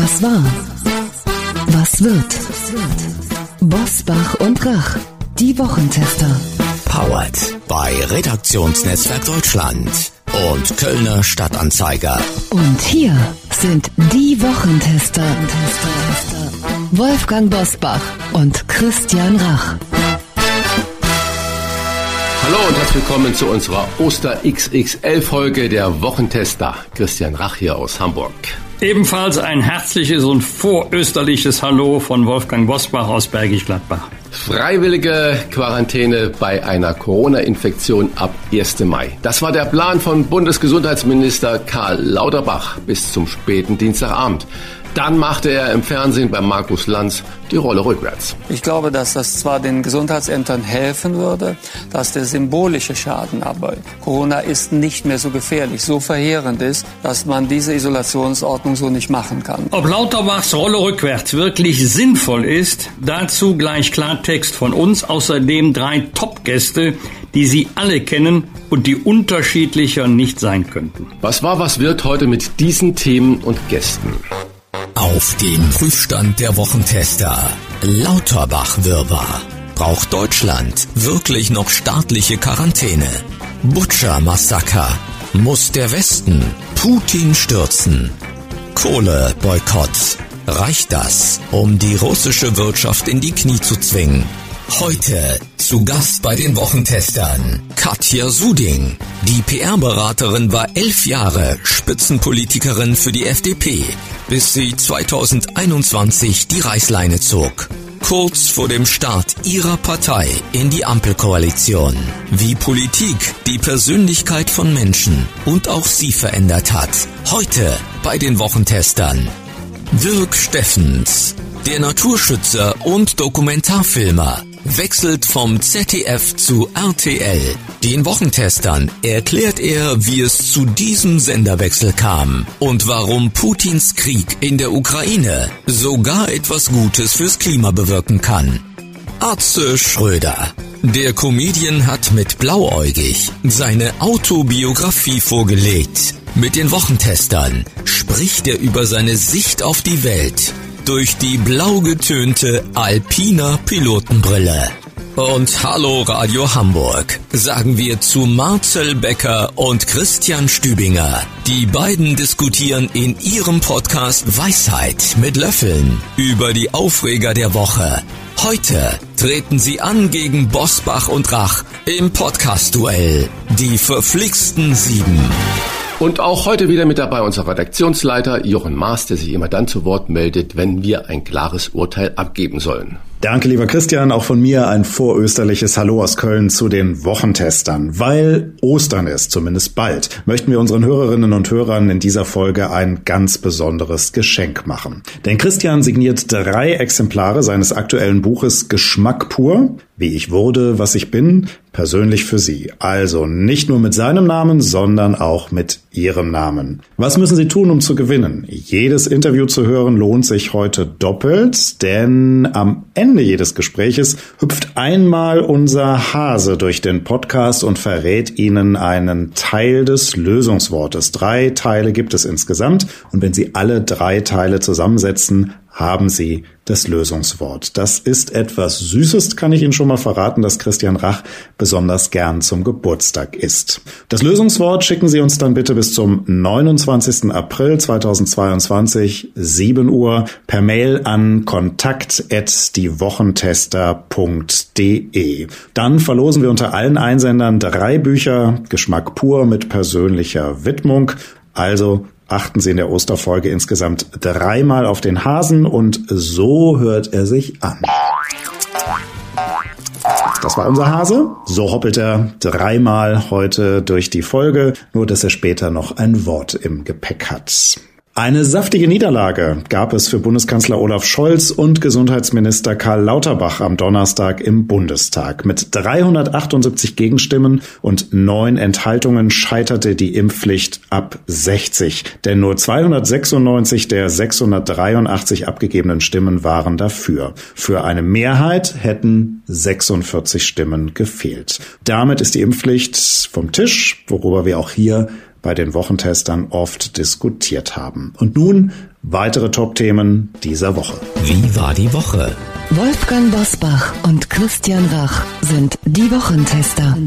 Was war? Was wird? Bosbach und Rach, die Wochentester. Powered bei Redaktionsnetzwerk Deutschland und Kölner Stadtanzeiger. Und hier sind die Wochentester. Wolfgang Bosbach und Christian Rach. Hallo und herzlich willkommen zu unserer Oster-XXL-Folge der Wochentester. Christian Rach hier aus Hamburg. Ebenfalls ein herzliches und vorösterliches Hallo von Wolfgang Bosbach aus Bergisch Gladbach. Freiwillige Quarantäne bei einer Corona-Infektion ab 1. Mai. Das war der Plan von Bundesgesundheitsminister Karl Lauterbach bis zum späten Dienstagabend. Dann machte er im Fernsehen bei Markus Lanz die Rolle rückwärts. Ich glaube, dass das zwar den Gesundheitsämtern helfen würde, dass der symbolische Schaden aber Corona ist nicht mehr so gefährlich, so verheerend ist, dass man diese Isolationsordnung so nicht machen kann. Ob Lauterbachs Rolle rückwärts wirklich sinnvoll ist, dazu gleich Klartext von uns. Außerdem 3 Top-Gäste, die Sie alle kennen und die unterschiedlicher nicht sein könnten. Was war, was wird heute mit diesen Themen und Gästen? Auf dem Prüfstand der Wochentester. Lauterbach-Wirrwarr. Braucht Deutschland wirklich noch staatliche Quarantäne? Butcher-Massaker. Muss der Westen Putin stürzen? Kohle-Boykott. Reicht das, um die russische Wirtschaft in die Knie zu zwingen? Heute zu Gast bei den Wochentestern Katja Suding. Die PR-Beraterin war 11 Jahre Spitzenpolitikerin für die FDP, bis sie 2021 die Reißleine zog. Kurz vor dem Start ihrer Partei in die Ampelkoalition. Wie Politik die Persönlichkeit von Menschen und auch sie verändert hat. Heute bei den Wochentestern. Dirk Steffens, der Naturschützer und Dokumentarfilmer, wechselt vom ZDF zu RTL. Den Wochentestern erklärt er, wie es zu diesem Senderwechsel kam und warum Putins Krieg in der Ukraine sogar etwas Gutes fürs Klima bewirken kann. Atze Schröder. Der Comedian hat mit Blauäugig seine Autobiografie vorgelegt. Mit den Wochentestern spricht er über seine Sicht auf die Welt durch die blau getönte Alpina Pilotenbrille. Und hallo Radio Hamburg, sagen wir zu Marcel Becker und Christian Stübinger. Die beiden diskutieren in ihrem Podcast Weisheit mit Löffeln über die Aufreger der Woche. Heute treten sie an gegen Bosbach und Rach im Podcast-Duell. Die verflixten 7. Und auch heute wieder mit dabei unser Redaktionsleiter Jochen Maas, der sich immer dann zu Wort meldet, wenn wir ein klares Urteil abgeben sollen. Danke, lieber Christian. Auch von mir ein vorösterliches Hallo aus Köln zu den Wochentestern. Weil Ostern ist, zumindest bald, möchten wir unseren Hörerinnen und Hörern in dieser Folge ein ganz besonderes Geschenk machen. Denn Christian signiert 3 Exemplare seines aktuellen Buches Geschmack pur, wie ich wurde, was ich bin, persönlich für Sie. Also nicht nur mit seinem Namen, sondern auch mit Ihrem Namen. Was müssen Sie tun, um zu gewinnen? Jedes Interview zu hören lohnt sich heute doppelt, denn am Ende jedes Gespräches hüpft einmal unser Hase durch den Podcast und verrät Ihnen einen Teil des Lösungswortes. 3 Teile gibt es insgesamt und wenn Sie alle 3 Teile zusammensetzen, haben Sie das Lösungswort. Das ist etwas Süßes, kann ich Ihnen schon mal verraten, dass Christian Rach besonders gern zum Geburtstag isst. Das Lösungswort schicken Sie uns dann bitte bis zum 29. April 2022, 7 Uhr, per Mail an kontakt@diewochentester.de. Dann verlosen wir unter allen Einsendern 3 Bücher, Geschmack pur mit persönlicher Widmung. Also achten Sie in der Osterfolge insgesamt 3 Mal auf den Hasen und so hört er sich an. Das war unser Hase. So hoppelt er 3 Mal heute durch die Folge, nur dass er später noch ein Wort im Gepäck hat. Eine saftige Niederlage gab es für Bundeskanzler Olaf Scholz und Gesundheitsminister Karl Lauterbach am Donnerstag im Bundestag. Mit 378 Gegenstimmen und 9 Enthaltungen scheiterte die Impfpflicht ab 60. Denn nur 296 der 683 abgegebenen Stimmen waren dafür. Für eine Mehrheit hätten 46 Stimmen gefehlt. Damit ist die Impfpflicht vom Tisch, worüber wir auch hier bei den Wochentestern oft diskutiert haben. Und nun weitere Top-Themen dieser Woche. Wie war die Woche? Wolfgang Bosbach und Christian Rach sind die Wochentester.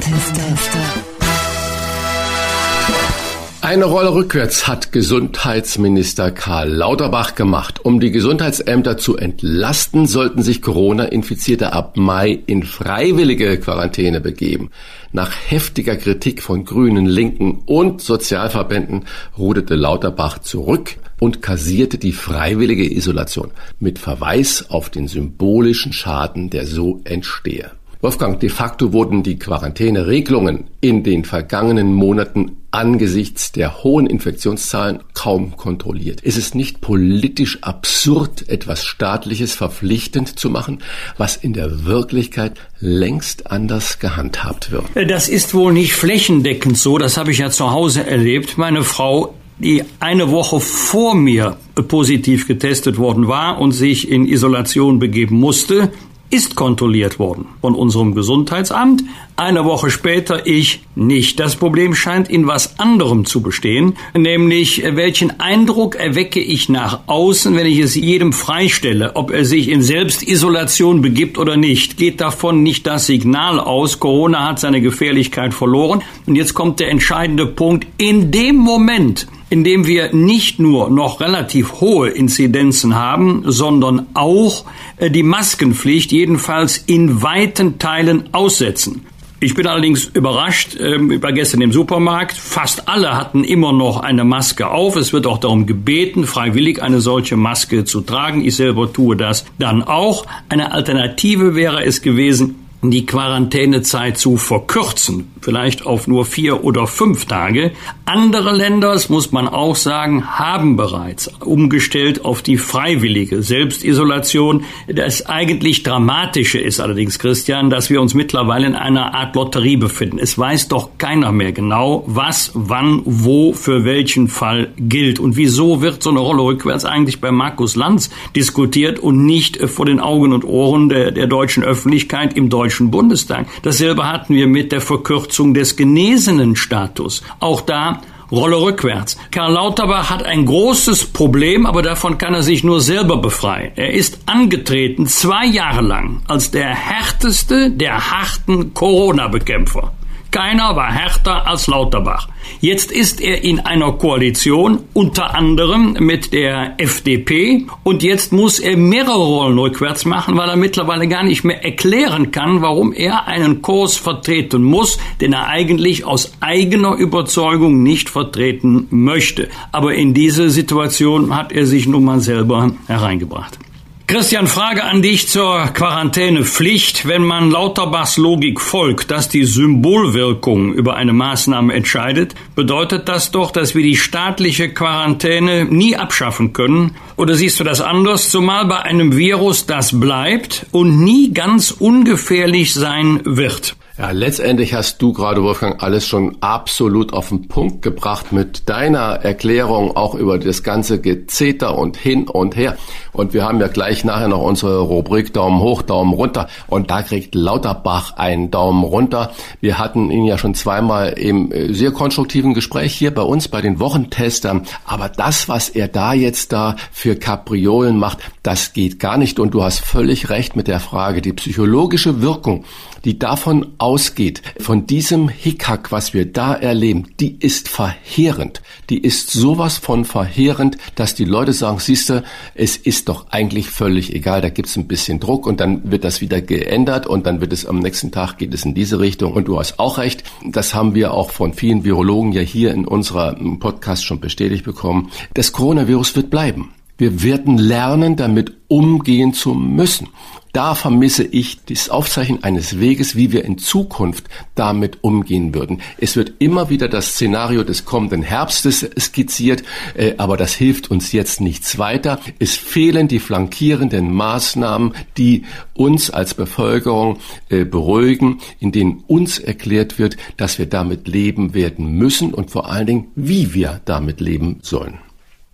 Eine Rolle rückwärts hat Gesundheitsminister Karl Lauterbach gemacht. Um die Gesundheitsämter zu entlasten, sollten sich Corona-Infizierte ab Mai in freiwillige Quarantäne begeben. Nach heftiger Kritik von Grünen, Linken und Sozialverbänden ruderte Lauterbach zurück und kassierte die freiwillige Isolation mit Verweis auf den symbolischen Schaden, der so entstehe. Wolfgang, de facto wurden die Quarantäneregelungen in den vergangenen Monaten angesichts der hohen Infektionszahlen kaum kontrolliert. Ist es nicht politisch absurd, etwas Staatliches verpflichtend zu machen, was in der Wirklichkeit längst anders gehandhabt wird? Das ist wohl nicht flächendeckend so, das habe ich ja zu Hause erlebt. Meine Frau, die eine Woche vor mir positiv getestet worden war und sich in Isolation begeben musste, ist kontrolliert worden von unserem Gesundheitsamt. Eine Woche später ich nicht. Das Problem scheint in was anderem zu bestehen, nämlich welchen Eindruck erwecke ich nach außen, wenn ich es jedem freistelle, ob er sich in Selbstisolation begibt oder nicht. Geht davon nicht das Signal aus, Corona hat seine Gefährlichkeit verloren. Und jetzt kommt der entscheidende Punkt. In dem Moment, in dem wir nicht nur noch relativ hohe Inzidenzen haben, sondern auch die Maskenpflicht jedenfalls in weiten Teilen aussetzen. Ich bin allerdings überrascht, ich war gestern im Supermarkt, fast alle hatten immer noch eine Maske auf. Es wird auch darum gebeten, freiwillig eine solche Maske zu tragen. Ich selber tue das dann auch. Eine Alternative wäre es gewesen, die Quarantänezeit zu verkürzen, vielleicht auf nur 4 oder 5 Tage. Andere Länder, das muss man auch sagen, haben bereits umgestellt auf die freiwillige Selbstisolation. Das eigentlich Dramatische ist allerdings, Christian, dass wir uns mittlerweile in einer Art Lotterie befinden. Es weiß doch keiner mehr genau, was, wann, wo, für welchen Fall gilt. Und wieso wird so eine Rolle rückwärts eigentlich bei Markus Lanz diskutiert und nicht vor den Augen und Ohren der deutschen Öffentlichkeit im Deutschen Bundestag. Dasselbe hatten wir mit der Verkürzung des Genesenenstatus. Auch da Rolle rückwärts. Karl Lauterbach hat ein großes Problem, aber davon kann er sich nur selber befreien. Er ist angetreten 2 Jahre lang als der härteste der harten Corona-Bekämpfer. Keiner war härter als Lauterbach. Jetzt ist er in einer Koalition, unter anderem mit der FDP, und jetzt muss er mehrere Rollen rückwärts machen, weil er mittlerweile gar nicht mehr erklären kann, warum er einen Kurs vertreten muss, den er eigentlich aus eigener Überzeugung nicht vertreten möchte. Aber in diese Situation hat er sich nun mal selber hereingebracht. Christian, Frage an dich zur Quarantänepflicht. Wenn man Lauterbachs Logik folgt, dass die Symbolwirkung über eine Maßnahme entscheidet, bedeutet das doch, dass wir die staatliche Quarantäne nie abschaffen können. Oder siehst du das anders? Zumal bei einem Virus, das bleibt und nie ganz ungefährlich sein wird. Ja, letztendlich hast du gerade, Wolfgang, alles schon absolut auf den Punkt gebracht mit deiner Erklärung auch über das ganze Gezeter und hin und her. Und wir haben ja gleich nachher noch unsere Rubrik Daumen hoch, Daumen runter. Und da kriegt Lauterbach einen Daumen runter. Wir hatten ihn ja schon zweimal im sehr konstruktiven Gespräch hier bei uns, bei den Wochentestern. Aber das, was er da jetzt da für Kapriolen macht, das geht gar nicht. Und du hast völlig recht mit der Frage, die psychologische Wirkung, die davon ausgeht, von diesem Hickhack, was wir da erleben, die ist verheerend. Die ist sowas von verheerend, dass die Leute sagen, siehste, es ist doch eigentlich völlig egal, da gibt's ein bisschen Druck und dann wird das wieder geändert und dann wird es am nächsten Tag geht es in diese Richtung. Und du hast auch recht, das haben wir auch von vielen Virologen ja hier in unserem Podcast schon bestätigt bekommen. Das Coronavirus wird bleiben. Wir werden lernen, damit umgehen zu müssen. Da vermisse ich das Aufzeichnen eines Weges, wie wir in Zukunft damit umgehen würden. Es wird immer wieder das Szenario des kommenden Herbstes skizziert, aber das hilft uns jetzt nichts weiter. Es fehlen die flankierenden Maßnahmen, die uns als Bevölkerung beruhigen, in denen uns erklärt wird, dass wir damit leben werden müssen und vor allen Dingen, wie wir damit leben sollen.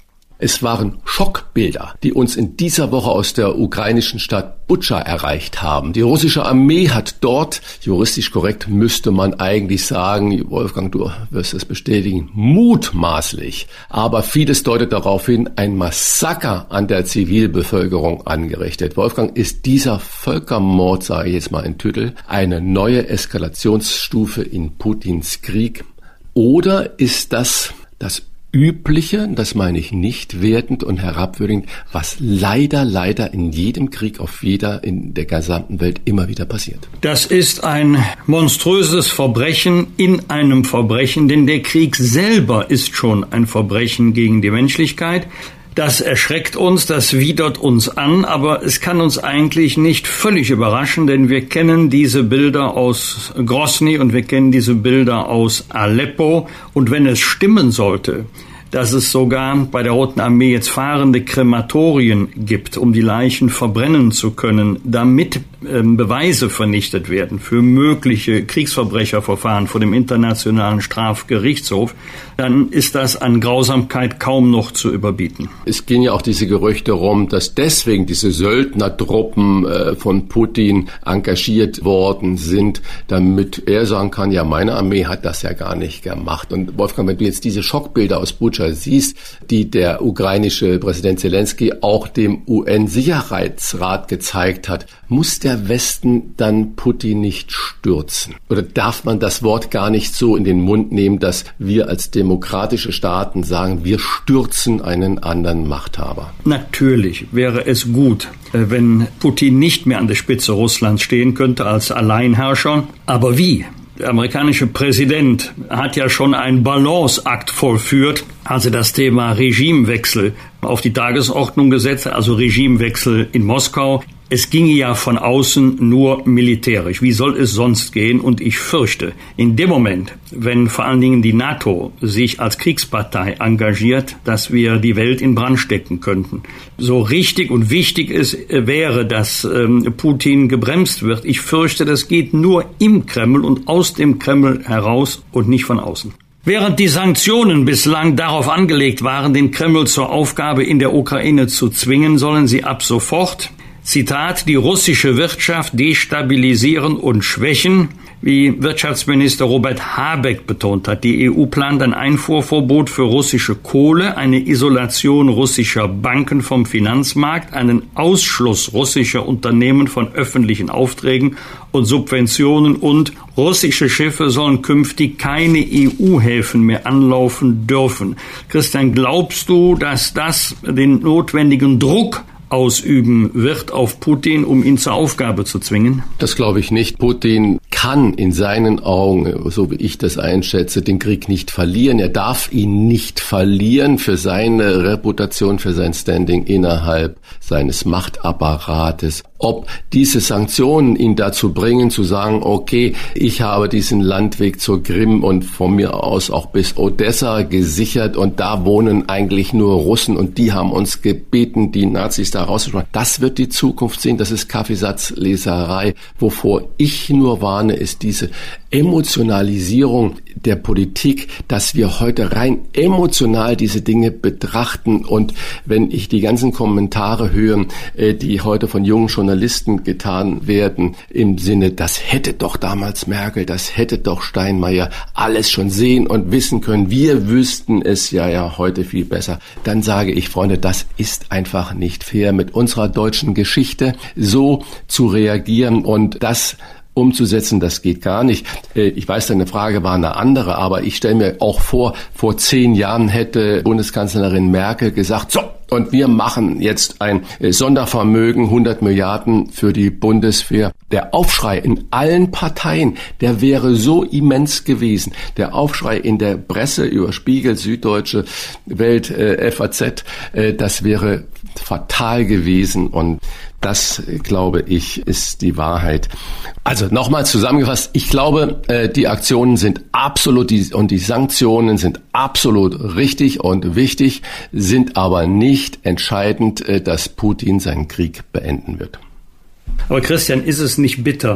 Es waren Schockbilder, die uns in dieser Woche aus der ukrainischen Stadt Butscha erreicht haben. Die russische Armee hat dort, juristisch korrekt müsste man eigentlich sagen, Wolfgang, du wirst es bestätigen, mutmaßlich, aber vieles deutet darauf hin, ein Massaker an der Zivilbevölkerung angerichtet. Wolfgang, ist dieser Völkermord, sage ich jetzt mal in Tüttel, eine neue Eskalationsstufe in Putins Krieg? Oder ist das Übliche, das meine ich nicht wertend und herabwürdigend, was leider in jedem Krieg in der gesamten Welt immer wieder passiert? Das ist ein monströses Verbrechen in einem Verbrechen, denn der Krieg selber ist schon ein Verbrechen gegen die Menschlichkeit. Das erschreckt uns, das widert uns an, aber es kann uns eigentlich nicht völlig überraschen, denn wir kennen diese Bilder aus Grosny und wir kennen diese Bilder aus Aleppo. Und wenn es stimmen sollte, dass es sogar bei der Roten Armee jetzt fahrende Krematorien gibt, um die Leichen verbrennen zu können, damit Beweise vernichtet werden für mögliche Kriegsverbrecherverfahren vor dem Internationalen Strafgerichtshof, dann ist das an Grausamkeit kaum noch zu überbieten. Es gehen ja auch diese Gerüchte rum, dass deswegen diese Söldnertruppen von Putin engagiert worden sind, damit er sagen kann, ja, meine Armee hat das ja gar nicht gemacht. Und Wolfgang, wenn du jetzt diese Schockbilder aus Butscha siehst, die der ukrainische Präsident Zelensky auch dem UN-Sicherheitsrat gezeigt hat, muss der Westen dann Putin nicht stürzen? Oder darf man das Wort gar nicht so in den Mund nehmen, dass wir als demokratische Staaten sagen, wir stürzen einen anderen Machthaber? Natürlich wäre es gut, wenn Putin nicht mehr an der Spitze Russlands stehen könnte als Alleinherrscher. Aber wie? Der amerikanische Präsident hat ja schon einen Balanceakt vollführt, als er das Thema Regimewechsel auf die Tagesordnung gesetzt hat, also Regimewechsel in Moskau. Es ginge ja von außen nur militärisch. Wie soll es sonst gehen? Und ich fürchte, in dem Moment, wenn vor allen Dingen die NATO sich als Kriegspartei engagiert, dass wir die Welt in Brand stecken könnten. So richtig und wichtig es wäre, dass Putin gebremst wird. Ich fürchte, das geht nur im Kreml und aus dem Kreml heraus und nicht von außen. Während die Sanktionen bislang darauf angelegt waren, den Kreml zur Aufgabe in der Ukraine zu zwingen, sollen sie ab sofort, Zitat, die russische Wirtschaft destabilisieren und schwächen, wie Wirtschaftsminister Robert Habeck betont hat. Die EU plant ein Einfuhrverbot für russische Kohle, eine Isolation russischer Banken vom Finanzmarkt, einen Ausschluss russischer Unternehmen von öffentlichen Aufträgen und Subventionen und russische Schiffe sollen künftig keine EU-Häfen mehr anlaufen dürfen. Christian, glaubst du, dass das den notwendigen Druck ausüben wird auf Putin, um ihn zur Aufgabe zu zwingen? Das glaube ich nicht. Putin kann in seinen Augen, so wie ich das einschätze, den Krieg nicht verlieren. Er darf ihn nicht verlieren für seine Reputation, für sein Standing innerhalb seines Machtapparates. Ob diese Sanktionen ihn dazu bringen, zu sagen, okay, ich habe diesen Landweg zur Krim und von mir aus auch bis Odessa gesichert und da wohnen eigentlich nur Russen und die haben uns gebeten, die Nazis da rauszuschmeißen. Das wird die Zukunft sehen, das ist Kaffeesatzleserei. Wovor ich nur warne, ist diese Emotionalisierung der Politik, dass wir heute rein emotional diese Dinge betrachten. Und wenn ich die ganzen Kommentare höre, die heute von jungen Journalisten getan werden, im Sinne, das hätte doch damals Merkel, das hätte doch Steinmeier alles schon sehen und wissen können, wir wüssten es ja heute viel besser, dann sage ich, Freunde, das ist einfach nicht fair, mit unserer deutschen Geschichte so zu reagieren und das umzusetzen, das geht gar nicht. Ich weiß, deine Frage war eine andere, aber ich stelle mir auch vor 10 Jahren hätte Bundeskanzlerin Merkel gesagt, so, und wir machen jetzt ein Sondervermögen, 100 Milliarden für die Bundeswehr. Der Aufschrei in allen Parteien, der wäre so immens gewesen. Der Aufschrei in der Presse über Spiegel, Süddeutsche, Welt, FAZ, das wäre fatal gewesen und das, glaube ich, ist die Wahrheit. Also nochmal zusammengefasst, ich glaube, die Aktionen sind absolut und die Sanktionen sind absolut richtig und wichtig, sind aber nicht entscheidend, dass Putin seinen Krieg beenden wird. Aber Christian, ist es nicht bitter,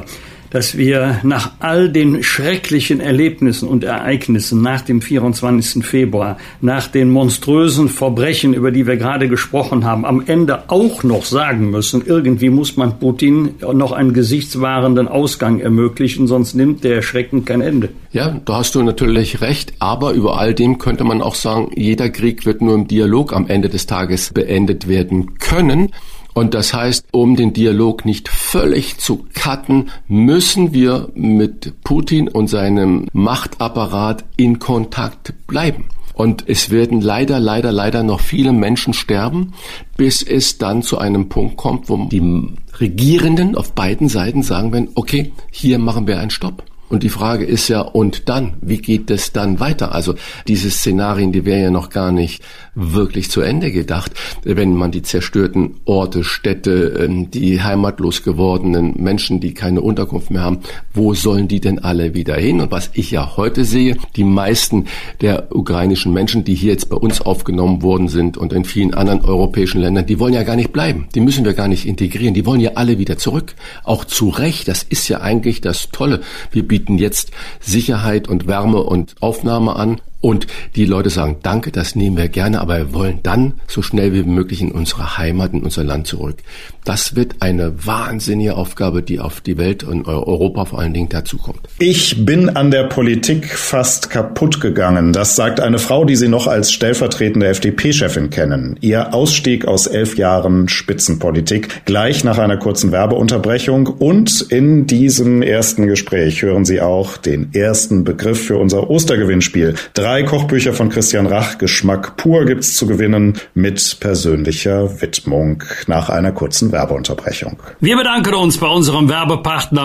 dass wir nach all den schrecklichen Erlebnissen und Ereignissen nach dem 24. Februar, nach den monströsen Verbrechen, über die wir gerade gesprochen haben, am Ende auch noch sagen müssen, irgendwie muss man Putin noch einen gesichtswahrenden Ausgang ermöglichen, sonst nimmt der Schrecken kein Ende. Ja, da hast du natürlich recht, aber über all dem könnte man auch sagen, jeder Krieg wird nur im Dialog am Ende des Tages beendet werden können. Und das heißt, um den Dialog nicht völlig zu cutten, müssen wir mit Putin und seinem Machtapparat in Kontakt bleiben. Und es werden leider noch viele Menschen sterben, bis es dann zu einem Punkt kommt, wo die Regierenden auf beiden Seiten sagen werden, okay, hier machen wir einen Stopp. Und die Frage ist ja, und dann? Wie geht es dann weiter? Also diese Szenarien, die wären ja noch gar nicht wirklich zu Ende gedacht, wenn man die zerstörten Orte, Städte, die heimatlos gewordenen Menschen, die keine Unterkunft mehr haben, wo sollen die denn alle wieder hin? Und was ich ja heute sehe, die meisten der ukrainischen Menschen, die hier jetzt bei uns aufgenommen worden sind und in vielen anderen europäischen Ländern, die wollen ja gar nicht bleiben. Die müssen wir gar nicht integrieren. Die wollen ja alle wieder zurück. Auch zu Recht. Das ist ja eigentlich das Tolle. Wir bieten jetzt Sicherheit und Wärme und Aufnahme an. Und die Leute sagen, danke, das nehmen wir gerne, aber wir wollen dann so schnell wie möglich in unsere Heimat, in unser Land zurück. Das wird eine wahnsinnige Aufgabe, die auf die Welt und Europa vor allen Dingen dazukommt. Ich bin an der Politik fast kaputt gegangen. Das sagt eine Frau, die Sie noch als stellvertretende FDP-Chefin kennen. Ihr Ausstieg aus 11 Jahren Spitzenpolitik gleich nach einer kurzen Werbeunterbrechung. Und in diesem ersten Gespräch hören Sie auch den ersten Begriff für unser Ostergewinnspiel. 3 Kochbücher von Christian Rach, Geschmack pur, gibt's zu gewinnen mit persönlicher Widmung nach einer kurzen Werbeunterbrechung. Wir bedanken uns bei unserem Werbepartner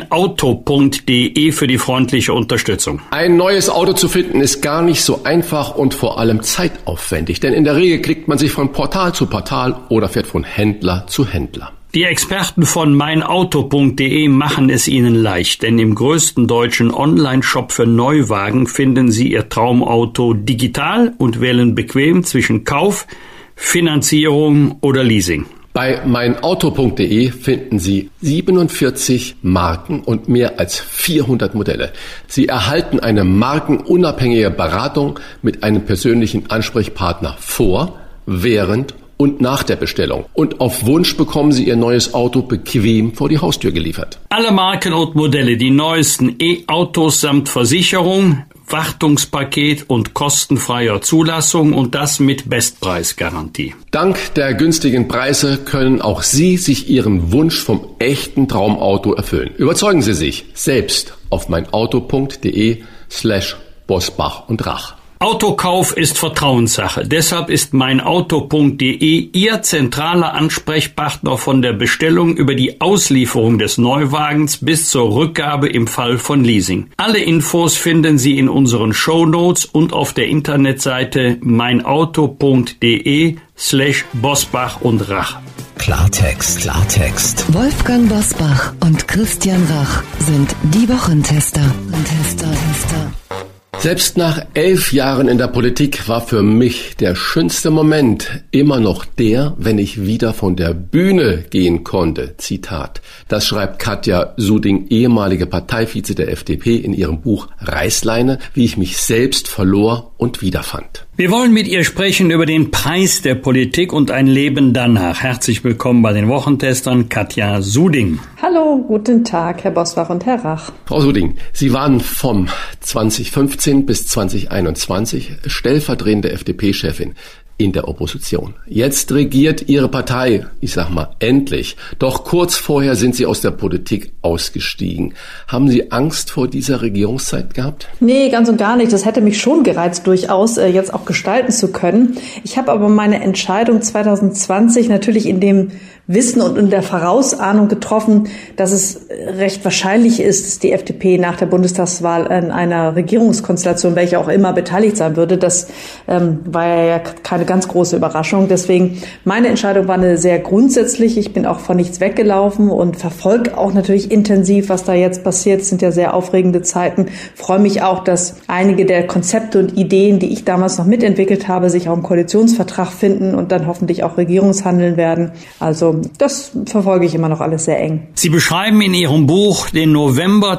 meinauto.de für die freundliche Unterstützung. Ein neues Auto zu finden ist gar nicht so einfach und vor allem zeitaufwendig, denn in der Regel klickt man sich von Portal zu Portal oder fährt von Händler zu Händler. Die Experten von meinauto.de machen es Ihnen leicht, denn im größten deutschen Online-Shop für Neuwagen finden Sie Ihr Traumauto digital und wählen bequem zwischen Kauf, Finanzierung oder Leasing. Bei meinauto.de finden Sie 47 Marken und mehr als 400 Modelle. Sie erhalten eine markenunabhängige Beratung mit einem persönlichen Ansprechpartner vor, während und nach der Bestellung. Und auf Wunsch bekommen Sie Ihr neues Auto bequem vor die Haustür geliefert. Alle Marken und Modelle, die neuesten E-Autos samt Versicherung, Wartungspaket und kostenfreier Zulassung und das mit Bestpreisgarantie. Dank der günstigen Preise können auch Sie sich Ihren Wunsch vom echten Traumauto erfüllen. Überzeugen Sie sich selbst auf meinauto.de/Bosbach und Rach. Autokauf ist Vertrauenssache. Deshalb ist meinauto.de Ihr zentraler Ansprechpartner von der Bestellung über die Auslieferung des Neuwagens bis zur Rückgabe im Fall von Leasing. Alle Infos finden Sie in unseren Shownotes und auf der Internetseite meinauto.de/Bosbach und Rach. Klartext. Wolfgang Bosbach und Christian Rach sind die Wochentester. Selbst nach 11 Jahren in der Politik war für mich der schönste Moment immer noch der, wenn ich wieder von der Bühne gehen konnte. Zitat. Das schreibt Katja Suding, ehemalige Parteivize der FDP, in ihrem Buch Reißleine, wie ich mich selbst verlor und wiederfand. Wir wollen mit ihr sprechen über den Preis der Politik und ein Leben danach. Herzlich willkommen bei den Wochentestern, Katja Suding. Hallo, guten Tag, Herr Bosbach und Herr Rach. Frau Suding, Sie waren vom 2015 bis 2021 stellvertretende FDP-Chefin in der Opposition. Jetzt regiert Ihre Partei, ich sag mal, endlich. Doch kurz vorher sind Sie aus der Politik ausgestiegen. Haben Sie Angst vor dieser Regierungszeit gehabt? Nee, ganz und gar nicht. Das hätte mich schon gereizt, durchaus jetzt auch gestalten zu können. Ich habe aber meine Entscheidung 2020 natürlich in dem Wissen und in der Vorausahnung getroffen, dass es recht wahrscheinlich ist, dass die FDP nach der Bundestagswahl in einer Regierungskonstellation, welche auch immer, beteiligt sein würde. Das war ja keine eine ganz große Überraschung. Deswegen, meine Entscheidung war eine sehr grundsätzliche. Ich bin auch von nichts weggelaufen und verfolge auch natürlich intensiv, was da jetzt passiert. Es sind ja sehr aufregende Zeiten. Freue mich auch, dass einige der Konzepte und Ideen, die ich damals noch mitentwickelt habe, sich auch im Koalitionsvertrag finden und dann hoffentlich auch Regierungshandeln werden. Also das verfolge ich immer noch alles sehr eng. Sie beschreiben in Ihrem Buch den November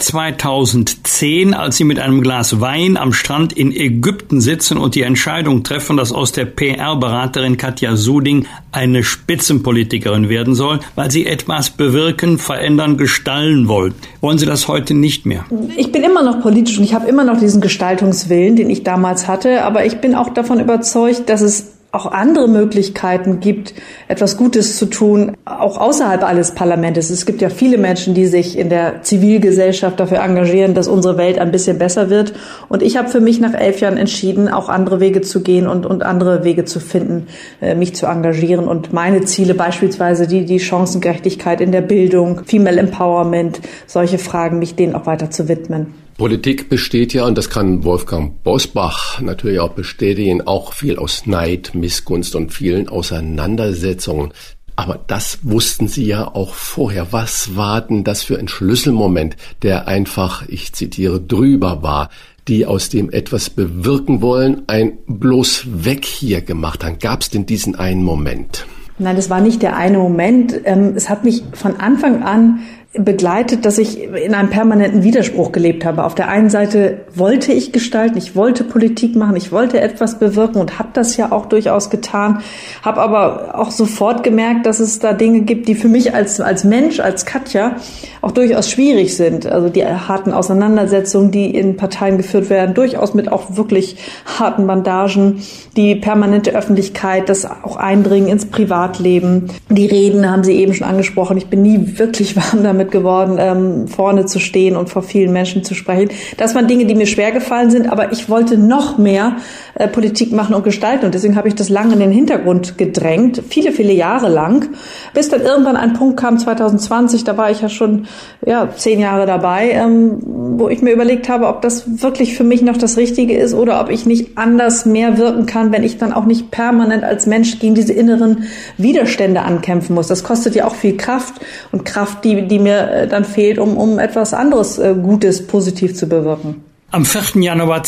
2010, als Sie mit einem Glas Wein am Strand in Ägypten sitzen und die Entscheidung treffen, dass aus der PR-Beraterin Katja Suding eine Spitzenpolitikerin werden soll, weil sie etwas bewirken, verändern, gestalten wollen. Wollen Sie das heute nicht mehr? Ich bin immer noch politisch und ich habe immer noch diesen Gestaltungswillen, den ich damals hatte, aber ich bin auch davon überzeugt, dass es auch andere Möglichkeiten gibt, etwas Gutes zu tun, auch außerhalb alles Parlaments. Es gibt ja viele Menschen, die sich in der Zivilgesellschaft dafür engagieren, dass unsere Welt ein bisschen besser wird. Und ich habe für mich nach 11 Jahren entschieden, auch andere Wege zu gehen und andere Wege zu finden, mich zu engagieren. Und meine Ziele beispielsweise die Chancengerechtigkeit in der Bildung, Female Empowerment, solche Fragen, mich denen auch weiter zu widmen. Politik besteht ja, und das kann Wolfgang Bosbach natürlich auch bestätigen, auch viel aus Neid, Missgunst und vielen Auseinandersetzungen. Aber das wussten Sie ja auch vorher. Was war denn das für ein Schlüsselmoment, der einfach, ich zitiere, drüber war, die aus dem etwas bewirken wollen, ein bloß weg hier gemacht haben? Gab es denn diesen einen Moment? Nein, das war nicht der eine Moment. Es hat mich von Anfang an begleitet, dass ich in einem permanenten Widerspruch gelebt habe. Auf der einen Seite wollte ich gestalten, ich wollte Politik machen, ich wollte etwas bewirken und habe das ja auch durchaus getan, habe aber auch sofort gemerkt, dass es da Dinge gibt, die für mich als Mensch, als Katja auch durchaus schwierig sind. Also die harten Auseinandersetzungen, die in Parteien geführt werden, durchaus mit auch wirklich harten Bandagen, die permanente Öffentlichkeit, das auch Eindringen ins Privatleben. Die Reden haben Sie eben schon angesprochen. Ich bin nie wirklich warm damit geworden, vorne zu stehen und vor vielen Menschen zu sprechen. Das waren Dinge, die mir schwer gefallen sind, aber ich wollte noch mehr Politik machen und gestalten und deswegen habe ich das lange in den Hintergrund gedrängt, viele, viele Jahre lang, bis dann irgendwann ein Punkt kam, 2020, da war ich ja schon 10 Jahre dabei, wo ich mir überlegt habe, ob das wirklich für mich noch das Richtige ist oder ob ich nicht anders mehr wirken kann, wenn ich dann auch nicht permanent als Mensch gegen diese inneren Widerstände ankämpfen muss. Das kostet ja auch viel Kraft und Kraft, die mir dann fehlt, um etwas anderes Gutes, positiv zu bewirken. Am 4. Januar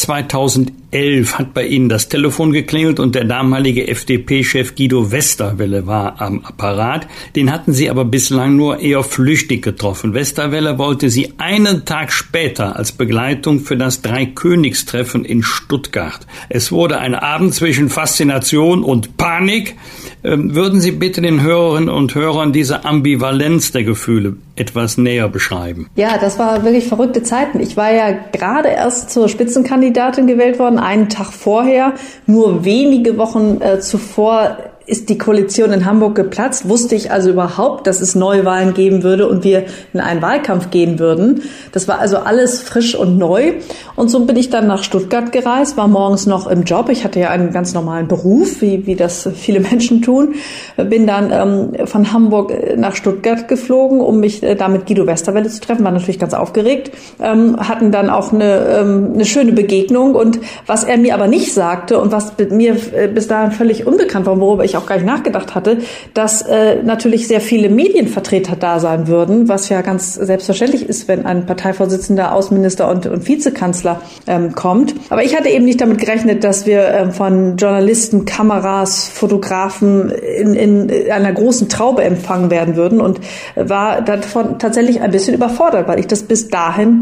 2011 hat bei Ihnen das Telefon geklingelt und der damalige FDP-Chef Guido Westerwelle war am Apparat. Den hatten Sie aber bislang nur eher flüchtig getroffen. Westerwelle wollte Sie einen Tag später als Begleitung für das Dreikönigstreffen in Stuttgart. Es wurde ein Abend zwischen Faszination und Panik. Würden Sie bitte den Hörerinnen und Hörern diese Ambivalenz der Gefühle etwas näher beschreiben? Ja, das war wirklich verrückte Zeiten. Ich war ja gerade erst zur Spitzenkandidatin gewählt worden, einen Tag vorher. Nur wenige Wochen zuvor ist die Koalition in Hamburg geplatzt, wusste ich also überhaupt, dass es Neuwahlen geben würde und wir in einen Wahlkampf gehen würden. Das war also alles frisch und neu. Und so bin ich dann nach Stuttgart gereist, war morgens noch im Job. Ich hatte ja einen ganz normalen Beruf, wie das viele Menschen tun. Bin dann von Hamburg nach Stuttgart geflogen, um mich da mit Guido Westerwelle zu treffen. War natürlich ganz aufgeregt. Hatten dann auch eine schöne Begegnung. Und was er mir aber nicht sagte und was mir bis dahin völlig unbekannt war, worüber ich auch gar nicht nachgedacht hatte, dass natürlich sehr viele Medienvertreter da sein würden, was ja ganz selbstverständlich ist, wenn ein Parteivorsitzender, Außenminister und Vizekanzler kommt. Aber ich hatte eben nicht damit gerechnet, dass wir von Journalisten, Kameras, Fotografen in einer großen Traube empfangen werden würden und war davon tatsächlich ein bisschen überfordert, weil ich das bis dahin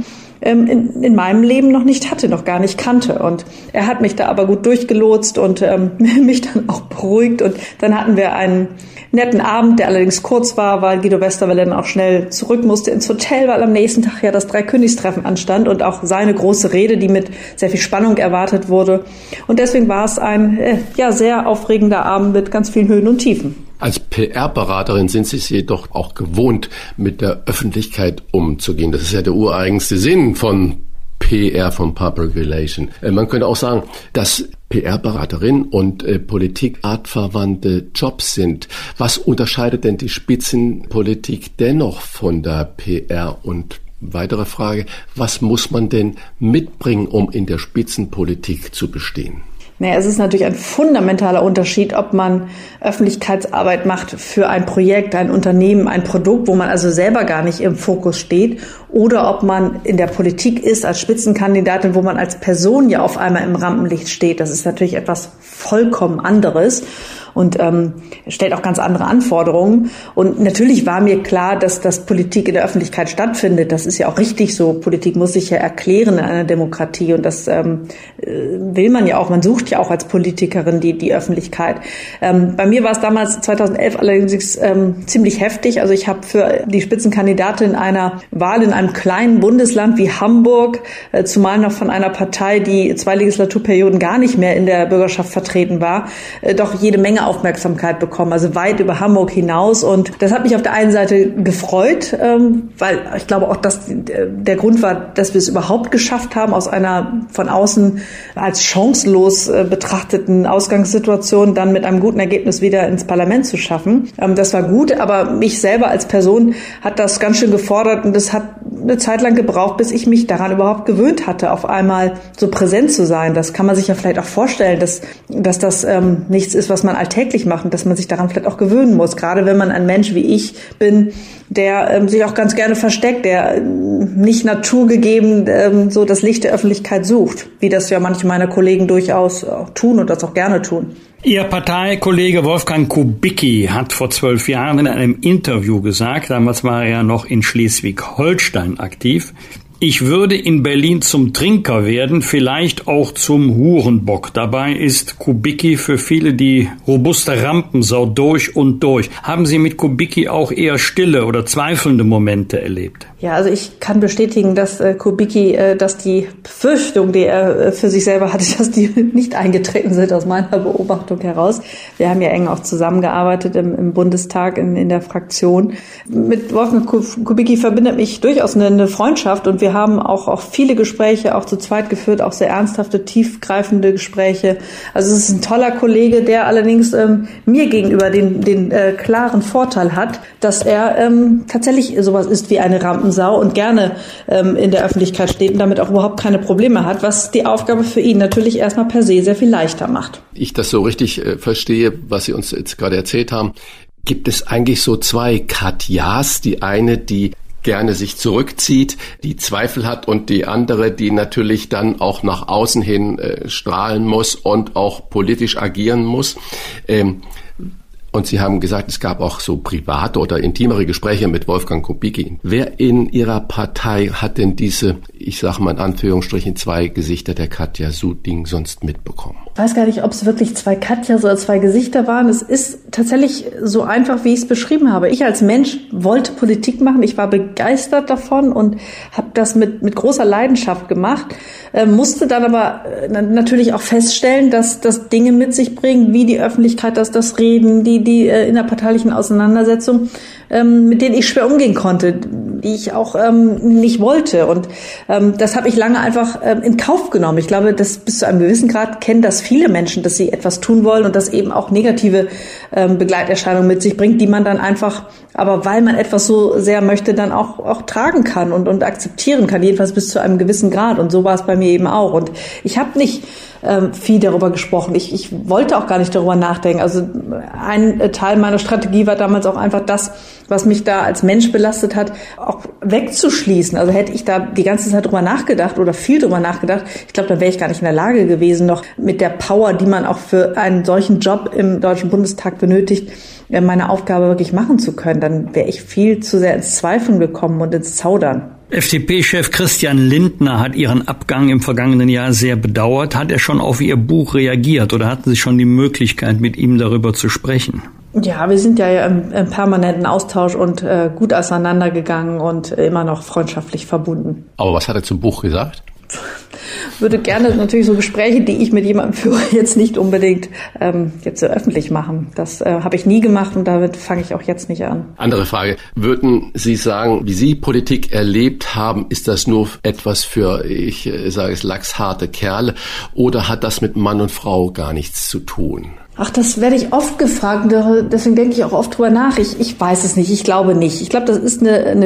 in meinem Leben noch nicht hatte, noch gar nicht kannte. Und er hat mich da aber gut durchgelotst und mich dann auch beruhigt. Und dann hatten wir einen netten Abend, der allerdings kurz war, weil Guido Westerwelle dann auch schnell zurück musste ins Hotel, weil am nächsten Tag ja das Dreikönigstreffen anstand und auch seine große Rede, die mit sehr viel Spannung erwartet wurde. Und deswegen war es ein sehr aufregender Abend mit ganz vielen Höhen und Tiefen. Als PR-Beraterin sind Sie es jedoch auch gewohnt, mit der Öffentlichkeit umzugehen. Das ist ja der ureigenste Sinn von PR, von Public Relation. Man könnte auch sagen, dass PR-Beraterin und Politik artverwandte Jobs sind. Was unterscheidet denn die Spitzenpolitik dennoch von der PR? Und weitere Frage, was muss man denn mitbringen, um in der Spitzenpolitik zu bestehen? Naja, es ist natürlich ein fundamentaler Unterschied, ob man Öffentlichkeitsarbeit macht für ein Projekt, ein Unternehmen, ein Produkt, wo man also selber gar nicht im Fokus steht, oder ob man in der Politik ist als Spitzenkandidatin, wo man als Person ja auf einmal im Rampenlicht steht. Das ist natürlich etwas vollkommen anderes und stellt auch ganz andere Anforderungen. Und natürlich war mir klar, dass Politik in der Öffentlichkeit stattfindet. Das ist ja auch richtig so. Politik muss sich ja erklären in einer Demokratie und das will man ja auch. Man sucht ja auch als Politikerin die Öffentlichkeit. Bei mir war es damals 2011 allerdings ziemlich heftig. Also ich habe für die Spitzenkandidatin einer Wahl in einem kleinen Bundesland wie Hamburg, zumal noch von einer Partei, die 2 Legislaturperioden gar nicht mehr in der Bürgerschaft vertreten war, doch jede Menge Aufmerksamkeit bekommen, also weit über Hamburg hinaus. Und das hat mich auf der einen Seite gefreut, weil ich glaube auch, dass der Grund war, dass wir es überhaupt geschafft haben, aus einer von außen als chancenlos betrachteten Ausgangssituation dann mit einem guten Ergebnis wieder ins Parlament zu schaffen. Das war gut, aber mich selber als Person hat das ganz schön gefordert und es hat eine Zeit lang gebraucht, bis ich mich daran überhaupt gewöhnt hatte, auf einmal so präsent zu sein. Das kann man sich ja vielleicht auch vorstellen, dass das nichts ist, was man alltäglich macht und dass man sich daran vielleicht auch gewöhnen muss. Gerade wenn man ein Mensch wie ich bin, der sich auch ganz gerne versteckt, der nicht naturgegeben so das Licht der Öffentlichkeit sucht, wie das ja manche meiner Kollegen durchaus auch tun und das auch gerne tun. Ihr Parteikollege Wolfgang Kubicki hat vor 12 Jahren in einem Interview gesagt, damals war er ja noch in Schleswig-Holstein aktiv, ich würde in Berlin zum Trinker werden, vielleicht auch zum Hurenbock. Dabei ist Kubicki für viele die robuste Rampensau durch und durch. Haben Sie mit Kubicki auch eher stille oder zweifelnde Momente erlebt? Ja, also ich kann bestätigen, dass Kubicki, dass die Befürchtung, die er für sich selber hatte, dass die nicht eingetreten sind aus meiner Beobachtung heraus. Wir haben ja eng auch zusammengearbeitet im Bundestag, in der Fraktion. Mit Wolfgang Kubicki verbindet mich durchaus eine Freundschaft und wir haben auch viele Gespräche, auch zu zweit geführt, auch sehr ernsthafte, tiefgreifende Gespräche. Also es ist ein toller Kollege, der allerdings mir gegenüber den klaren Vorteil hat, dass er tatsächlich sowas ist wie eine Rampensau und gerne in der Öffentlichkeit steht und damit auch überhaupt keine Probleme hat, was die Aufgabe für ihn natürlich erstmal per se sehr viel leichter macht. Ich das so richtig verstehe, was Sie uns jetzt gerade erzählt haben, gibt es eigentlich so 2 Katjas, die eine, die gerne sich zurückzieht, die Zweifel hat und die andere, die natürlich dann auch nach außen hin strahlen muss und auch politisch agieren muss. Und Sie haben gesagt, es gab auch so private oder intimere Gespräche mit Wolfgang Kubicki. Wer in Ihrer Partei hat denn diese, ich sage mal in Anführungsstrichen, 2 Gesichter der Katja Suding sonst mitbekommen? Ich weiß gar nicht, ob es wirklich 2 Katjas oder 2 Gesichter waren. Es ist tatsächlich so einfach, wie ich es beschrieben habe. Ich als Mensch wollte Politik machen. Ich war begeistert davon und habe das mit großer Leidenschaft gemacht. Musste dann aber natürlich auch feststellen, dass das Dinge mit sich bringen, wie die Öffentlichkeit, das Reden, die innerparteilichen Auseinandersetzungen, mit denen ich schwer umgehen konnte, die ich auch nicht wollte. Und das habe ich lange einfach in Kauf genommen. Ich glaube, dass bis zu einem gewissen Grad kennen das viele Menschen, dass sie etwas tun wollen und das eben auch negative Begleiterscheinungen mit sich bringt, die man dann einfach, aber weil man etwas so sehr möchte, dann auch tragen kann und akzeptieren kann, jedenfalls bis zu einem gewissen Grad. Und so war es bei mir eben auch. Und ich habe nicht viel darüber gesprochen. Ich wollte auch gar nicht darüber nachdenken. Also ein Teil meiner Strategie war damals auch einfach das, was mich da als Mensch belastet hat, auch wegzuschließen. Also hätte ich da die ganze Zeit drüber nachgedacht oder viel drüber nachgedacht, ich glaube, dann wäre ich gar nicht in der Lage gewesen, noch mit der Power, die man auch für einen solchen Job im Deutschen Bundestag benötigt, meine Aufgabe wirklich machen zu können. Dann wäre ich viel zu sehr ins Zweifeln gekommen und ins Zaudern. FDP-Chef Christian Lindner hat Ihren Abgang im vergangenen Jahr sehr bedauert. Hat er schon auf Ihr Buch reagiert oder hatten Sie schon die Möglichkeit, mit ihm darüber zu sprechen? Ja, wir sind ja im permanenten Austausch und gut auseinandergegangen und immer noch freundschaftlich verbunden. Aber was hat er zum Buch gesagt? Würde gerne natürlich so Gespräche, die ich mit jemandem führe, jetzt nicht unbedingt jetzt so öffentlich machen. Das habe ich nie gemacht und damit fange ich auch jetzt nicht an. Andere Frage. Würden Sie sagen, wie Sie Politik erlebt haben, ist das nur etwas für, ich sage es, lachsharte Kerle oder hat das mit Mann und Frau gar nichts zu tun? Ach, das werde ich oft gefragt, deswegen denke ich auch oft drüber nach. Ich weiß es nicht, ich glaube nicht. Ich glaube, das ist eine Typfrage.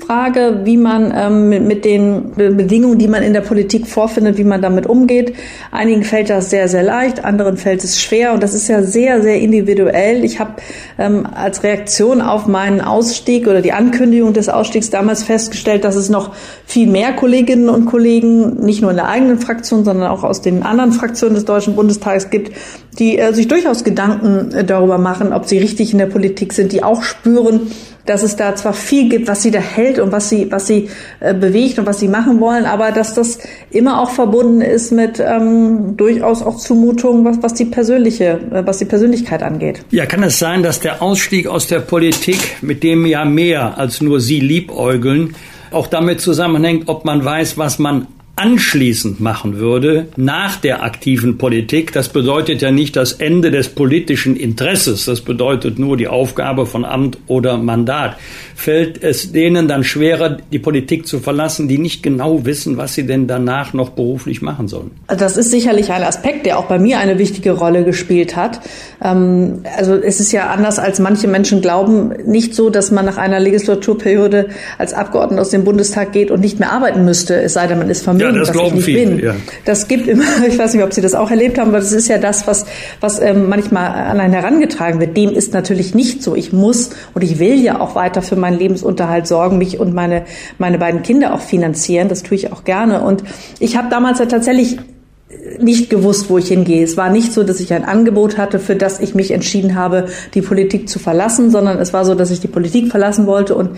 Frage, wie man mit den Bedingungen, die man in der Politik vorfindet, wie man damit umgeht. Einigen fällt das sehr, sehr leicht, anderen fällt es schwer und das ist ja sehr, sehr individuell. Ich habe als Reaktion auf meinen Ausstieg oder die Ankündigung des Ausstiegs damals festgestellt, dass es noch viel mehr Kolleginnen und Kollegen, nicht nur in der eigenen Fraktion, sondern auch aus den anderen Fraktionen des Deutschen Bundestages gibt, die sich durchaus Gedanken darüber machen, ob sie richtig in der Politik sind, die auch spüren, dass es da zwar viel gibt, was sie da hält und was sie bewegt und was sie machen wollen, aber dass das immer auch verbunden ist mit durchaus auch Zumutungen, was die Persönlichkeit angeht. Ja, kann es sein, dass der Ausstieg aus der Politik, mit dem ja mehr als nur Sie liebäugeln, auch damit zusammenhängt, ob man weiß, was man anschließend machen würde, nach der aktiven Politik? Das bedeutet ja nicht das Ende des politischen Interesses, das bedeutet nur die Aufgabe von Amt oder Mandat. Fällt es denen dann schwerer, die Politik zu verlassen, die nicht genau wissen, was sie denn danach noch beruflich machen sollen? Das ist sicherlich ein Aspekt, der auch bei mir eine wichtige Rolle gespielt hat. Also es ist ja anders, als manche Menschen glauben, nicht so, dass man nach einer Legislaturperiode als Abgeordneter aus dem Bundestag geht und nicht mehr arbeiten müsste, es sei denn, man ist vermögend. Ja, das glauben viele. Ja. Das gibt immer, ich weiß nicht, ob Sie das auch erlebt haben, aber das ist ja das, was manchmal an einen herangetragen wird. Dem ist natürlich nicht so. Ich muss und ich will ja auch weiter für meinen Lebensunterhalt sorgen, mich und meine beiden Kinder auch finanzieren. Das tue ich auch gerne. Und ich habe damals ja tatsächlich nicht gewusst, wo ich hingehe. Es war nicht so, dass ich ein Angebot hatte, für das ich mich entschieden habe, die Politik zu verlassen, sondern es war so, dass ich die Politik verlassen wollte und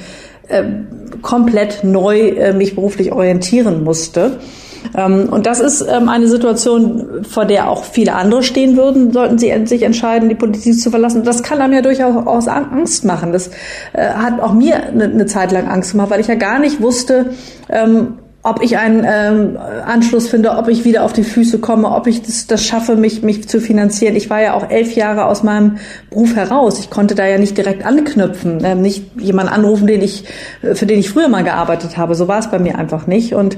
komplett neu mich beruflich orientieren musste. Und das ist eine Situation, vor der auch viele andere stehen würden, sollten sie sich entscheiden, die Politik zu verlassen. Das kann einem ja durchaus Angst machen. Das hat auch mir eine Zeit lang Angst gemacht, weil ich ja gar nicht wusste, ob ich einen Anschluss finde, ob ich wieder auf die Füße komme, ob ich das schaffe, mich zu finanzieren. Ich war ja auch 11 Jahre aus meinem Beruf heraus. Ich konnte da ja nicht direkt anknüpfen, nicht jemanden anrufen, für den ich früher mal gearbeitet habe. So war es bei mir einfach nicht. Und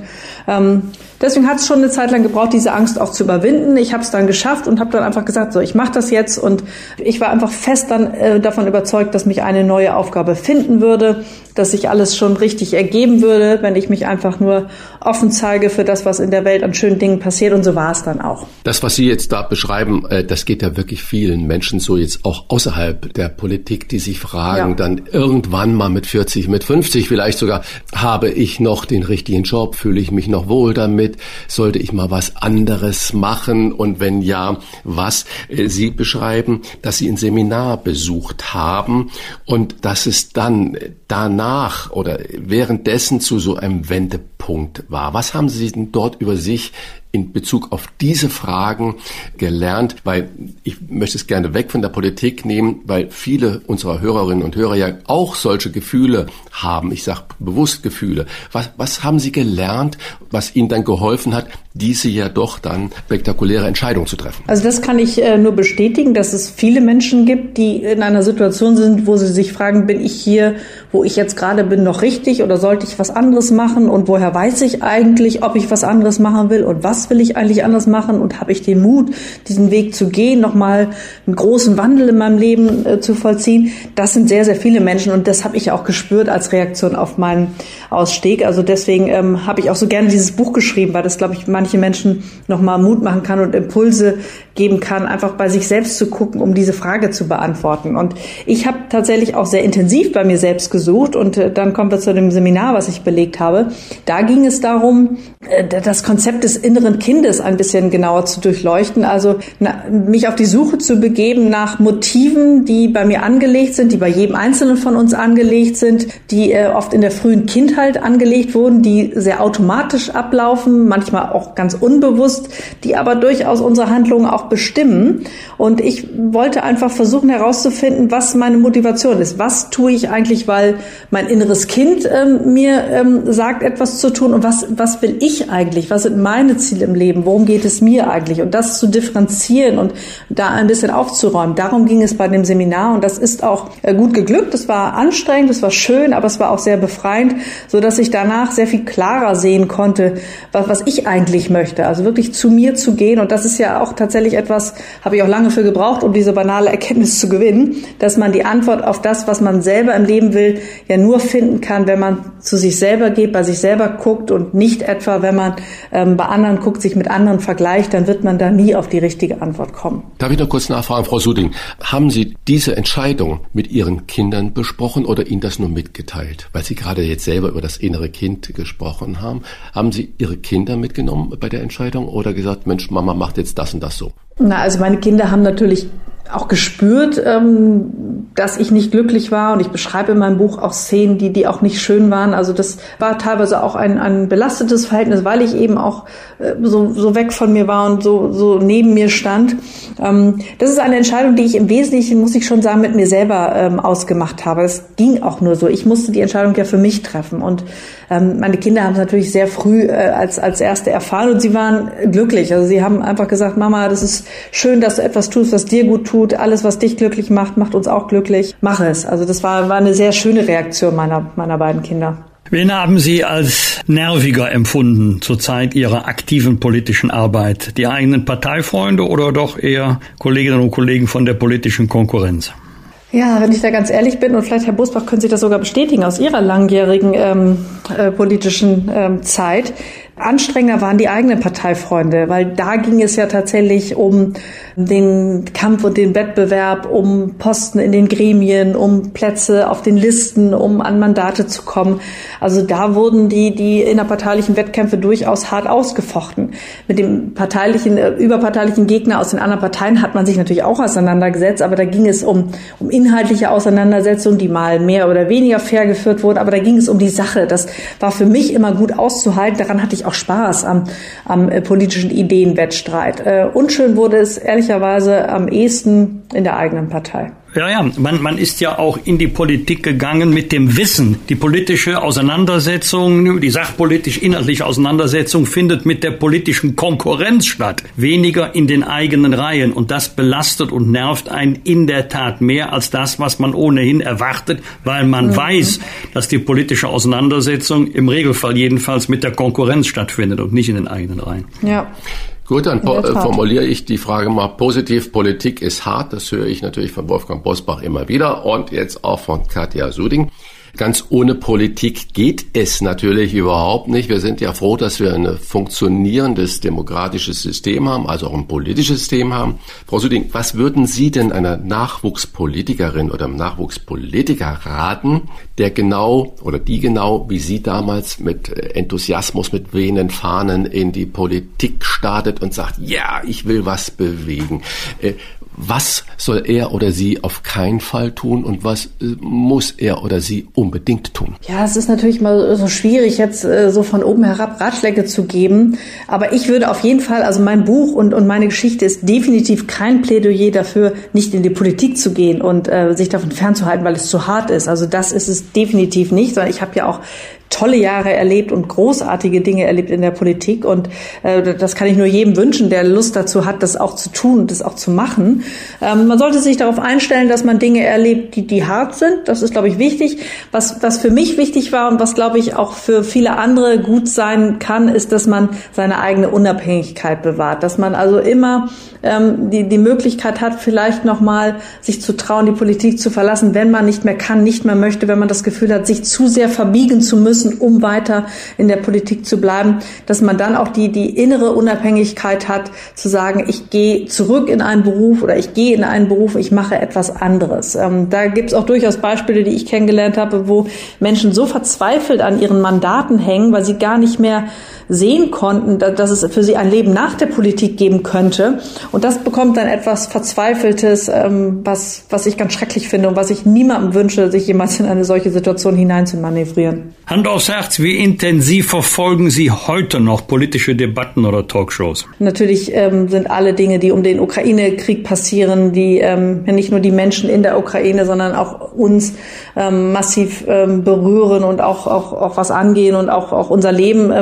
deswegen hat es schon eine Zeit lang gebraucht, diese Angst auch zu überwinden. Ich habe es dann geschafft und habe dann einfach gesagt, so, ich mache das jetzt. Und ich war einfach fest dann davon überzeugt, dass mich eine neue Aufgabe finden würde, dass sich alles schon richtig ergeben würde, wenn ich mich einfach nur offen zeige für das, was in der Welt an schönen Dingen passiert. Und so war es dann auch. Das, was Sie jetzt da beschreiben, das geht ja wirklich vielen Menschen so, jetzt auch außerhalb der Politik, die sich fragen, dann irgendwann mal mit 40, mit 50 vielleicht sogar, habe ich noch den richtigen Job? Fühle ich mich noch wohl damit? Sollte ich mal was anderes machen? Und wenn ja, was? Sie beschreiben, dass Sie ein Seminar besucht haben und dass es dann danach oder währenddessen zu so einem Wendepunkt war. Was haben Sie denn dort über sich in Bezug auf diese Fragen gelernt? Weil ich möchte es gerne weg von der Politik nehmen, weil viele unserer Hörerinnen und Hörer ja auch solche Gefühle haben. Ich sage bewusst Gefühle. Was haben Sie gelernt, was Ihnen dann geholfen hat, diese ja doch dann spektakuläre Entscheidung zu treffen? Also das kann ich nur bestätigen, dass es viele Menschen gibt, die in einer Situation sind, wo sie sich fragen, bin ich hier, wo ich jetzt gerade bin, noch richtig oder sollte ich was anderes machen? Und woher weiß ich eigentlich, ob ich was anderes machen will und was will ich eigentlich anders machen und habe ich den Mut, diesen Weg zu gehen, nochmal einen großen Wandel in meinem Leben zu vollziehen? Das sind sehr, sehr viele Menschen und das habe ich auch gespürt als Reaktion auf meinen Ausstieg. Also deswegen habe ich auch so gerne dieses Buch geschrieben, weil das, glaube ich, manche Menschen nochmal Mut machen kann und Impulse geben kann, einfach bei sich selbst zu gucken, um diese Frage zu beantworten. Und ich habe tatsächlich auch sehr intensiv bei mir selbst gesucht und dann kommen wir zu dem Seminar, was ich belegt habe. Da ging es darum, das Konzept des inneren Kindes ein bisschen genauer zu durchleuchten, also mich auf die Suche zu begeben nach Motiven, die bei mir angelegt sind, die bei jedem Einzelnen von uns angelegt sind, die oft in der frühen Kindheit angelegt wurden, die sehr automatisch ablaufen, manchmal auch ganz unbewusst, die aber durchaus unsere Handlungen auch bestimmen. Und ich wollte einfach versuchen herauszufinden, was meine Motivation ist. Was tue ich eigentlich, weil mein inneres Kind mir sagt, etwas zu tun und was will ich eigentlich? Was sind meine Ziele im Leben? Worum geht es mir eigentlich? Und das zu differenzieren und da ein bisschen aufzuräumen. Darum ging es bei dem Seminar und das ist auch gut geglückt. Es war anstrengend, es war schön, aber es war auch sehr befreiend, so dass ich danach sehr viel klarer sehen konnte, was ich eigentlich möchte. Also wirklich zu mir zu gehen und das ist ja auch tatsächlich natürlich etwas, habe ich auch lange für gebraucht, um diese banale Erkenntnis zu gewinnen, dass man die Antwort auf das, was man selber im Leben will, ja nur finden kann, wenn man zu sich selber geht, bei sich selber guckt und nicht etwa, wenn man bei anderen guckt, sich mit anderen vergleicht, dann wird man da nie auf die richtige Antwort kommen. Darf ich noch kurz nachfragen, Frau Suding, haben Sie diese Entscheidung mit Ihren Kindern besprochen oder Ihnen das nur mitgeteilt? Weil Sie gerade jetzt selber über das innere Kind gesprochen haben. Haben Sie Ihre Kinder mitgenommen bei der Entscheidung oder gesagt, Mensch, Mama macht jetzt das und das so? Na, also meine Kinder haben natürlich auch gespürt, dass ich nicht glücklich war, und ich beschreibe in meinem Buch auch Szenen, die auch nicht schön waren. Also das war teilweise auch ein belastetes Verhältnis, weil ich eben auch so weg von mir war und so neben mir stand. Das ist eine Entscheidung, die ich im Wesentlichen, muss ich schon sagen, mit mir selber ausgemacht habe. Es ging auch nur so. Ich musste die Entscheidung ja für mich treffen, und meine Kinder haben es natürlich sehr früh als Erste erfahren, und sie waren glücklich. Also sie haben einfach gesagt, Mama, das ist schön, dass du etwas tust, was dir gut tut. Alles, was dich glücklich macht, macht uns auch glücklich. Mach es. Also das war eine sehr schöne Reaktion meiner beiden Kinder. Wen haben Sie als nerviger empfunden zur Zeit Ihrer aktiven politischen Arbeit? Die eigenen Parteifreunde oder doch eher Kolleginnen und Kollegen von der politischen Konkurrenz? Ja, wenn ich da ganz ehrlich bin, und vielleicht Herr Busbach können Sie das sogar bestätigen aus Ihrer langjährigen politischen Zeit, anstrengender waren die eigenen Parteifreunde, weil da ging es ja tatsächlich um den Kampf und den Wettbewerb, um Posten in den Gremien, um Plätze auf den Listen, um an Mandate zu kommen. Also da wurden die innerparteilichen Wettkämpfe durchaus hart ausgefochten. Mit dem überparteilichen Gegner aus den anderen Parteien hat man sich natürlich auch auseinandergesetzt, aber da ging es um inhaltliche Auseinandersetzungen, die mal mehr oder weniger fair geführt wurden, aber da ging es um die Sache. Das war für mich immer gut auszuhalten. Daran hatte ich auch Spaß am politischen Ideenwettstreit. Unschön wurde es ehrlicherweise am ehesten in der eigenen Partei. Ja, man ist ja auch in die Politik gegangen mit dem Wissen, die politische Auseinandersetzung, die sachpolitisch-inhaltliche Auseinandersetzung findet mit der politischen Konkurrenz statt, weniger in den eigenen Reihen. Und das belastet und nervt einen in der Tat mehr als das, was man ohnehin erwartet, weil man weiß, dass die politische Auseinandersetzung im Regelfall jedenfalls mit der Konkurrenz stattfindet und nicht in den eigenen Reihen. Ja. Gut, dann formuliere ich die Frage mal positiv. Politik ist hart, das höre ich natürlich von Wolfgang Bosbach immer wieder und jetzt auch von Katja Suding. Ganz ohne Politik geht es natürlich überhaupt nicht. Wir sind ja froh, dass wir ein funktionierendes demokratisches System haben, also auch ein politisches System haben. Frau Suding, was würden Sie denn einer Nachwuchspolitikerin oder einem Nachwuchspolitiker raten, der genau oder die genau wie Sie damals mit Enthusiasmus, mit wehenden Fahnen in die Politik startet und sagt, ja, ich will was bewegen? Was soll er oder sie auf keinen Fall tun und was muss er oder sie unbedingt tun? Ja, es ist natürlich mal so schwierig, jetzt so von oben herab Ratschläge zu geben. Aber ich würde auf jeden Fall, also mein Buch und meine Geschichte ist definitiv kein Plädoyer dafür, nicht in die Politik zu gehen und sich davon fernzuhalten, weil es zu hart ist. Also das ist es definitiv nicht, sondern ich habe ja auch tolle Jahre erlebt und großartige Dinge erlebt in der Politik, und das kann ich nur jedem wünschen, der Lust dazu hat, das auch zu tun und das auch zu machen. Man sollte sich darauf einstellen, dass man Dinge erlebt, die hart sind. Das ist, glaube ich, wichtig. Was für mich wichtig war und was, glaube ich, auch für viele andere gut sein kann, ist, dass man seine eigene Unabhängigkeit bewahrt. Dass man also immer die Möglichkeit hat, vielleicht nochmal sich zu trauen, die Politik zu verlassen, wenn man nicht mehr kann, nicht mehr möchte, wenn man das Gefühl hat, sich zu sehr verbiegen zu müssen, um weiter in der Politik zu bleiben, dass man dann auch die innere Unabhängigkeit hat, zu sagen, ich gehe zurück in einen Beruf oder ich gehe in einen Beruf, ich mache etwas anderes. Da gibt es auch durchaus Beispiele, die ich kennengelernt habe, wo Menschen so verzweifelt an ihren Mandaten hängen, weil sie gar nicht mehr sehen konnten, dass es für sie ein Leben nach der Politik geben könnte. Und das bekommt dann etwas Verzweifeltes, was ich ganz schrecklich finde und was ich niemandem wünsche, sich jemals in eine solche Situation hineinzumanövrieren. Hand aufs Herz, wie intensiv verfolgen Sie heute noch politische Debatten oder Talkshows? Natürlich sind alle Dinge, die um den Ukraine-Krieg passieren, die nicht nur die Menschen in der Ukraine, sondern auch uns massiv berühren und auch was angehen und auch unser Leben verändern.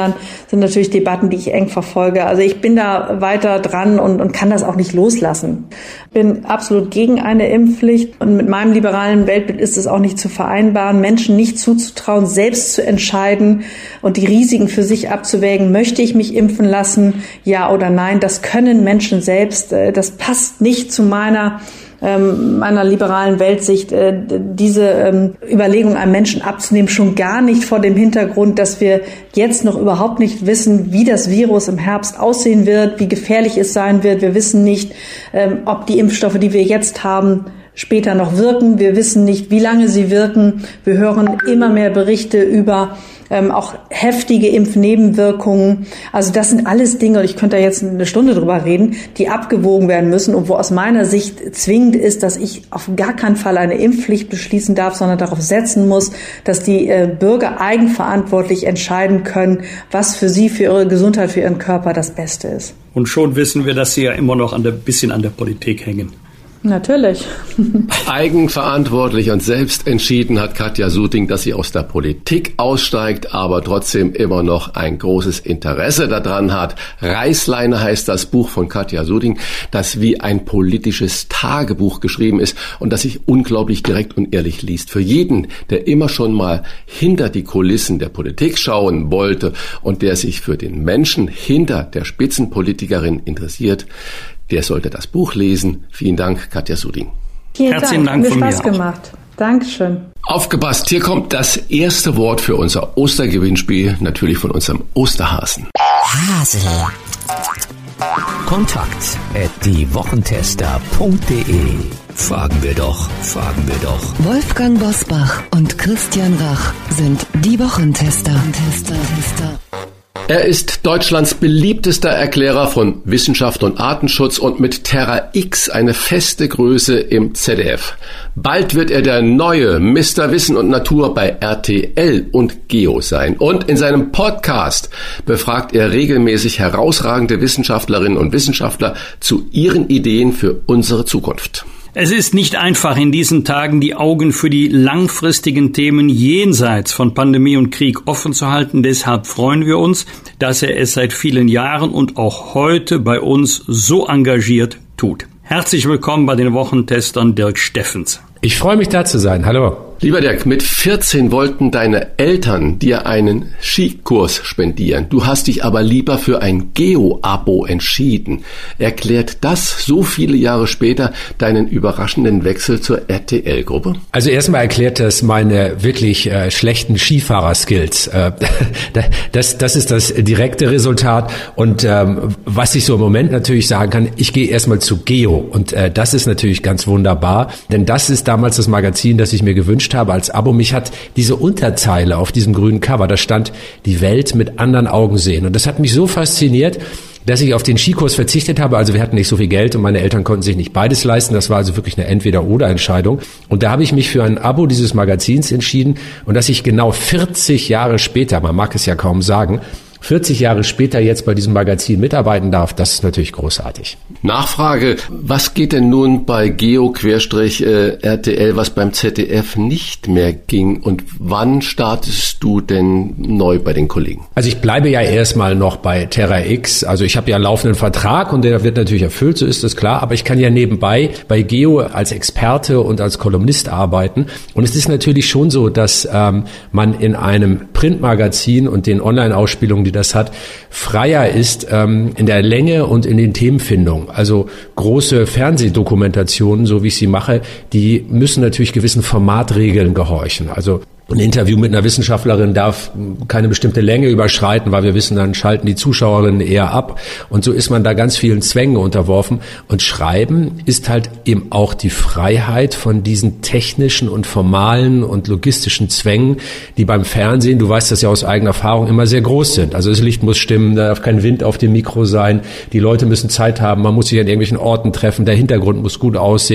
Ländern sind natürlich Debatten, die ich eng verfolge. Also ich bin da weiter dran und kann das auch nicht loslassen. Ich bin absolut gegen eine Impfpflicht und mit meinem liberalen Weltbild ist es auch nicht zu vereinbaren, Menschen nicht zuzutrauen, selbst zu entscheiden und die Risiken für sich abzuwägen. Möchte ich mich impfen lassen? Ja oder nein? Das können Menschen selbst. Das passt nicht zu meiner liberalen Weltsicht, diese Überlegung einem Menschen abzunehmen, schon gar nicht vor dem Hintergrund, dass wir jetzt noch überhaupt nicht wissen, wie das Virus im Herbst aussehen wird, wie gefährlich es sein wird. Wir wissen nicht, ob die Impfstoffe, die wir jetzt haben, später noch wirken. Wir wissen nicht, wie lange sie wirken. Wir hören immer mehr Berichte über auch heftige Impfnebenwirkungen. Also das sind alles Dinge, und ich könnte da jetzt eine Stunde drüber reden, die abgewogen werden müssen und wo aus meiner Sicht zwingend ist, dass ich auf gar keinen Fall eine Impfpflicht beschließen darf, sondern darauf setzen muss, dass die Bürger eigenverantwortlich entscheiden können, was für sie, für ihre Gesundheit, für ihren Körper das Beste ist. Und schon wissen wir, dass Sie ja immer noch ein bisschen an der Politik hängen. Natürlich. Eigenverantwortlich und selbst entschieden hat Katja Suding, dass sie aus der Politik aussteigt, aber trotzdem immer noch ein großes Interesse daran hat. Reißleine heißt das Buch von Katja Suding, das wie ein politisches Tagebuch geschrieben ist und das sich unglaublich direkt und ehrlich liest. Für jeden, der immer schon mal hinter die Kulissen der Politik schauen wollte und der sich für den Menschen hinter der Spitzenpolitikerin interessiert, der sollte das Buch lesen. Vielen Dank, Katja Suding. Herzlichen Dank von mir. Hat mir Spaß gemacht. Dankeschön. Aufgepasst, hier kommt das erste Wort für unser Ostergewinnspiel, natürlich von unserem Osterhasen. Hase. Kontakt@diewochentester.de. Fragen wir doch. Wolfgang Bosbach und Christian Rach sind die Wochentester. Er ist Deutschlands beliebtester Erklärer von Wissenschaft und Artenschutz und mit Terra X eine feste Größe im ZDF. Bald wird er der neue Mr. Wissen und Natur bei RTL und Geo sein. Und in seinem Podcast befragt er regelmäßig herausragende Wissenschaftlerinnen und Wissenschaftler zu ihren Ideen für unsere Zukunft. Es ist nicht einfach, in diesen Tagen die Augen für die langfristigen Themen jenseits von Pandemie und Krieg offen zu halten. Deshalb freuen wir uns, dass er es seit vielen Jahren und auch heute bei uns so engagiert tut. Herzlich willkommen bei den Wochentestern, Dirk Steffens. Ich freue mich, da zu sein. Hallo. Lieber Dirk, mit 14 wollten deine Eltern dir einen Skikurs spendieren. Du hast dich aber lieber für ein Geo-Abo entschieden. Erklärt das so viele Jahre später deinen überraschenden Wechsel zur RTL-Gruppe? Also erstmal erklärt das meine wirklich schlechten Skifahrer-Skills. Das ist das direkte Resultat. Und was ich so im Moment natürlich sagen kann, ich gehe erstmal zu Geo. Und das ist natürlich ganz wunderbar, denn das ist damals das Magazin, das ich mir gewünscht habe als Abo. Mich hat diese Unterzeile auf diesem grünen Cover, da stand die Welt mit anderen Augen sehen. Und das hat mich so fasziniert, dass ich auf den Skikurs verzichtet habe. Also wir hatten nicht so viel Geld und meine Eltern konnten sich nicht beides leisten. Das war also wirklich eine Entweder-oder-Entscheidung. Und da habe ich mich für ein Abo dieses Magazins entschieden. Und dass ich genau 40 Jahre später, man mag es ja kaum sagen, 40 Jahre später jetzt bei diesem Magazin mitarbeiten darf, das ist natürlich großartig. Nachfrage, was geht denn nun bei Geo-RTL, was beim ZDF nicht mehr ging, und wann startest du denn neu bei den Kollegen? Also ich bleibe ja erstmal noch bei Terra X, also ich habe ja einen laufenden Vertrag und der wird natürlich erfüllt, so ist das klar, aber ich kann ja nebenbei bei Geo als Experte und als Kolumnist arbeiten und es ist natürlich schon so, dass man in einem Printmagazin und den Online-Ausspielungen, die das hat, freier ist in der Länge und in den Themenfindungen. Also große Fernsehdokumentationen, so wie ich sie mache, die müssen natürlich gewissen Formatregeln gehorchen. Also ein Interview mit einer Wissenschaftlerin darf keine bestimmte Länge überschreiten, weil wir wissen, dann schalten die Zuschauerinnen eher ab. Und so ist man da ganz vielen Zwängen unterworfen. Und Schreiben ist halt eben auch die Freiheit von diesen technischen und formalen und logistischen Zwängen, die beim Fernsehen, du weißt das ja aus eigener Erfahrung, immer sehr groß sind. Also das Licht muss stimmen, da darf kein Wind auf dem Mikro sein, die Leute müssen Zeit haben, man muss sich an irgendwelchen Orten treffen, der Hintergrund muss gut aussehen.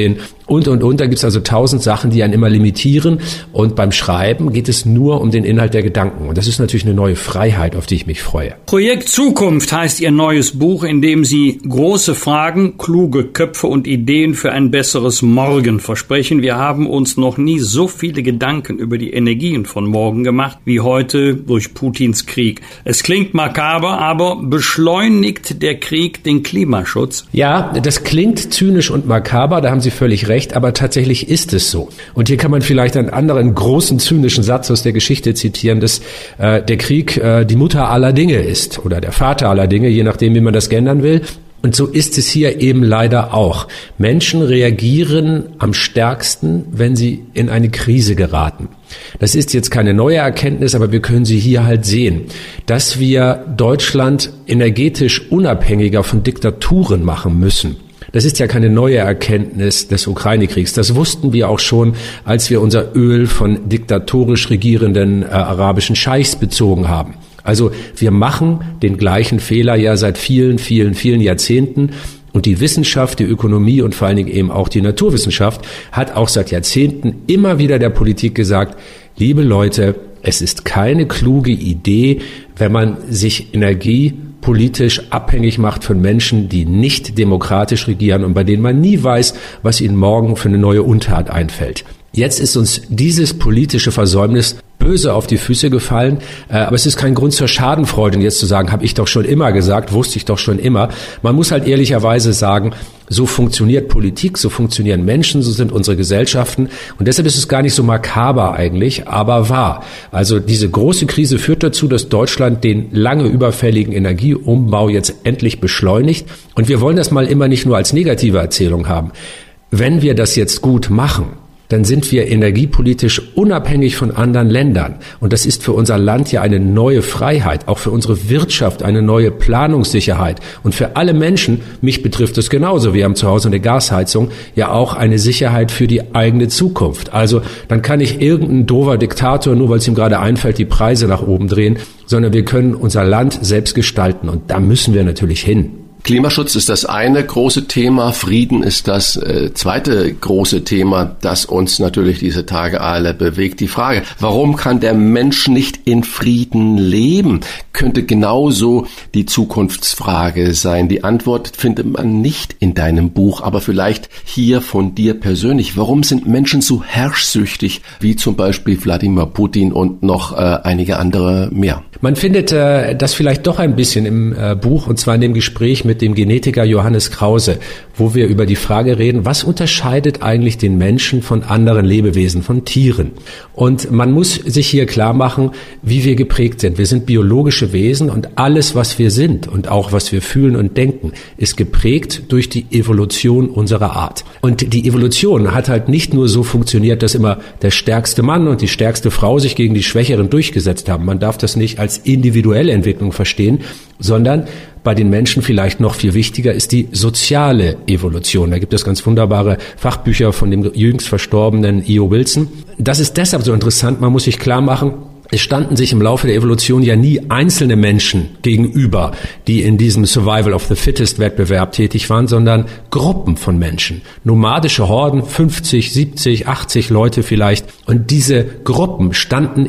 und. Da gibt's also 1000 Sachen, die einen immer limitieren. Und beim Schreiben geht es nur um den Inhalt der Gedanken. Und das ist natürlich eine neue Freiheit, auf die ich mich freue. Projekt Zukunft heißt Ihr neues Buch, in dem Sie große Fragen, kluge Köpfe und Ideen für ein besseres Morgen versprechen. Wir haben uns noch nie so viele Gedanken über die Energien von morgen gemacht wie heute durch Putins Krieg. Es klingt makaber, aber beschleunigt der Krieg den Klimaschutz? Ja, das klingt zynisch und makaber, da haben Sie völlig recht, aber tatsächlich ist es so. Und hier kann man vielleicht einen anderen großen zynischen Satz aus der Geschichte zitieren, dass der Krieg die Mutter aller Dinge ist oder der Vater aller Dinge, je nachdem, wie man das gendern will. Und so ist es hier eben leider auch. Menschen reagieren am stärksten, wenn sie in eine Krise geraten. Das ist jetzt keine neue Erkenntnis, aber wir können sie hier halt sehen, dass wir Deutschland energetisch unabhängiger von Diktaturen machen müssen. Das ist ja keine neue Erkenntnis des Ukraine-Kriegs. Das wussten wir auch schon, als wir unser Öl von diktatorisch regierenden arabischen Scheichs bezogen haben. Also wir machen den gleichen Fehler ja seit vielen Jahrzehnten. Und die Wissenschaft, die Ökonomie und vor allen Dingen eben auch die Naturwissenschaft hat auch seit Jahrzehnten immer wieder der Politik gesagt, liebe Leute, es ist keine kluge Idee, wenn man sich energiepolitisch abhängig macht von Menschen, die nicht demokratisch regieren und bei denen man nie weiß, was ihnen morgen für eine neue Untat einfällt. Jetzt ist uns dieses politische Versäumnis böse auf die Füße gefallen, aber es ist kein Grund zur Schadenfreude, jetzt zu sagen, habe ich doch schon immer gesagt, wusste ich doch schon immer. Man muss halt ehrlicherweise sagen, so funktioniert Politik, so funktionieren Menschen, so sind unsere Gesellschaften und deshalb ist es gar nicht so makaber eigentlich, aber wahr. Also diese große Krise führt dazu, dass Deutschland den lange überfälligen Energieumbau jetzt endlich beschleunigt und wir wollen das mal immer nicht nur als negative Erzählung haben. Wenn wir das jetzt gut machen, dann sind wir energiepolitisch unabhängig von anderen Ländern. Und das ist für unser Land ja eine neue Freiheit, auch für unsere Wirtschaft eine neue Planungssicherheit. Und für alle Menschen, mich betrifft es genauso, wir haben zu Hause eine Gasheizung, ja auch eine Sicherheit für die eigene Zukunft. Also dann kann nicht irgendein doofer Diktator, nur weil es ihm gerade einfällt, die Preise nach oben drehen, sondern wir können unser Land selbst gestalten. Und da müssen wir natürlich hin. Klimaschutz ist das eine große Thema, Frieden ist das zweite große Thema, das uns natürlich diese Tage alle bewegt. Die Frage, warum kann der Mensch nicht in Frieden leben, könnte genauso die Zukunftsfrage sein. Die Antwort findet man nicht in deinem Buch, aber vielleicht hier von dir persönlich. Warum sind Menschen so herrschsüchtig, wie zum Beispiel Wladimir Putin und noch einige andere mehr? Man findet das vielleicht doch ein bisschen im Buch, und zwar in dem Gespräch mit dem Genetiker Johannes Krause, wo wir über die Frage reden, was unterscheidet eigentlich den Menschen von anderen Lebewesen, von Tieren? Und man muss sich hier klar machen, wie wir geprägt sind. Wir sind biologische Wesen und alles, was wir sind und auch was wir fühlen und denken, ist geprägt durch die Evolution unserer Art. Und die Evolution hat halt nicht nur so funktioniert, dass immer der stärkste Mann und die stärkste Frau sich gegen die Schwächeren durchgesetzt haben. Man darf das nicht als individuelle Entwicklung verstehen, sondern bei den Menschen vielleicht noch viel wichtiger ist die soziale Evolution. Da gibt es ganz wunderbare Fachbücher von dem jüngst verstorbenen E.O. Wilson. Das ist deshalb so interessant, man muss sich klar machen, es standen sich im Laufe der Evolution ja nie einzelne Menschen gegenüber, die in diesem Survival of the Fittest Wettbewerb tätig waren, sondern Gruppen von Menschen. Nomadische Horden, 50, 70, 80 Leute vielleicht. Und diese Gruppen standen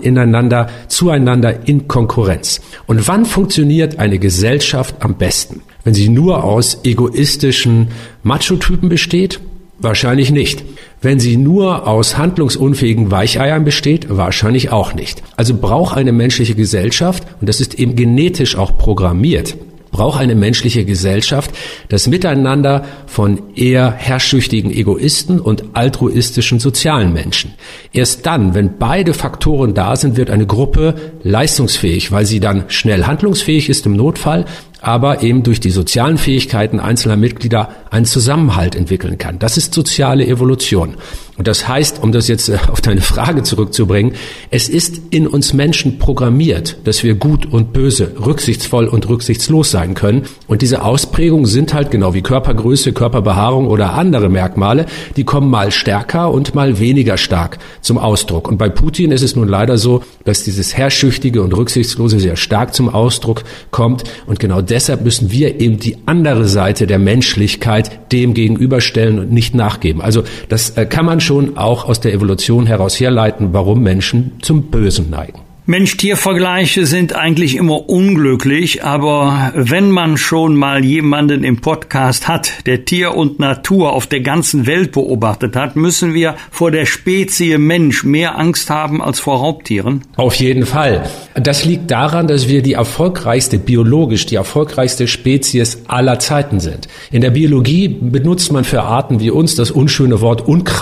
zueinander in Konkurrenz. Und wann funktioniert eine Gesellschaft am besten? Wenn sie nur aus egoistischen Macho-Typen besteht? Wahrscheinlich nicht. Wenn sie nur aus handlungsunfähigen Weicheiern besteht, wahrscheinlich auch nicht. Also braucht eine menschliche Gesellschaft, und das ist eben genetisch auch programmiert, braucht eine menschliche Gesellschaft das Miteinander von eher herrschsüchtigen Egoisten und altruistischen sozialen Menschen. Erst dann, wenn beide Faktoren da sind, wird eine Gruppe leistungsfähig, weil sie dann schnell handlungsfähig ist im Notfall, aber eben durch die sozialen Fähigkeiten einzelner Mitglieder einen Zusammenhalt entwickeln kann. Das ist soziale Evolution. Und das heißt, um das jetzt auf deine Frage zurückzubringen, es ist in uns Menschen programmiert, dass wir gut und böse, rücksichtsvoll und rücksichtslos sein können. Und diese Ausprägungen sind halt genau wie Körpergröße, Körperbehaarung oder andere Merkmale, die kommen mal stärker und mal weniger stark zum Ausdruck. Und bei Putin ist es nun leider so, dass dieses Herrschsüchtige und Rücksichtslose sehr stark zum Ausdruck kommt. Und genau deshalb müssen wir eben die andere Seite der Menschlichkeit dem gegenüberstellen und nicht nachgeben. Also das kann man schon auch aus der Evolution heraus herleiten, warum Menschen zum Bösen neigen. Mensch-Tier-Vergleiche sind eigentlich immer unglücklich, aber wenn man schon mal jemanden im Podcast hat, der Tier und Natur auf der ganzen Welt beobachtet hat, müssen wir vor der Spezie Mensch mehr Angst haben als vor Raubtieren? Auf jeden Fall. Das liegt daran, dass wir biologisch die erfolgreichste Spezies aller Zeiten sind. In der Biologie benutzt man für Arten wie uns das unschöne Wort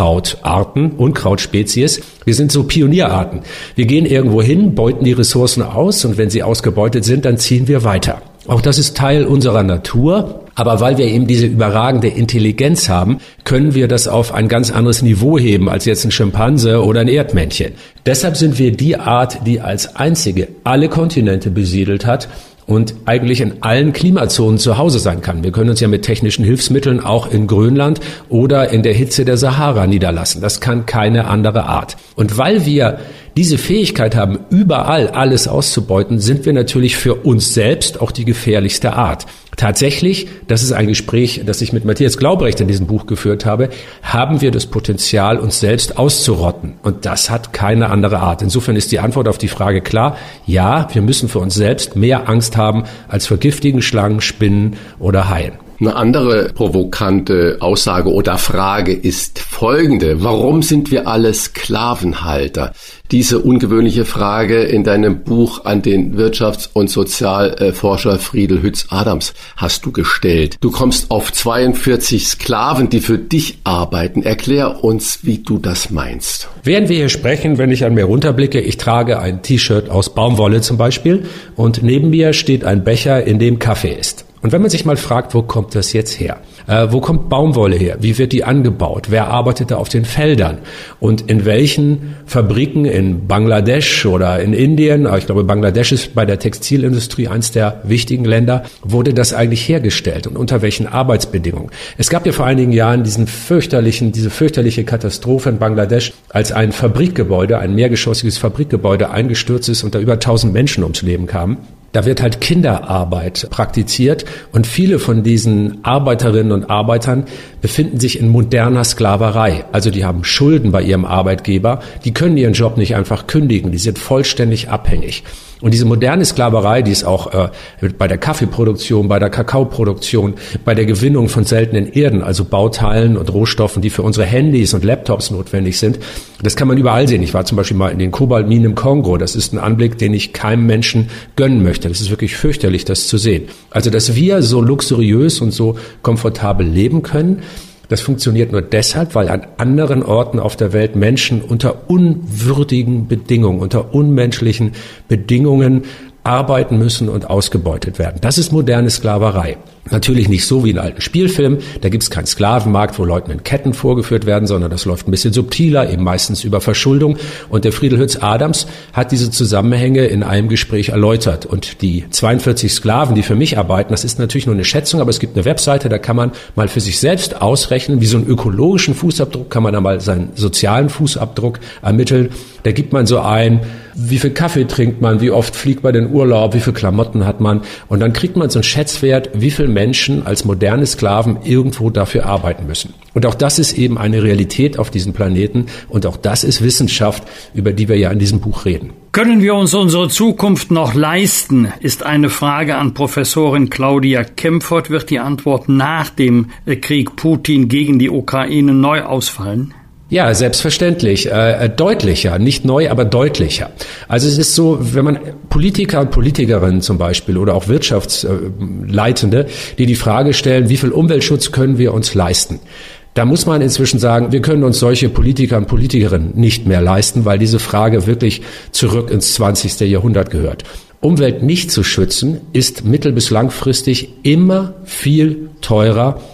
Unkrautspezies. Wir sind so Pionierarten. Wir gehen irgendwo hin, beuten die Ressourcen aus und wenn sie ausgebeutet sind, dann ziehen wir weiter. Auch das ist Teil unserer Natur, aber weil wir eben diese überragende Intelligenz haben, können wir das auf ein ganz anderes Niveau heben als jetzt ein Schimpanse oder ein Erdmännchen. Deshalb sind wir die Art, die als einzige alle Kontinente besiedelt hat und eigentlich in allen Klimazonen zu Hause sein kann. Wir können uns ja mit technischen Hilfsmitteln auch in Grönland oder in der Hitze der Sahara niederlassen. Das kann keine andere Art. Und weil wir diese Fähigkeit haben, überall alles auszubeuten, sind wir natürlich für uns selbst auch die gefährlichste Art. Tatsächlich, das ist ein Gespräch, das ich mit Matthias Glaubrecht in diesem Buch geführt habe, haben wir das Potenzial, uns selbst auszurotten. Und das hat keine andere Art. Insofern ist die Antwort auf die Frage klar, ja, wir müssen für uns selbst mehr Angst haben als vor giftigen Schlangen, Spinnen oder Haien. Eine andere provokante Aussage oder Frage ist folgende. Warum sind wir alle Sklavenhalter? Diese ungewöhnliche Frage in deinem Buch an den Wirtschafts- und Sozialforscher Friedel Hütz-Adams hast du gestellt. Du kommst auf 42 Sklaven, die für dich arbeiten. Erklär uns, wie du das meinst. Während wir hier sprechen, wenn ich an mir runterblicke, ich trage ein T-Shirt aus Baumwolle zum Beispiel und neben mir steht ein Becher, in dem Kaffee ist. Und wenn man sich mal fragt, wo kommt das jetzt her? Wo kommt Baumwolle her? Wie wird die angebaut? Wer arbeitet da auf den Feldern? Und in welchen Fabriken in Bangladesch oder in Indien, ich glaube Bangladesch ist bei der Textilindustrie eins der wichtigen Länder, wurde das eigentlich hergestellt und unter welchen Arbeitsbedingungen? Es gab ja vor einigen Jahren diese fürchterliche Katastrophe in Bangladesch, als ein Fabrikgebäude, ein mehrgeschossiges Fabrikgebäude eingestürzt ist und da über 1000 Menschen ums Leben kamen. Da wird halt Kinderarbeit praktiziert und viele von diesen Arbeiterinnen und Arbeitern befinden sich in moderner Sklaverei. Also die haben Schulden bei ihrem Arbeitgeber, die können ihren Job nicht einfach kündigen, die sind vollständig abhängig. Und diese moderne Sklaverei, die ist auch bei der Kaffeeproduktion, bei der Kakaoproduktion, bei der Gewinnung von seltenen Erden, also Bauteilen und Rohstoffen, die für unsere Handys und Laptops notwendig sind, das kann man überall sehen. Ich war zum Beispiel mal in den Kobaltminen im Kongo. Das ist ein Anblick, den ich keinem Menschen gönnen möchte. Das ist wirklich fürchterlich, das zu sehen. Also, dass wir so luxuriös und so komfortabel leben können, das funktioniert nur deshalb, weil an anderen Orten auf der Welt Menschen unter unwürdigen Bedingungen, unter unmenschlichen Bedingungen arbeiten müssen und ausgebeutet werden. Das ist moderne Sklaverei. Natürlich nicht so wie in alten Spielfilmen, da gibt es keinen Sklavenmarkt, wo Leuten in Ketten vorgeführt werden, sondern das läuft ein bisschen subtiler, eben meistens über Verschuldung. Und der Friedel Hütz-Adams hat diese Zusammenhänge in einem Gespräch erläutert. Und die 42 Sklaven, die für mich arbeiten, das ist natürlich nur eine Schätzung, aber es gibt eine Webseite, da kann man mal für sich selbst ausrechnen, wie so einen ökologischen Fußabdruck, kann man da mal seinen sozialen Fußabdruck ermitteln. Da gibt man so ein, wie viel Kaffee trinkt man, wie oft fliegt man in Urlaub, wie viel Klamotten hat man. Und dann kriegt man so einen Schätzwert, wie viel Menschen als moderne Sklaven irgendwo dafür arbeiten müssen. Und auch das ist eben eine Realität auf diesem Planeten und auch das ist Wissenschaft, über die wir ja in diesem Buch reden. Können wir uns unsere Zukunft noch leisten, ist eine Frage an Professorin Claudia Kempfert. Wird die Antwort nach dem Krieg Putin gegen die Ukraine neu ausfallen? Ja, selbstverständlich. Deutlicher, nicht neu, aber deutlicher. Also es ist so, wenn man Politiker und Politikerinnen zum Beispiel oder auch Wirtschaftsleitende, die Frage stellen, wie viel Umweltschutz können wir uns leisten? Da muss man inzwischen sagen, wir können uns solche Politiker und Politikerinnen nicht mehr leisten, weil diese Frage wirklich zurück ins 20. Jahrhundert gehört. Umwelt nicht zu schützen, ist mittel- bis langfristig immer viel teurer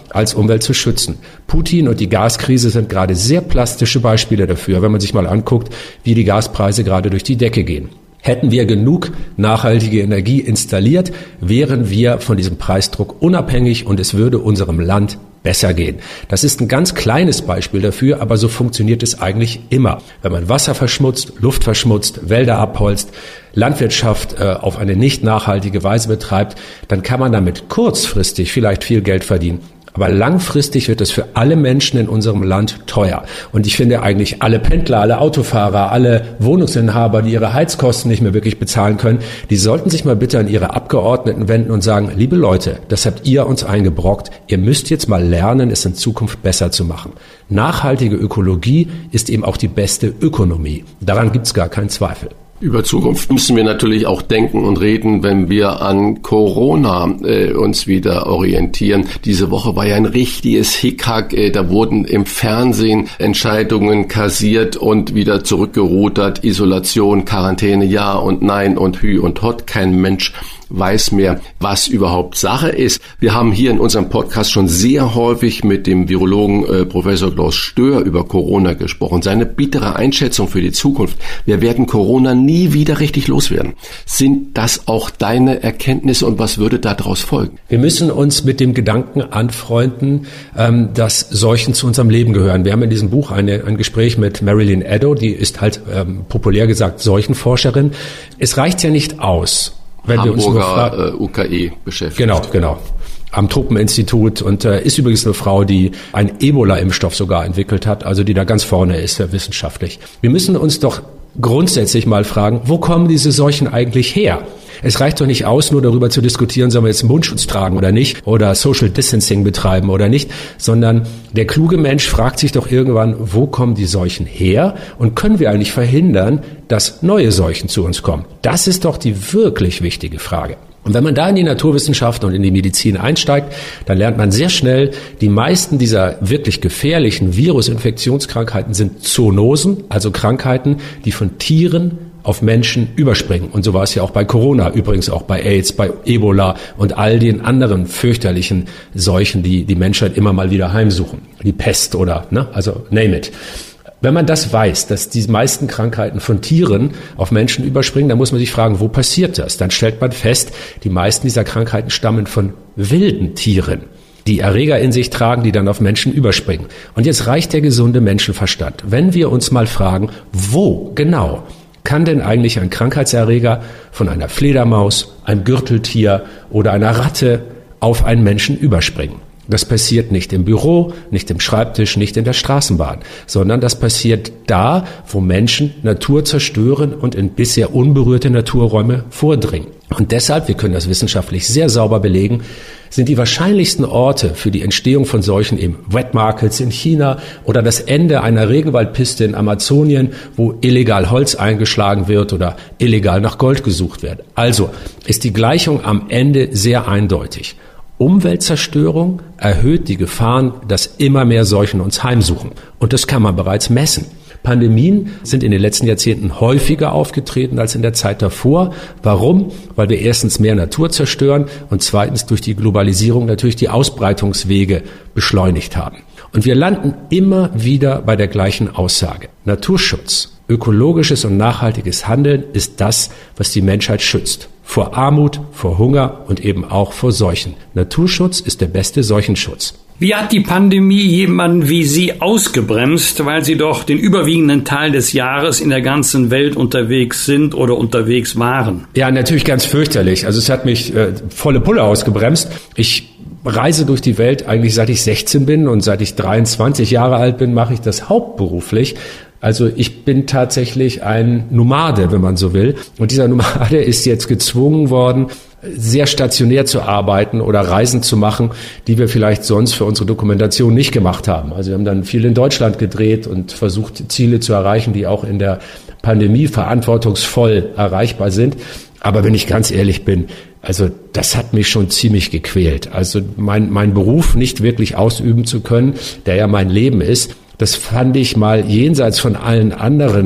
als Umwelt zu schützen. Putin und die Gaskrise sind gerade sehr plastische Beispiele dafür, wenn man sich mal anguckt, wie die Gaspreise gerade durch die Decke gehen. Hätten wir genug nachhaltige Energie installiert, wären wir von diesem Preisdruck unabhängig und es würde unserem Land besser gehen. Das ist ein ganz kleines Beispiel dafür, aber so funktioniert es eigentlich immer. Wenn man Wasser verschmutzt, Luft verschmutzt, Wälder abholzt, Landwirtschaft auf eine nicht nachhaltige Weise betreibt, dann kann man damit kurzfristig vielleicht viel Geld verdienen. Aber langfristig wird es für alle Menschen in unserem Land teuer. Und ich finde eigentlich alle Pendler, alle Autofahrer, alle Wohnungsinhaber, die ihre Heizkosten nicht mehr wirklich bezahlen können, die sollten sich mal bitte an ihre Abgeordneten wenden und sagen, liebe Leute, das habt ihr uns eingebrockt. Ihr müsst jetzt mal lernen, es in Zukunft besser zu machen. Nachhaltige Ökologie ist eben auch die beste Ökonomie. Daran gibt's gar keinen Zweifel. Über Zukunft müssen wir natürlich auch denken und reden, wenn wir an Corona uns wieder orientieren. Diese Woche war ja ein richtiges Hickhack. Da wurden im Fernsehen Entscheidungen kassiert und wieder zurückgerudert. Isolation, Quarantäne, ja und nein und hü und hot. Kein Mensch weiß mehr, was überhaupt Sache ist. Wir haben hier in unserem Podcast schon sehr häufig mit dem Virologen Professor Klaus Stör über Corona gesprochen. Seine bittere Einschätzung für die Zukunft. Wir werden Corona nie wieder richtig loswerden. Sind das auch deine Erkenntnisse und was würde daraus folgen? Wir müssen uns mit dem Gedanken anfreunden, dass Seuchen zu unserem Leben gehören. Wir haben in diesem Buch ein Gespräch mit Marilyn Eddo, die ist halt populär gesagt Seuchenforscherin. Es reicht ja nicht aus, wenn wir uns nur fragen, UKE beschäftigt. Genau. Am Tropeninstitut und ist übrigens eine Frau, die einen Ebola-Impfstoff sogar entwickelt hat, also die da ganz vorne ist wissenschaftlich. Wir müssen uns doch grundsätzlich mal fragen, wo kommen diese Seuchen eigentlich her? Es reicht doch nicht aus, nur darüber zu diskutieren, sollen wir jetzt Mundschutz tragen oder nicht oder Social Distancing betreiben oder nicht, sondern der kluge Mensch fragt sich doch irgendwann, wo kommen die Seuchen her und können wir eigentlich verhindern, dass neue Seuchen zu uns kommen? Das ist doch die wirklich wichtige Frage. Und wenn man da in die Naturwissenschaft und in die Medizin einsteigt, dann lernt man sehr schnell, die meisten dieser wirklich gefährlichen Virusinfektionskrankheiten sind Zoonosen, also Krankheiten, die von Tieren auf Menschen überspringen. Und so war es ja auch bei Corona, übrigens auch bei AIDS, bei Ebola und all den anderen fürchterlichen Seuchen, die die Menschheit immer mal wieder heimsuchen. Die Pest oder, also name it. Wenn man das weiß, dass die meisten Krankheiten von Tieren auf Menschen überspringen, dann muss man sich fragen, wo passiert das? Dann stellt man fest, die meisten dieser Krankheiten stammen von wilden Tieren, die Erreger in sich tragen, die dann auf Menschen überspringen. Und jetzt reicht der gesunde Menschenverstand. Wenn wir uns mal fragen, wo genau kann denn eigentlich ein Krankheitserreger von einer Fledermaus, einem Gürteltier oder einer Ratte auf einen Menschen überspringen? Das passiert nicht im Büro, nicht im Schreibtisch, nicht in der Straßenbahn, sondern das passiert da, wo Menschen Natur zerstören und in bisher unberührte Naturräume vordringen. Und deshalb, wir können das wissenschaftlich sehr sauber belegen, sind die wahrscheinlichsten Orte für die Entstehung von Seuchen eben Wet Markets in China oder das Ende einer Regenwaldpiste in Amazonien, wo illegal Holz eingeschlagen wird oder illegal nach Gold gesucht wird. Also ist die Gleichung am Ende sehr eindeutig. Umweltzerstörung erhöht die Gefahren, dass immer mehr Seuchen uns heimsuchen. Und das kann man bereits messen. Pandemien sind in den letzten Jahrzehnten häufiger aufgetreten als in der Zeit davor. Warum? Weil wir erstens mehr Natur zerstören und zweitens durch die Globalisierung natürlich die Ausbreitungswege beschleunigt haben. Und wir landen immer wieder bei der gleichen Aussage. Naturschutz, ökologisches und nachhaltiges Handeln ist das, was die Menschheit schützt. Vor Armut, vor Hunger und eben auch vor Seuchen. Naturschutz ist der beste Seuchenschutz. Wie hat die Pandemie jemanden wie Sie ausgebremst, weil Sie doch den überwiegenden Teil des Jahres in der ganzen Welt unterwegs sind oder unterwegs waren? Ja, natürlich ganz fürchterlich. Also es hat mich volle Pulle ausgebremst. Ich reise durch die Welt eigentlich seit ich 16 bin und seit ich 23 Jahre alt bin, mache ich das hauptberuflich. Also ich bin tatsächlich ein Nomade, wenn man so will. Und dieser Nomade ist jetzt gezwungen worden, sehr stationär zu arbeiten oder Reisen zu machen, die wir vielleicht sonst für unsere Dokumentation nicht gemacht haben. Also wir haben dann viel in Deutschland gedreht und versucht, Ziele zu erreichen, die auch in der Pandemie verantwortungsvoll erreichbar sind. Aber wenn ich ganz ehrlich bin, also das hat mich schon ziemlich gequält. Also mein Beruf nicht wirklich ausüben zu können, der ja mein Leben ist, das fand ich mal jenseits von allen anderen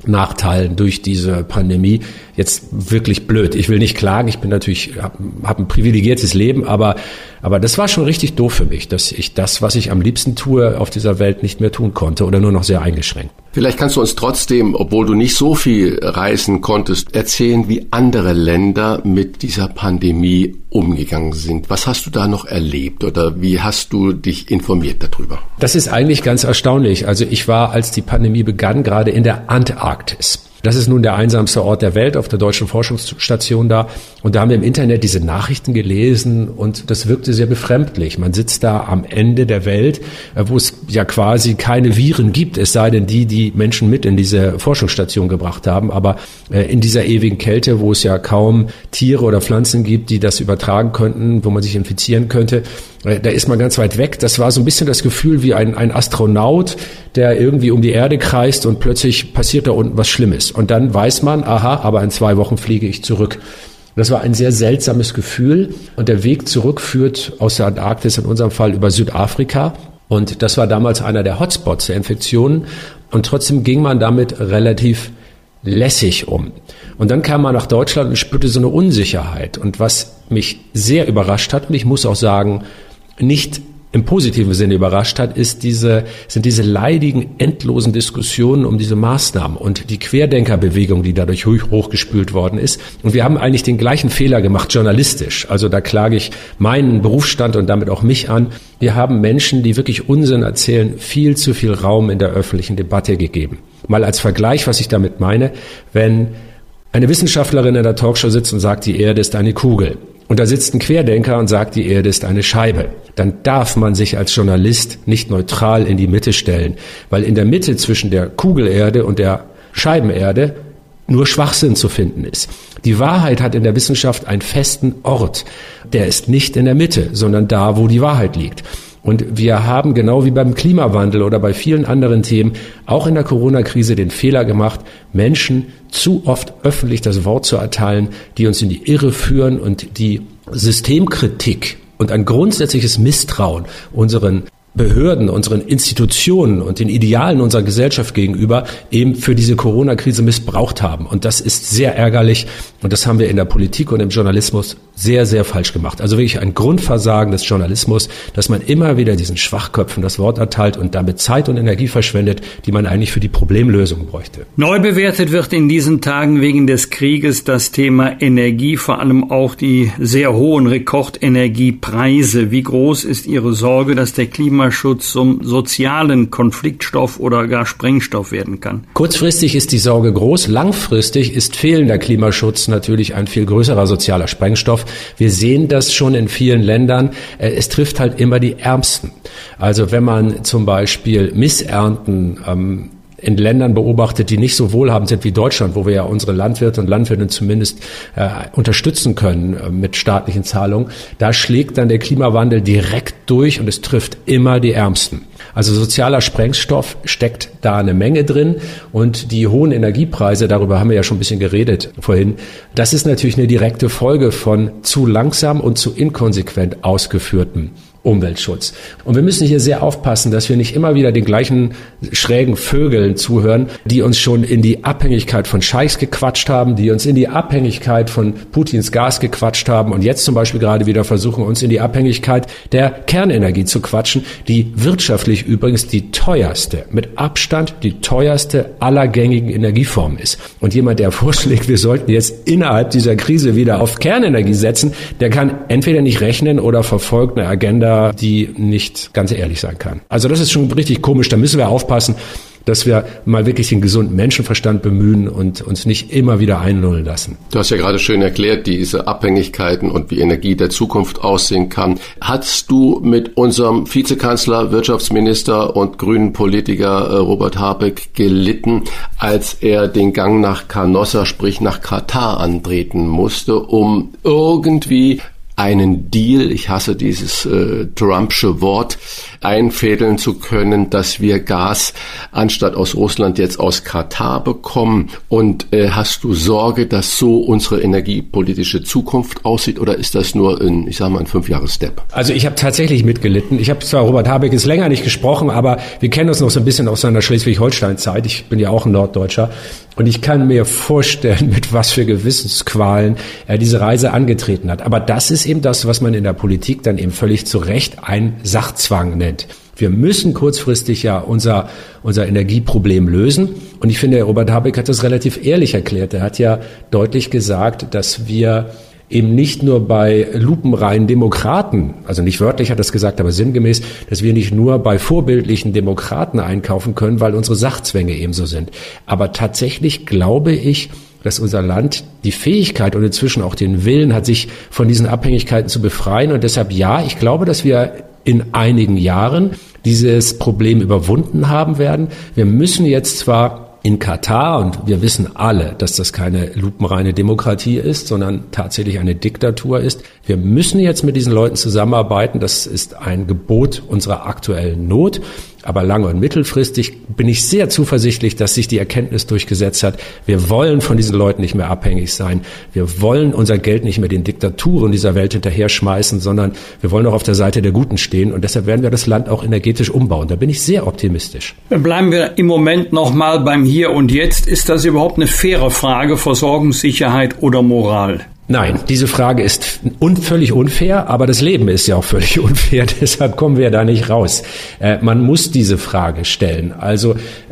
Nachteilen durch diese Pandemie jetzt wirklich blöd. Ich will nicht klagen, ich bin natürlich, habe ein privilegiertes Leben, aber das war schon richtig doof für mich, dass ich das, was ich am liebsten tue, auf dieser Welt nicht mehr tun konnte oder nur noch sehr eingeschränkt. Vielleicht kannst du uns trotzdem, obwohl du nicht so viel reisen konntest, erzählen, wie andere Länder mit dieser Pandemie umgegangen sind. Was hast du da noch erlebt oder wie hast du dich informiert darüber? Das ist eigentlich ganz erstaunlich. Also ich war, als die Pandemie begann, gerade in der Antarktis. Das ist nun der einsamste Ort der Welt auf der deutschen Forschungsstation da. Und da haben wir im Internet diese Nachrichten gelesen und das wirkte sehr befremdlich. Man sitzt da am Ende der Welt, wo es ja quasi keine Viren gibt, es sei denn die Menschen mit in diese Forschungsstation gebracht haben. Aber in dieser ewigen Kälte, wo es ja kaum Tiere oder Pflanzen gibt, die das übertragen könnten, wo man sich infizieren könnte, da ist man ganz weit weg. Das war so ein bisschen das Gefühl wie ein Astronaut, der irgendwie um die Erde kreist und plötzlich passiert da unten was Schlimmes. Und dann weiß man, aha, aber in 2 Wochen fliege ich zurück. Das war ein sehr seltsames Gefühl. Und der Weg zurück führt aus der Antarktis in unserem Fall über Südafrika. Und das war damals einer der Hotspots der Infektionen. Und trotzdem ging man damit relativ lässig um. Und dann kam man nach Deutschland und spürte so eine Unsicherheit. Und was mich sehr überrascht hat, und ich muss auch sagen, nicht im positiven Sinne überrascht hat, sind diese leidigen, endlosen Diskussionen um diese Maßnahmen und die Querdenkerbewegung, die dadurch hochgespült worden ist. Und wir haben eigentlich den gleichen Fehler gemacht, journalistisch. Also da klage ich meinen Berufsstand und damit auch mich an. Wir haben Menschen, die wirklich Unsinn erzählen, viel zu viel Raum in der öffentlichen Debatte gegeben. Mal als Vergleich, was ich damit meine, wenn eine Wissenschaftlerin in der Talkshow sitzt und sagt, die Erde ist eine Kugel. Und da sitzt ein Querdenker und sagt, die Erde ist eine Scheibe. Dann darf man sich als Journalist nicht neutral in die Mitte stellen, weil in der Mitte zwischen der Kugelerde und der Scheibenerde nur Schwachsinn zu finden ist. Die Wahrheit hat in der Wissenschaft einen festen Ort. Der ist nicht in der Mitte, sondern da, wo die Wahrheit liegt. Und wir haben genau wie beim Klimawandel oder bei vielen anderen Themen auch in der Corona-Krise den Fehler gemacht, Menschen zu oft öffentlich das Wort zu erteilen, die uns in die Irre führen und die Systemkritik und ein grundsätzliches Misstrauen unseren Behörden, unseren Institutionen und den Idealen unserer Gesellschaft gegenüber eben für diese Corona-Krise missbraucht haben. Und das ist sehr ärgerlich und das haben wir in der Politik und im Journalismus sehr, sehr falsch gemacht. Also wirklich ein Grundversagen des Journalismus, dass man immer wieder diesen Schwachköpfen das Wort erteilt und damit Zeit und Energie verschwendet, die man eigentlich für die Problemlösung bräuchte. Neu bewertet wird in diesen Tagen wegen des Krieges das Thema Energie, vor allem auch die sehr hohen Rekordenergiepreise. Wie groß ist Ihre Sorge, dass der Klimaschutz zum sozialen Konfliktstoff oder gar Sprengstoff werden kann? Kurzfristig ist die Sorge groß, langfristig ist fehlender Klimaschutz natürlich ein viel größerer sozialer Sprengstoff. Wir sehen das schon in vielen Ländern. Es trifft halt immer die Ärmsten. Also wenn man zum Beispiel Missernten in Ländern beobachtet, die nicht so wohlhabend sind wie Deutschland, wo wir ja unsere Landwirte und Landwirtinnen zumindest unterstützen können mit staatlichen Zahlungen, da schlägt dann der Klimawandel direkt durch und es trifft immer die Ärmsten. Also sozialer Sprengstoff steckt da eine Menge drin und die hohen Energiepreise, darüber haben wir ja schon ein bisschen geredet vorhin, das ist natürlich eine direkte Folge von zu langsam und zu inkonsequent ausgeführten Umweltschutz. Und wir müssen hier sehr aufpassen, dass wir nicht immer wieder den gleichen schrägen Vögeln zuhören, die uns schon in die Abhängigkeit von Scheichs gequatscht haben, die uns in die Abhängigkeit von Putins Gas gequatscht haben und jetzt zum Beispiel gerade wieder versuchen, uns in die Abhängigkeit der Kernenergie zu quatschen, die wirtschaftlich übrigens die teuerste, mit Abstand die teuerste aller gängigen Energieformen ist. Und jemand, der vorschlägt, wir sollten jetzt innerhalb dieser Krise wieder auf Kernenergie setzen, der kann entweder nicht rechnen oder verfolgt eine Agenda, die nicht ganz ehrlich sein kann. Also das ist schon richtig komisch. Da müssen wir aufpassen, dass wir mal wirklich den gesunden Menschenverstand bemühen und uns nicht immer wieder einlullen lassen. Du hast ja gerade schön erklärt, diese Abhängigkeiten und wie Energie der Zukunft aussehen kann. Hast du mit unserem Vizekanzler, Wirtschaftsminister und grünen Politiker Robert Habeck gelitten, als er den Gang nach Canossa, sprich nach Katar, antreten musste, um irgendwie einen Deal, ich hasse dieses Trumpsche Wort, einfädeln zu können, dass wir Gas anstatt aus Russland jetzt aus Katar bekommen? Und hast du Sorge, dass so unsere energiepolitische Zukunft aussieht, oder ist das nur ein 5-Jahres-Step? Also ich habe tatsächlich mitgelitten. Ich habe zwar Robert Habeck ist länger nicht gesprochen, aber wir kennen uns noch so ein bisschen aus seiner Schleswig-Holstein-Zeit. Ich bin ja auch ein Norddeutscher und ich kann mir vorstellen, mit was für Gewissensqualen er diese Reise angetreten hat. Aber das ist eben das, was man in der Politik dann eben völlig zu Recht einen Sachzwang nennt. Wir müssen kurzfristig ja unser Energieproblem lösen. Und ich finde, Robert Habeck hat das relativ ehrlich erklärt. Er hat ja deutlich gesagt, dass wir eben nicht nur bei lupenreinen Demokraten, also nicht wörtlich hat er es gesagt, aber sinngemäß, dass wir nicht nur bei vorbildlichen Demokraten einkaufen können, weil unsere Sachzwänge ebenso sind. Aber tatsächlich glaube ich, dass unser Land die Fähigkeit und inzwischen auch den Willen hat, sich von diesen Abhängigkeiten zu befreien. Und deshalb ja, ich glaube, dass wir in einigen Jahren dieses Problem überwunden haben werden. Wir müssen jetzt zwar in Katar, und wir wissen alle, dass das keine lupenreine Demokratie ist, sondern tatsächlich eine Diktatur ist. Wir müssen jetzt mit diesen Leuten zusammenarbeiten. Das ist ein Gebot unserer aktuellen Not. Aber lang- und mittelfristig bin ich sehr zuversichtlich, dass sich die Erkenntnis durchgesetzt hat. Wir wollen von diesen Leuten nicht mehr abhängig sein. Wir wollen unser Geld nicht mehr den Diktaturen dieser Welt hinterher schmeißen, sondern wir wollen auch auf der Seite der Guten stehen. Und deshalb werden wir das Land auch energetisch umbauen. Da bin ich sehr optimistisch. Bleiben wir im Moment nochmal beim Hier und Jetzt. Ist das überhaupt eine faire Frage, Versorgungssicherheit oder Moral? Nein, diese Frage ist völlig unfair, aber das Leben ist ja auch völlig unfair, deshalb kommen wir da nicht raus. Man muss diese Frage stellen. Also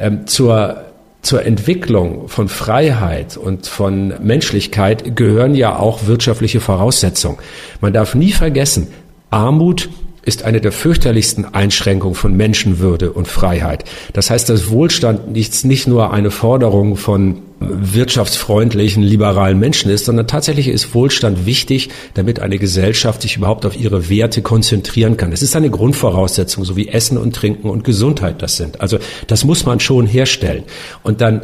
zur Entwicklung von Freiheit und von Menschlichkeit gehören ja auch wirtschaftliche Voraussetzungen. Man darf nie vergessen, Armut ist eine der fürchterlichsten Einschränkungen von Menschenwürde und Freiheit. Das heißt, dass Wohlstand nicht nur eine Forderung von wirtschaftsfreundlichen, liberalen Menschen ist, sondern tatsächlich ist Wohlstand wichtig, damit eine Gesellschaft sich überhaupt auf ihre Werte konzentrieren kann. Es ist eine Grundvoraussetzung, so wie Essen und Trinken und Gesundheit das sind. Also das muss man schon herstellen. Und dann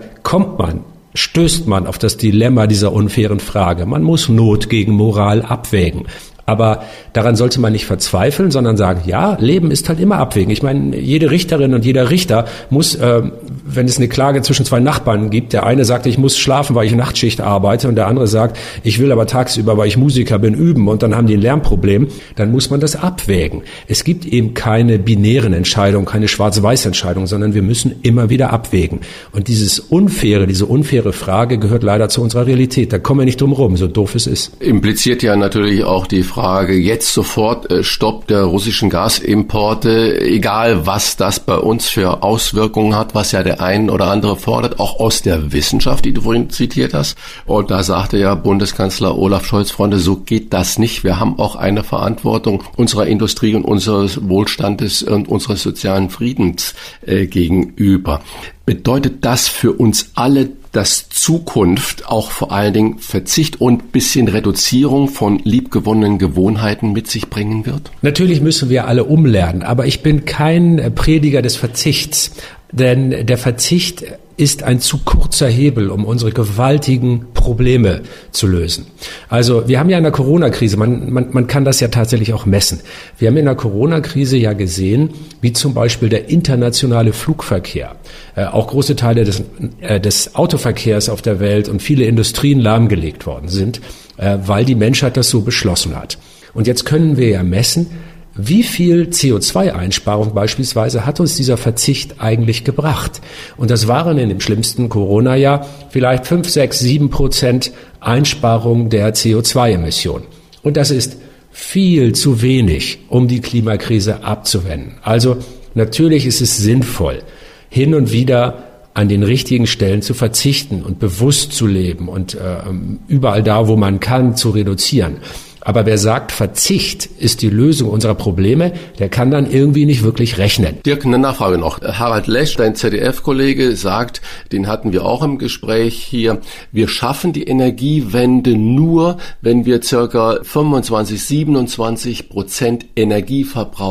stößt man auf das Dilemma dieser unfairen Frage. Man muss Not gegen Moral abwägen. Aber daran sollte man nicht verzweifeln, sondern sagen, ja, Leben ist halt immer abwägen. Ich meine, jede Richterin und jeder Richter muss, wenn es eine Klage zwischen zwei Nachbarn gibt, der eine sagt, ich muss schlafen, weil ich Nachtschicht arbeite, und der andere sagt, ich will aber tagsüber, weil ich Musiker bin, üben, und dann haben die ein Lärmproblem, dann muss man das abwägen. Es gibt eben keine binären Entscheidungen, keine Schwarz-Weiß-Entscheidungen, sondern wir müssen immer wieder abwägen. Und diese unfaire Frage gehört leider zu unserer Realität. Da kommen wir nicht drum rum, so doof es ist. Impliziert ja natürlich auch die Frage, jetzt sofort Stopp der russischen Gasimporte, egal was das bei uns für Auswirkungen hat, was ja der ein oder andere fordert, auch aus der Wissenschaft, die du vorhin zitiert hast. Und da sagte ja Bundeskanzler Olaf Scholz, Freunde, so geht das nicht. Wir haben auch eine Verantwortung unserer Industrie und unseres Wohlstandes und unseres sozialen Friedens gegenüber. Bedeutet das für uns alle, dass Zukunft auch vor allen Dingen Verzicht und bisschen Reduzierung von liebgewonnenen Gewohnheiten mit sich bringen wird? Natürlich müssen wir alle umlernen, aber ich bin kein Prediger des Verzichts, denn der Verzicht ist ein zu kurzer Hebel, um unsere gewaltigen Probleme zu lösen. Also wir haben ja in der Corona-Krise, man kann das ja tatsächlich auch messen. Wir haben in der Corona-Krise ja gesehen, wie zum Beispiel der internationale Flugverkehr, auch große Teile des Autoverkehrs auf der Welt und viele Industrien lahmgelegt worden sind, weil die Menschheit das so beschlossen hat. Und jetzt können wir ja messen, wie viel CO2-Einsparung beispielsweise hat uns dieser Verzicht eigentlich gebracht? Und das waren in dem schlimmsten Corona-Jahr vielleicht 5, 6, 7% Einsparung der CO2-Emissionen. Und das ist viel zu wenig, um die Klimakrise abzuwenden. Also natürlich ist es sinnvoll, hin und wieder an den richtigen Stellen zu verzichten und bewusst zu leben und überall da, wo man kann, zu reduzieren. Aber wer sagt, Verzicht ist die Lösung unserer Probleme, der kann dann irgendwie nicht wirklich rechnen. Dirk, eine Nachfrage noch. Harald Lesch, dein ZDF-Kollege, sagt, den hatten wir auch im Gespräch hier, wir schaffen die Energiewende nur, wenn wir circa 25-27% Energieverbrauch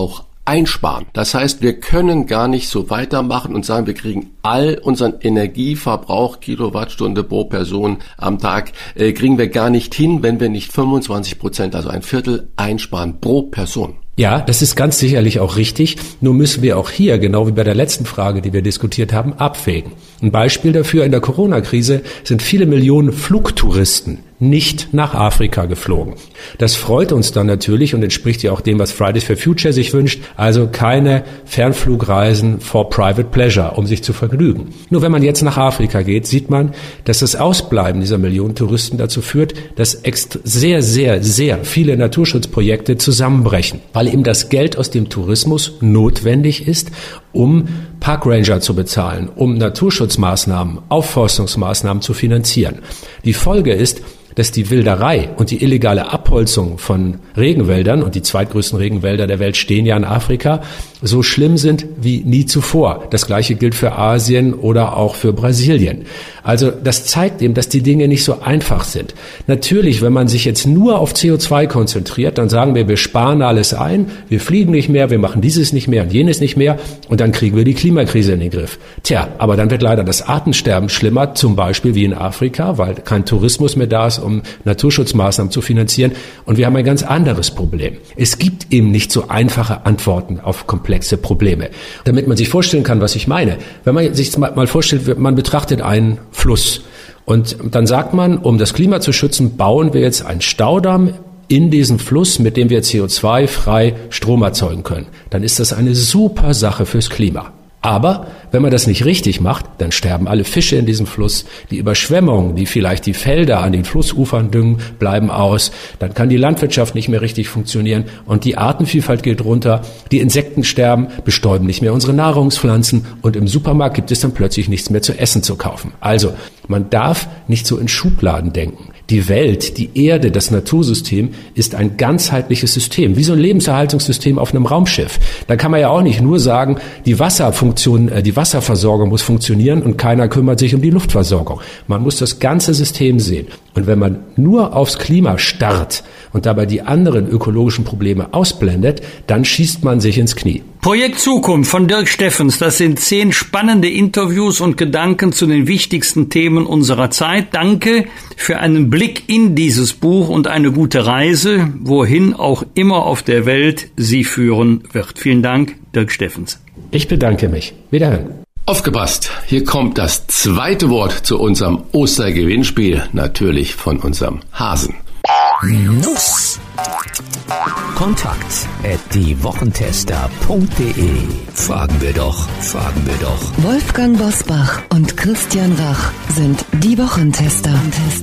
einsparen. Das heißt, wir können gar nicht so weitermachen und sagen, wir kriegen all unseren Energieverbrauch, Kilowattstunde pro Person am Tag, kriegen wir gar nicht hin, wenn wir nicht 25%, also ein Viertel einsparen pro Person. Ja, das ist ganz sicherlich auch richtig. Nur müssen wir auch hier, genau wie bei der letzten Frage, die wir diskutiert haben, abwägen. Ein Beispiel dafür: In der Corona-Krise sind viele Millionen Flugtouristen nicht nach Afrika geflogen. Das freut uns dann natürlich und entspricht ja auch dem, was Fridays for Future sich wünscht. Also keine Fernflugreisen for private pleasure, um sich zu vergnügen. Nur wenn man jetzt nach Afrika geht, sieht man, dass das Ausbleiben dieser Millionen Touristen dazu führt, dass sehr, sehr, sehr viele Naturschutzprojekte zusammenbrechen, weil eben das Geld aus dem Tourismus notwendig ist, um Parkranger zu bezahlen, um Naturschutzmaßnahmen, Aufforstungsmaßnahmen zu finanzieren. Die Folge ist, dass die Wilderei und die illegale Abholzung von Regenwäldern, und die zweitgrößten Regenwälder der Welt stehen ja in Afrika, so schlimm sind wie nie zuvor. Das Gleiche gilt für Asien oder auch für Brasilien. Also das zeigt eben, dass die Dinge nicht so einfach sind. Natürlich, wenn man sich jetzt nur auf CO2 konzentriert, dann sagen wir sparen alles ein, wir fliegen nicht mehr, wir machen dieses nicht mehr und jenes nicht mehr und dann kriegen wir die Klimakrise in den Griff. Tja, aber dann wird leider das Artensterben schlimmer, zum Beispiel wie in Afrika, weil kein Tourismus mehr da ist, um Naturschutzmaßnahmen zu finanzieren. Und wir haben ein ganz anderes Problem. Es gibt eben nicht so einfache Antworten auf komplexe Probleme. Damit man sich vorstellen kann, was ich meine. Wenn man sich mal vorstellt, man betrachtet einen Fluss und dann sagt man, um das Klima zu schützen, bauen wir jetzt einen Staudamm in diesen Fluss, mit dem wir CO2-frei Strom erzeugen können. Dann ist das eine super Sache fürs Klima. Aber wenn man das nicht richtig macht, dann sterben alle Fische in diesem Fluss. Die Überschwemmungen, die vielleicht die Felder an den Flussufern düngen, bleiben aus. Dann kann die Landwirtschaft nicht mehr richtig funktionieren und die Artenvielfalt geht runter. Die Insekten sterben, bestäuben nicht mehr unsere Nahrungspflanzen und im Supermarkt gibt es dann plötzlich nichts mehr zu essen zu kaufen. Also, man darf nicht so in Schubladen denken. Die Welt, die Erde, das Natursystem ist ein ganzheitliches System, wie so ein Lebenserhaltungssystem auf einem Raumschiff. Da kann man ja auch nicht nur sagen, die Wasserversorgung muss funktionieren und keiner kümmert sich um die Luftversorgung. Man muss das ganze System sehen. Und wenn man nur aufs Klima starrt und dabei die anderen ökologischen Probleme ausblendet, dann schießt man sich ins Knie. Projekt Zukunft von Dirk Steffens, das sind 10 spannende Interviews und Gedanken zu den wichtigsten Themen unserer Zeit. Danke für einen Blick in dieses Buch und eine gute Reise, wohin auch immer auf der Welt sie führen wird. Vielen Dank, Dirk Steffens. Ich bedanke mich. Wiederhören. Aufgepasst, hier kommt das zweite Wort zu unserem Ostergewinnspiel, natürlich von unserem Hasen. Nuss. Kontakt@diewochentester.de. Fragen wir doch. Wolfgang Bosbach und Christian Rach sind die Wochentester.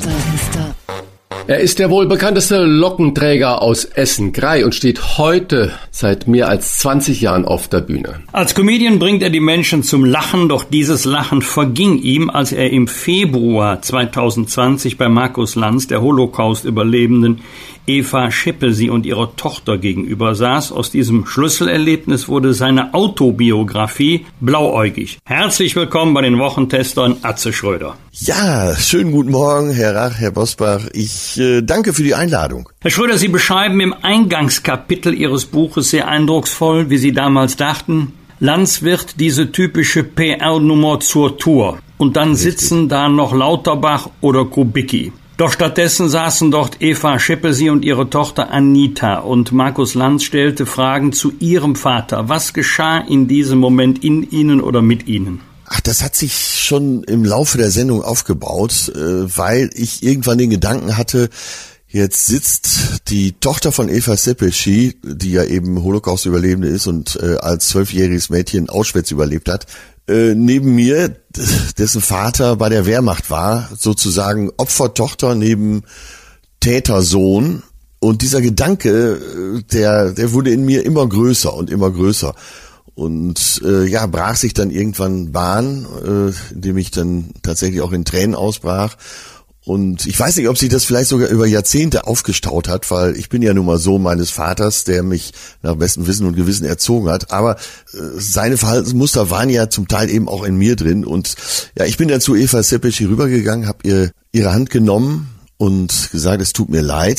Er ist der wohl bekannteste Lockenträger aus Essen-Gray und steht heute seit mehr als 20 Jahren auf der Bühne. Als Comedian bringt er die Menschen zum Lachen, doch dieses Lachen verging ihm, als er im Februar 2020 bei Markus Lanz, der Holocaust-Überlebenden Eva Schepesi und ihrer Tochter gegenüber saß. Aus diesem Schlüsselerlebnis wurde seine Autobiografie Blauäugig. Herzlich willkommen bei den Wochentestern, Atze Schröder. Ja, schönen guten Morgen, Herr Rach, Herr Bosbach. Ich danke für die Einladung. Herr Schröder, Sie beschreiben im Eingangskapitel Ihres Buches sehr eindrucksvoll, wie Sie damals dachten, Lanz wird diese typische PR-Nummer zur Tour. Und dann sitzen da noch Lauterbach oder Kubicki. Doch stattdessen saßen dort Eva Schepesi und ihre Tochter Anita und Markus Lanz stellte Fragen zu ihrem Vater. Was geschah in diesem Moment in Ihnen oder mit Ihnen? Ach, das hat sich schon im Laufe der Sendung aufgebaut, weil ich irgendwann den Gedanken hatte, jetzt sitzt die Tochter von Eva Schepesi, die ja eben Holocaust-Überlebende ist und als 12-jähriges Mädchen Auschwitz überlebt hat, neben mir, dessen Vater bei der Wehrmacht war, sozusagen Opfertochter neben Tätersohn. Und dieser Gedanke, der wurde in mir immer größer und immer größer. Und brach sich dann irgendwann Bahn, indem ich dann tatsächlich auch in Tränen ausbrach. Und ich weiß nicht, ob sich das vielleicht sogar über Jahrzehnte aufgestaut hat, weil ich bin ja nun mal Sohn meines Vaters, der mich nach bestem Wissen und Gewissen erzogen hat. Aber seine Verhaltensmuster waren ja zum Teil eben auch in mir drin. Und ja, ich bin dann zu Eva Schepesi rübergegangen, habe ihr ihre Hand genommen und gesagt, es tut mir leid.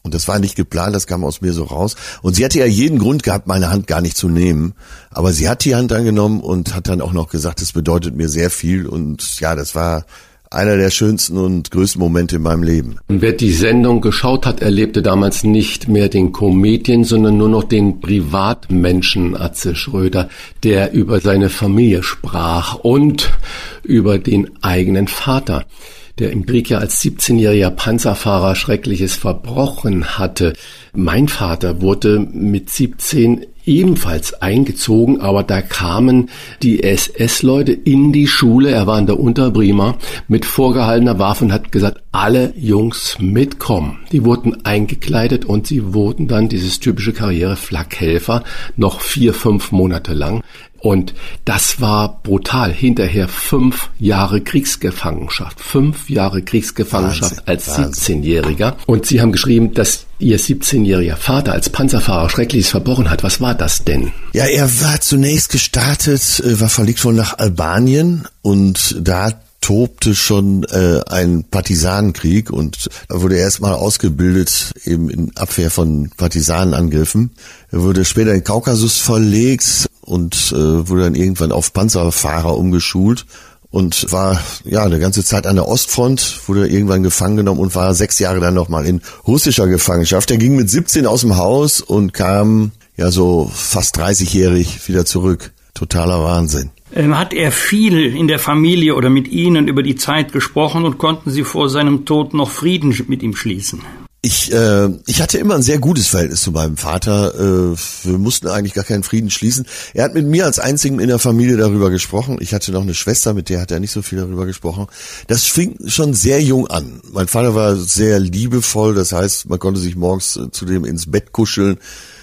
Und das war nicht geplant, das kam aus mir so raus. Und sie hatte ja jeden Grund gehabt, meine Hand gar nicht zu nehmen. Aber sie hat die Hand angenommen und hat dann auch noch gesagt, es bedeutet mir sehr viel. Und ja, das war einer der schönsten und größten Momente in meinem Leben. Und wer die Sendung geschaut hat, erlebte damals nicht mehr den Comedian, sondern nur noch den Privatmenschen Atze Schröder, der über seine Familie sprach und über den eigenen Vater, der im Krieg ja als 17-jähriger Panzerfahrer Schreckliches verbrochen hatte. Mein Vater wurde mit 17 ebenfalls eingezogen, aber da kamen die SS-Leute in die Schule, er war in der Unterbrima, mit vorgehaltener Waffe und hat gesagt, alle Jungs mitkommen. Die wurden eingekleidet und sie wurden dann, dieses typische Karriere, Flakhelfer, noch 4-5 Monate lang. Und das war brutal. Hinterher 5 Jahre Kriegsgefangenschaft. 5 Jahre Kriegsgefangenschaft als 17-Jähriger. Und sie haben geschrieben, dass ihr 17-jähriger Vater als Panzerfahrer Schreckliches verbrochen hat. Was war das denn? Ja, er war zunächst gestartet, war verlegt worden nach Albanien und da tobte schon ein Partisanenkrieg und da wurde er erstmal ausgebildet eben in Abwehr von Partisanenangriffen. Er wurde später in den Kaukasus verlegt und wurde dann irgendwann auf Panzerfahrer umgeschult und war ja eine ganze Zeit an der Ostfront, wurde irgendwann gefangen genommen und war 6 Jahre dann nochmal in russischer Gefangenschaft. Er ging mit 17 aus dem Haus und kam ja so fast 30-jährig wieder zurück. Totaler Wahnsinn. Hat er viel in der Familie oder mit Ihnen über die Zeit gesprochen und konnten Sie vor seinem Tod noch Frieden mit ihm schließen? Ich hatte immer ein sehr gutes Verhältnis zu meinem Vater. Wir mussten eigentlich gar keinen Frieden schließen. Er hat mit mir als einzigen in der Familie darüber gesprochen. Ich hatte noch eine Schwester, mit der hat er nicht so viel darüber gesprochen. Das fing schon sehr jung an. Mein Vater war sehr liebevoll, das heißt, man konnte sich morgens zu dem ins Bett kuscheln,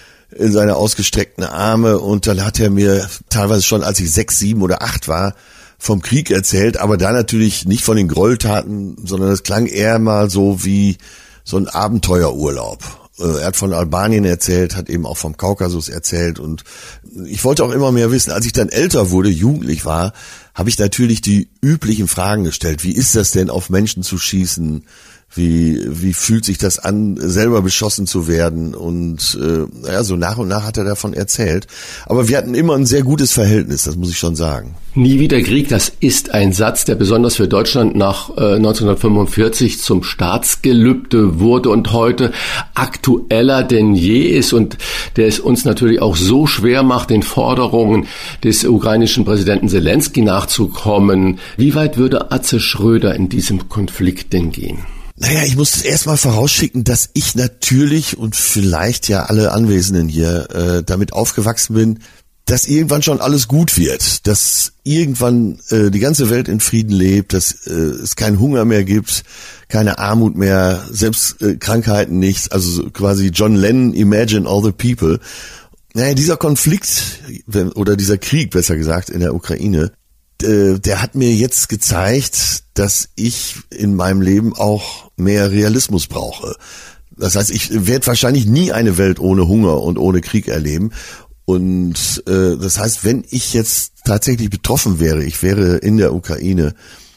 in seine ausgestreckten Arme und dann hat er mir teilweise schon, als ich 6, 7 oder 8 war, vom Krieg erzählt, aber da natürlich nicht von den Gräueltaten, sondern es klang eher mal so wie so ein Abenteuerurlaub. Er hat von Albanien erzählt, hat eben auch vom Kaukasus erzählt und ich wollte auch immer mehr wissen. Als ich dann älter wurde, jugendlich war, habe ich natürlich die üblichen Fragen gestellt. Wie ist das denn, auf Menschen zu schießen? Wie fühlt sich das an, selber beschossen zu werden? Und so nach und nach hat er davon erzählt. Aber wir hatten immer ein sehr gutes Verhältnis, das muss ich schon sagen. Nie wieder Krieg, das ist ein Satz, der besonders für Deutschland nach 1945 zum Staatsgelübde wurde und heute aktueller denn je ist und der es uns natürlich auch so schwer macht, den Forderungen des ukrainischen Präsidenten Zelensky nachzukommen. Wie weit würde Atze Schröder in diesem Konflikt denn gehen? Naja, ich muss erst mal vorausschicken, dass ich natürlich und vielleicht ja alle Anwesenden hier damit aufgewachsen bin, dass irgendwann schon alles gut wird, dass irgendwann die ganze Welt in Frieden lebt, dass es keinen Hunger mehr gibt, keine Armut mehr, selbst Krankheiten nicht, also quasi John Lennon, Imagine all the people. Naja, dieser Konflikt oder dieser Krieg, besser gesagt, in der Ukraine, der hat mir jetzt gezeigt, dass ich in meinem Leben auch mehr Realismus brauche. Das heißt, ich werde wahrscheinlich nie eine Welt ohne Hunger und ohne Krieg erleben. Und das heißt, wenn ich jetzt tatsächlich betroffen wäre, ich wäre in der Ukraine,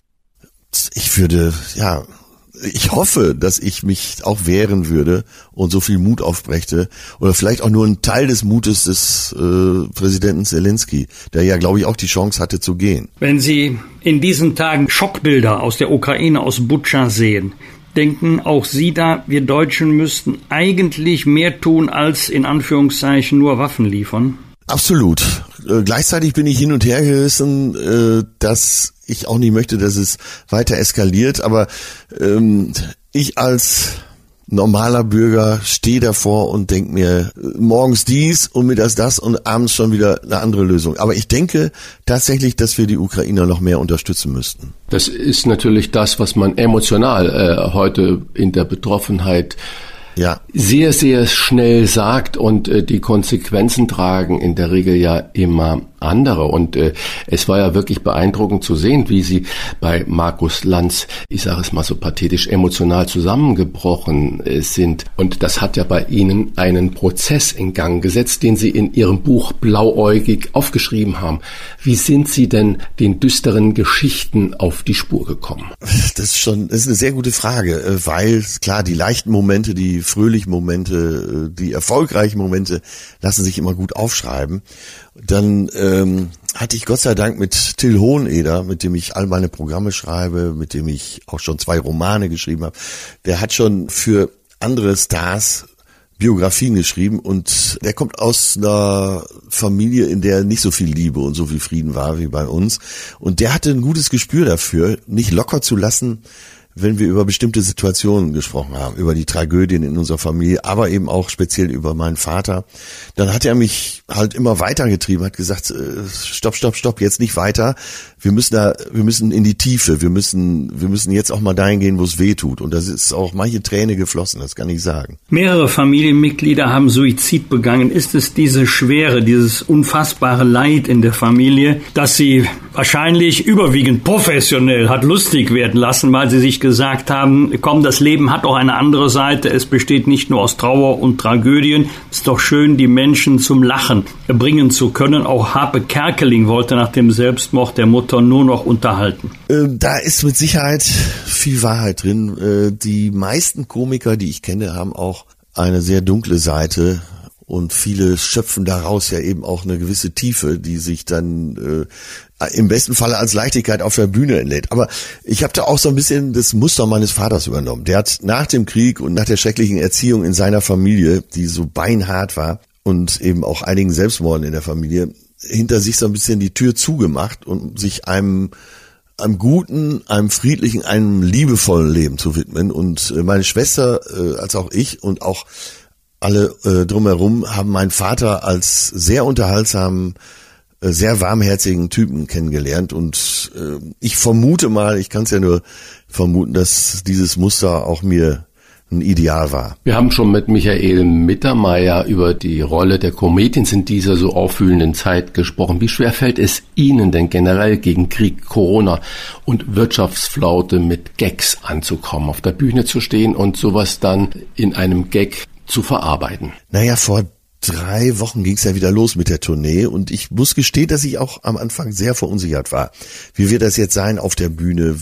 ich hoffe, dass ich mich auch wehren würde und so viel Mut aufbrächte oder vielleicht auch nur ein Teil des Mutes des Präsidenten Zelensky, der ja, glaube ich, auch die Chance hatte zu gehen. Wenn Sie in diesen Tagen Schockbilder aus der Ukraine, aus Butscha sehen, denken auch Sie da, wir Deutschen müssten eigentlich mehr tun, als in Anführungszeichen nur Waffen liefern? Absolut. Gleichzeitig bin ich hin und her gerissen, dass ich auch nicht möchte, dass es weiter eskaliert, aber ich als normaler Bürger stehe davor und denke mir morgens dies und mittags das und abends schon wieder eine andere Lösung. Aber ich denke tatsächlich, dass wir die Ukrainer noch mehr unterstützen müssten. Das ist natürlich das, was man emotional heute in der Betroffenheit sehr, sehr schnell sagt und die Konsequenzen tragen in der Regel ja immer andere. Und es war ja wirklich beeindruckend zu sehen, wie sie bei Markus Lanz, ich sage es mal so pathetisch, emotional zusammengebrochen sind. Und das hat ja bei Ihnen einen Prozess in Gang gesetzt, den Sie in Ihrem Buch blauäugig aufgeschrieben haben. Wie sind Sie denn den düsteren Geschichten auf die Spur gekommen? Das ist eine sehr gute Frage, weil klar, die leichten Momente, die fröhlichen Momente, die erfolgreichen Momente lassen sich immer gut aufschreiben. Dann hatte ich Gott sei Dank mit Till Hoheneder, mit dem ich all meine Programme schreibe, mit dem ich auch schon 2 Romane geschrieben habe. Der hat schon für andere Stars Biografien geschrieben und der kommt aus einer Familie, in der nicht so viel Liebe und so viel Frieden war wie bei uns. Und der hatte ein gutes Gespür dafür, nicht locker zu lassen, wenn wir über bestimmte Situationen gesprochen haben, über die Tragödien in unserer Familie, aber eben auch speziell über meinen Vater. Dann hat er mich halt immer weitergetrieben, hat gesagt, stopp, jetzt nicht weiter. Wir müssen in die Tiefe, wir müssen jetzt auch mal dahin gehen, wo es weh tut. Und das ist auch manche Träne geflossen, das kann ich sagen. Mehrere Familienmitglieder haben Suizid begangen. Ist es diese Schwere, dieses unfassbare Leid in der Familie, das sie wahrscheinlich überwiegend professionell hat lustig werden lassen, weil sie sich gesagt haben, komm, das Leben hat auch eine andere Seite, es besteht nicht nur aus Trauer und Tragödien, es ist doch schön, die Menschen zum Lachen bringen zu können. Auch Harpe Kerkeling wollte nach dem Selbstmord der Mutter nur noch unterhalten. Da ist mit Sicherheit viel Wahrheit drin. Die meisten Komiker, die ich kenne, haben auch eine sehr dunkle Seite. Und viele schöpfen daraus ja eben auch eine gewisse Tiefe, die sich dann im besten Falle als Leichtigkeit auf der Bühne entlädt. Aber ich habe da auch so ein bisschen das Muster meines Vaters übernommen. Der hat nach dem Krieg und nach der schrecklichen Erziehung in seiner Familie, die so beinhart war und eben auch einigen Selbstmorden in der Familie, hinter sich so ein bisschen die Tür zugemacht und sich einem guten, einem friedlichen, einem liebevollen Leben zu widmen. Und meine Schwester, als auch ich und auch alle drumherum haben meinen Vater als sehr unterhaltsamen, sehr warmherzigen Typen kennengelernt und ich vermute mal, ich kann es ja nur vermuten, dass dieses Muster auch mir ein Ideal war. Wir haben schon mit Michael Mittermeier über die Rolle der Comedians in dieser so aufwühlenden Zeit gesprochen. Wie schwer fällt es Ihnen denn generell gegen Krieg, Corona und Wirtschaftsflaute mit Gags anzukommen, auf der Bühne zu stehen und sowas dann in einem Gag zu verarbeiten? Naja, vor 3 Wochen ging es ja wieder los mit der Tournee und ich muss gestehen, dass ich auch am Anfang sehr verunsichert war. Wie wird das jetzt sein auf der Bühne?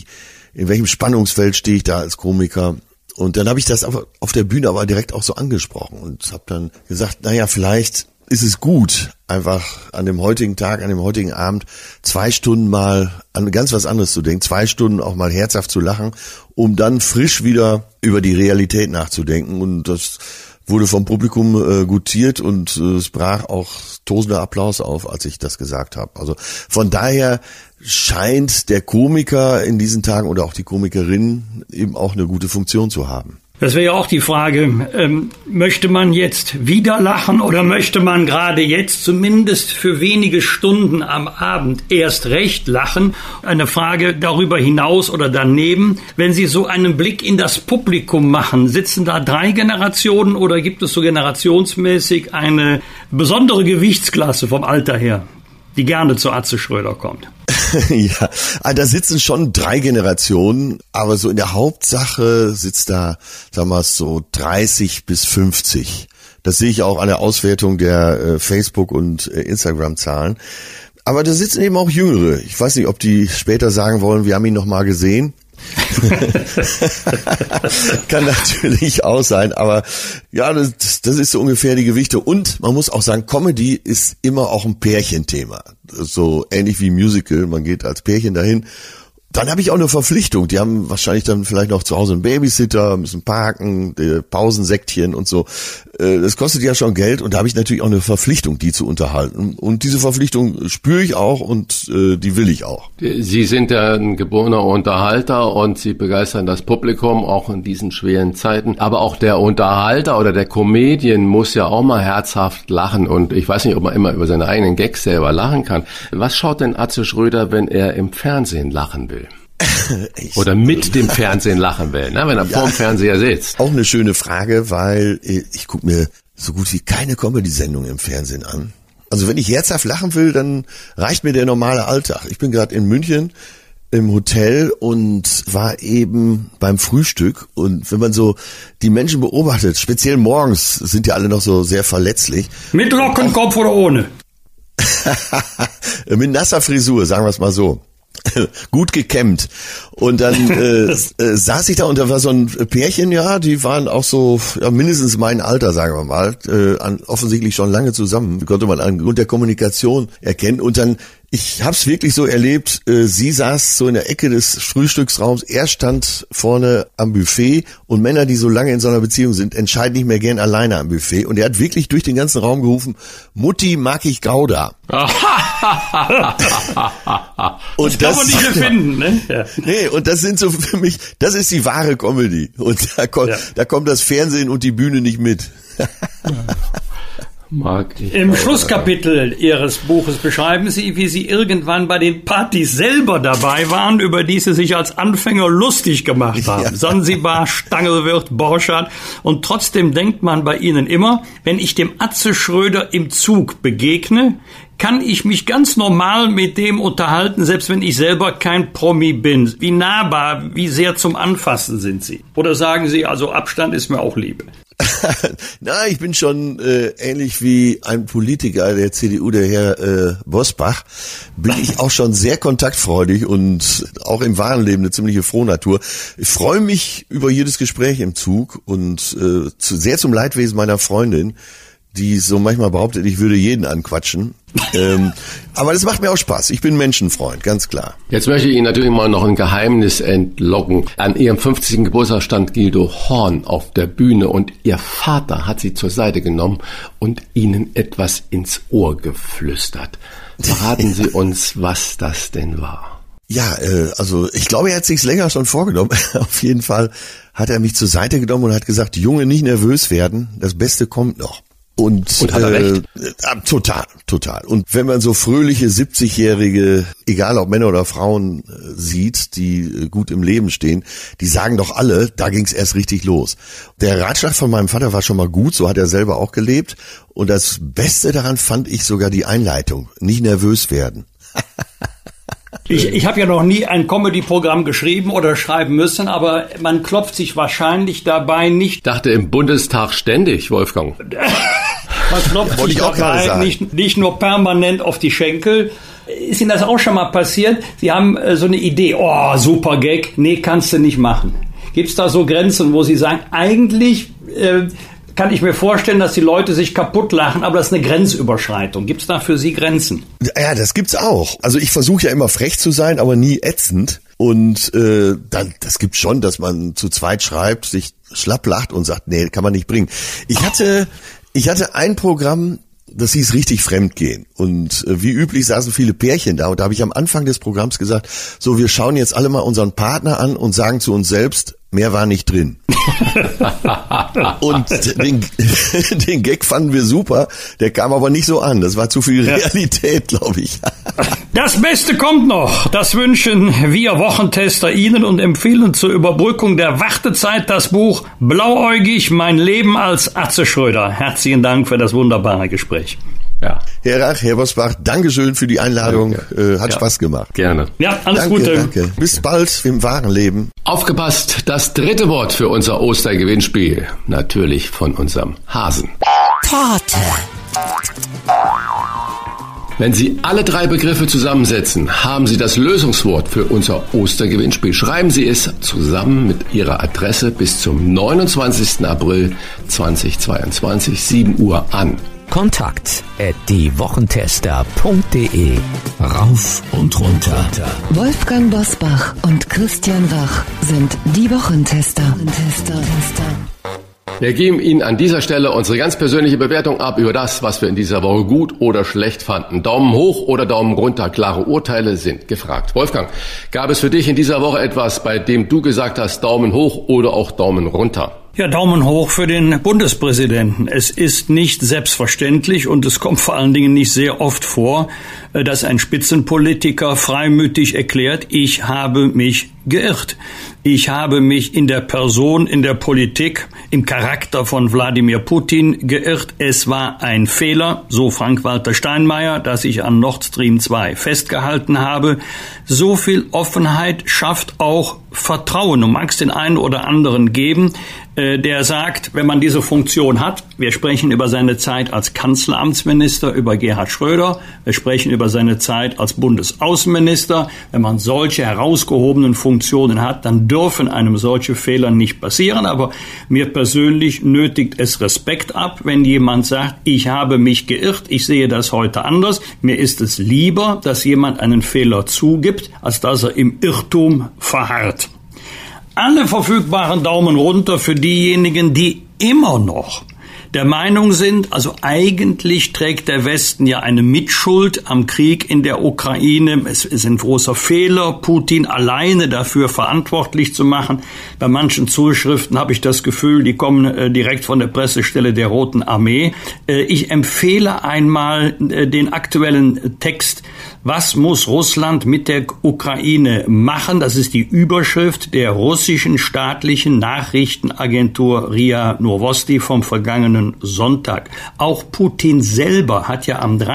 In welchem Spannungsfeld stehe ich da als Komiker? Und dann habe ich das auf der Bühne aber direkt auch so angesprochen und habe dann gesagt, naja, vielleicht ist es gut, einfach an dem heutigen Tag, an dem heutigen Abend 2 Stunden mal an ganz was anderes zu denken, 2 Stunden auch mal herzhaft zu lachen, um dann frisch wieder über die Realität nachzudenken. Und das wurde vom Publikum gutiert und es brach auch tosender Applaus auf, als ich das gesagt habe. Also von daher scheint der Komiker in diesen Tagen oder auch die Komikerin eben auch eine gute Funktion zu haben. Das wäre ja auch die Frage, möchte man jetzt wieder lachen oder möchte man gerade jetzt zumindest für wenige Stunden am Abend erst recht lachen? Eine Frage darüber hinaus oder daneben, wenn Sie so einen Blick in das Publikum machen, sitzen da 3 Generationen oder gibt es so generationsmäßig eine besondere Gewichtsklasse vom Alter her, die gerne zu Atze Schröder kommt? Ja, da sitzen schon 3 Generationen, aber so in der Hauptsache sitzt da, sagen wir so 30 bis 50. Das sehe ich auch an der Auswertung der Facebook- und Instagram-Zahlen. Aber da sitzen eben auch Jüngere. Ich weiß nicht, ob die später sagen wollen, wir haben ihn noch mal gesehen. Kann natürlich auch sein, aber ja, das ist so ungefähr die Gewichte. Und man muss auch sagen, Comedy ist immer auch ein Pärchenthema. So ähnlich wie Musical, man geht als Pärchen dahin. Dann habe ich auch eine Verpflichtung. Die haben wahrscheinlich dann vielleicht noch zu Hause einen Babysitter, müssen parken, Pausensäckchen und so. Das kostet ja schon Geld und da habe ich natürlich auch eine Verpflichtung, die zu unterhalten. Und diese Verpflichtung spüre ich auch und die will ich auch. Sie sind ja ein geborener Unterhalter und Sie begeistern das Publikum auch in diesen schweren Zeiten. Aber auch der Unterhalter oder der Comedian muss ja auch mal herzhaft lachen. Und ich weiß nicht, ob man immer über seine eigenen Gags selber lachen kann. Was schaut denn Atze Schröder, wenn er im Fernsehen lachen will? Oder mit dem Fernsehen lachen will, ne? Wenn er vorm Fernseher sitzt. Auch eine schöne Frage, weil ich gucke mir so gut wie keine Comedy-Sendung im Fernsehen an. Also wenn ich herzhaft lachen will, dann reicht mir der normale Alltag. Ich bin gerade in München im Hotel und war eben beim Frühstück. Und wenn man so die Menschen beobachtet, speziell morgens, sind ja alle noch so sehr verletzlich. Mit Lockenkopf oder ohne? Mit nasser Frisur, sagen wir es mal so. gut gekämmt. Und dann saß ich da und da war so ein Pärchen, ja, die waren auch so mindestens mein Alter, sagen wir mal, offensichtlich schon lange zusammen, konnte man anhand der Kommunikation erkennen. Und dann, ich habe es wirklich so erlebt, sie saß so in der Ecke des Frühstücksraums, er stand vorne am Buffet und Männer, die so lange in so einer Beziehung sind, entscheiden nicht mehr gern alleine am Buffet. Und er hat wirklich durch den ganzen Raum gerufen, Mutti, mag ich Gouda. Und das kann man nicht erfinden, ne? Ja. Nee, und das sind so für mich, das ist die wahre Comedy. Und da kommt das Fernsehen und die Bühne nicht mit. Im Schlusskapitel Ihres Buches beschreiben Sie, wie Sie irgendwann bei den Partys selber dabei waren, über die Sie sich als Anfänger lustig gemacht haben. Ja. Sansibar, Stangelwirt, Borchardt. Und trotzdem denkt man bei Ihnen immer, wenn ich dem Atze Schröder im Zug begegne, kann ich mich ganz normal mit dem unterhalten, selbst wenn ich selber kein Promi bin. Wie nahbar, wie sehr zum Anfassen sind Sie? Oder sagen Sie, also Abstand ist mir auch Liebe? Na, ich bin schon ähnlich wie ein Politiker der CDU, der Herr Bosbach, bin ich auch schon sehr kontaktfreudig und auch im wahren Leben eine ziemliche Frohnatur. Ich freue mich über jedes Gespräch im Zug und sehr zum Leidwesen meiner Freundin, die so manchmal behauptet, ich würde jeden anquatschen. Aber das macht mir auch Spaß. Ich bin Menschenfreund, ganz klar. Jetzt möchte ich Ihnen natürlich mal noch ein Geheimnis entlocken. An Ihrem 50. Geburtstag stand Guido Horn auf der Bühne und Ihr Vater hat Sie zur Seite genommen und Ihnen etwas ins Ohr geflüstert. Verraten Sie uns, was das denn war. Ja, also ich glaube, er hat sich's länger schon vorgenommen. Auf jeden Fall hat er mich zur Seite genommen und hat gesagt, Junge, nicht nervös werden, das Beste kommt noch. Und hat er recht? Total. Und wenn man so fröhliche 70-Jährige, egal ob Männer oder Frauen, sieht, die gut im Leben stehen, die sagen doch alle, da ging's erst richtig los. Der Ratschlag von meinem Vater war schon mal gut, so hat er selber auch gelebt. Und das Beste daran fand ich sogar die Einleitung, nicht nervös werden. Ich habe ja noch nie ein Comedy-Programm geschrieben oder schreiben müssen, aber man klopft sich wahrscheinlich dabei nicht. Ich dachte im Bundestag ständig, Wolfgang. Man klopft sich dabei nicht nur permanent auf die Schenkel. Ist Ihnen das auch schon mal passiert? Sie haben so eine Idee, oh, super Gag, nee, kannst du nicht machen. Gibt's da so Grenzen, wo Sie sagen, eigentlich kann ich mir vorstellen, dass die Leute sich kaputt lachen, aber das ist eine Grenzüberschreitung. Gibt's da für Sie Grenzen? Ja, das gibt's auch. Also ich versuche ja immer frech zu sein, aber nie ätzend. Und das gibt's schon, dass man zu zweit schreibt, sich schlapp lacht und sagt, nee, kann man nicht bringen. Ich hatte ein Programm, das hieß richtig Fremdgehen. Und wie üblich saßen viele Pärchen da. Und da habe ich am Anfang des Programms gesagt, so, wir schauen jetzt alle mal unseren Partner an und sagen zu uns selbst, mehr war nicht drin. Und den Gag fanden wir super, der kam aber nicht so an. Das war zu viel Realität, glaube ich. Das Beste kommt noch. Das wünschen wir Wochentester Ihnen und empfehlen zur Überbrückung der Wartezeit das Buch Blauäugig, mein Leben als Atze Schröder. Herzlichen Dank für das wunderbare Gespräch. Ja. Herr Rach, Herr Bosbach, Dankeschön für die Einladung. Hat Spaß gemacht. Gerne. Ja, alles Gute. Danke. Bis bald im wahren Leben. Aufgepasst, das dritte Wort für unser Ostergewinnspiel. Natürlich von unserem Hasen. Torte. Wenn Sie alle drei Begriffe zusammensetzen, haben Sie das Lösungswort für unser Ostergewinnspiel. Schreiben Sie es zusammen mit Ihrer Adresse bis zum 29. April 2022, 7 Uhr an. kontakt@diewochentester.de. Rauf und runter. Wolfgang Bosbach und Christian Rach sind die Wochentester. Wir geben Ihnen an dieser Stelle unsere ganz persönliche Bewertung ab über das, was wir in dieser Woche gut oder schlecht fanden. Daumen hoch oder Daumen runter, klare Urteile sind gefragt. Wolfgang, gab es für dich in dieser Woche etwas, bei dem du gesagt hast, Daumen hoch oder auch Daumen runter? Ja, Daumen hoch für den Bundespräsidenten. Es ist nicht selbstverständlich und es kommt vor allen Dingen nicht sehr oft vor, dass ein Spitzenpolitiker freimütig erklärt, ich habe mich geirrt. Ich habe mich in der Person, in der Politik, im Charakter von Wladimir Putin geirrt. Es war ein Fehler, so Frank-Walter Steinmeier, dass ich an Nord Stream 2 festgehalten habe. So viel Offenheit schafft auch Vertrauen. Du magst den einen oder anderen geben, der sagt, wenn man diese Funktion hat, wir sprechen über seine Zeit als Kanzleramtsminister, über Gerhard Schröder, wir sprechen über seine Zeit als Bundesaußenminister, wenn man solche herausgehobenen Funktionen hat, dann dürfen einem solche Fehler nicht passieren, aber mir persönlich nötigt es Respekt ab, wenn jemand sagt, ich habe mich geirrt, ich sehe das heute anders, mir ist es lieber, dass jemand einen Fehler zugibt, als dass er im Irrtum verharrt. Alle verfügbaren Daumen runter für diejenigen, die immer noch der Meinung sind, also eigentlich trägt der Westen ja eine Mitschuld am Krieg in der Ukraine. Es ist ein großer Fehler, Putin alleine dafür verantwortlich zu machen. Bei manchen Zuschriften habe ich das Gefühl, die kommen direkt von der Pressestelle der Roten Armee. Ich empfehle einmal den aktuellen Text, was muss Russland mit der Ukraine machen? Das ist die Überschrift der russischen staatlichen Nachrichtenagentur RIA Novosti vom vergangenen Sonntag. Auch Putin selber hat ja am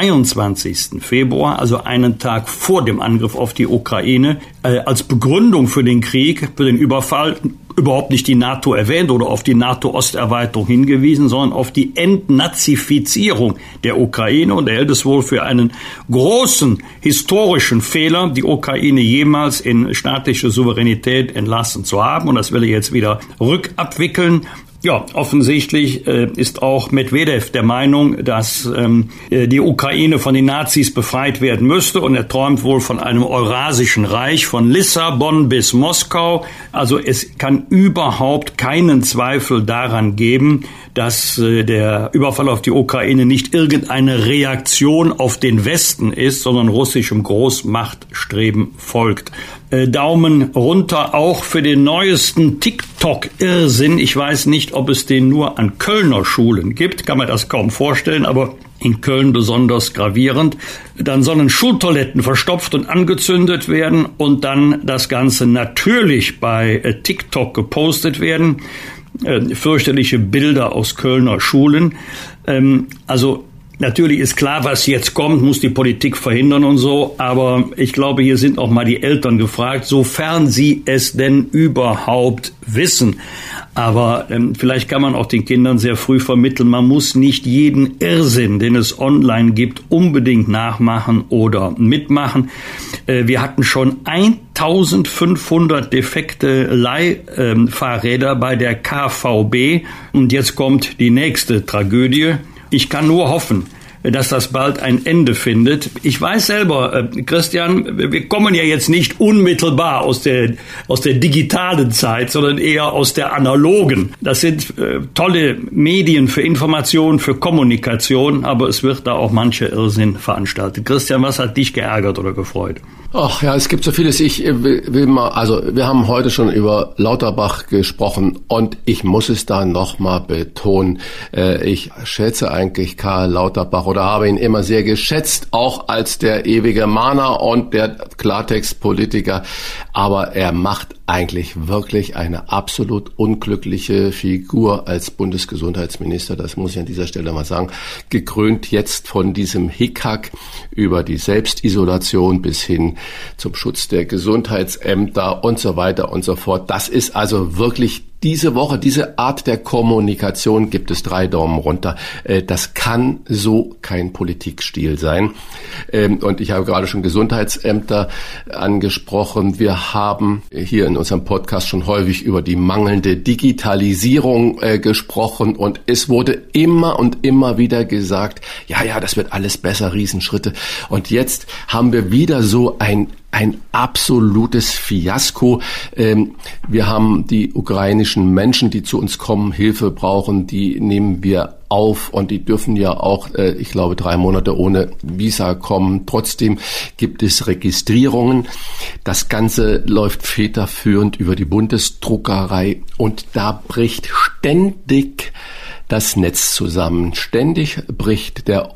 23. Februar, also einen Tag vor dem Angriff auf die Ukraine, als Begründung für den Krieg, für den Überfall, überhaupt nicht die NATO erwähnt oder auf die NATO-Osterweiterung hingewiesen, sondern auf die Entnazifizierung der Ukraine. Und er hält es wohl für einen großen historischen Fehler, die Ukraine jemals in staatliche Souveränität entlassen zu haben. Und das will er jetzt wieder rückabwickeln. Ja, offensichtlich ist auch Medvedev der Meinung, dass die Ukraine von den Nazis befreit werden müsste, und er träumt wohl von einem eurasischen Reich von Lissabon bis Moskau. Also es kann überhaupt keinen Zweifel daran geben, dass der Überfall auf die Ukraine nicht irgendeine Reaktion auf den Westen ist, sondern russischem Großmachtstreben folgt. Daumen runter auch für den neuesten TikTok-Irrsinn. Ich weiß nicht, ob es den nur an Kölner Schulen gibt, kann man das kaum vorstellen, aber in Köln besonders gravierend. Dann sollen Schultoiletten verstopft und angezündet werden und dann das Ganze natürlich bei TikTok gepostet werden. Fürchterliche Bilder aus Kölner Schulen. Also natürlich ist klar, was jetzt kommt, muss die Politik verhindern und so, aber ich glaube, hier sind auch mal die Eltern gefragt, sofern sie es denn überhaupt wissen. Aber vielleicht kann man auch den Kindern sehr früh vermitteln, man muss nicht jeden Irrsinn, den es online gibt, unbedingt nachmachen oder mitmachen. Wir hatten schon 1500 defekte Leihfahrräder bei der KVB und jetzt kommt die nächste Tragödie. Ich kann nur hoffen, dass das bald ein Ende findet. Ich weiß selber, Christian, wir kommen ja jetzt nicht unmittelbar aus der digitalen Zeit, sondern eher aus der analogen. Das sind tolle Medien für Information, für Kommunikation, aber es wird da auch mancher Irrsinn veranstaltet. Christian, was hat dich geärgert oder gefreut? Ach ja, es gibt so vieles. Ich will mal, also wir haben heute schon über Lauterbach gesprochen und ich muss es da nochmal betonen. Ich schätze eigentlich Karl Lauterbach oder habe ihn immer sehr geschätzt, auch als der ewige Mahner und der Klartextpolitiker. Aber er macht eigentlich wirklich eine absolut unglückliche Figur als Bundesgesundheitsminister. Das muss ich an dieser Stelle mal sagen. Gekrönt jetzt von diesem Hickhack über die Selbstisolation bis hin zum Schutz der Gesundheitsämter und so weiter und so fort. Das ist also wirklich diese Woche, diese Art der Kommunikation, gibt es 3 Daumen runter. Das kann so kein Politikstil sein. Und ich habe gerade schon Gesundheitsämter angesprochen. Wir haben hier in unserem Podcast schon häufig über die mangelnde Digitalisierung gesprochen. Und es wurde immer und immer wieder gesagt, ja, das wird alles besser, Riesenschritte. Und jetzt haben wir wieder so ein absolutes Fiasko. Wir haben die ukrainischen Menschen, die zu uns kommen, Hilfe brauchen, die nehmen wir auf und die dürfen ja auch, ich glaube, 3 Monate ohne Visa kommen. Trotzdem gibt es Registrierungen. Das Ganze läuft federführend über die Bundesdruckerei und da bricht ständig das Netz zusammen. Ständig bricht der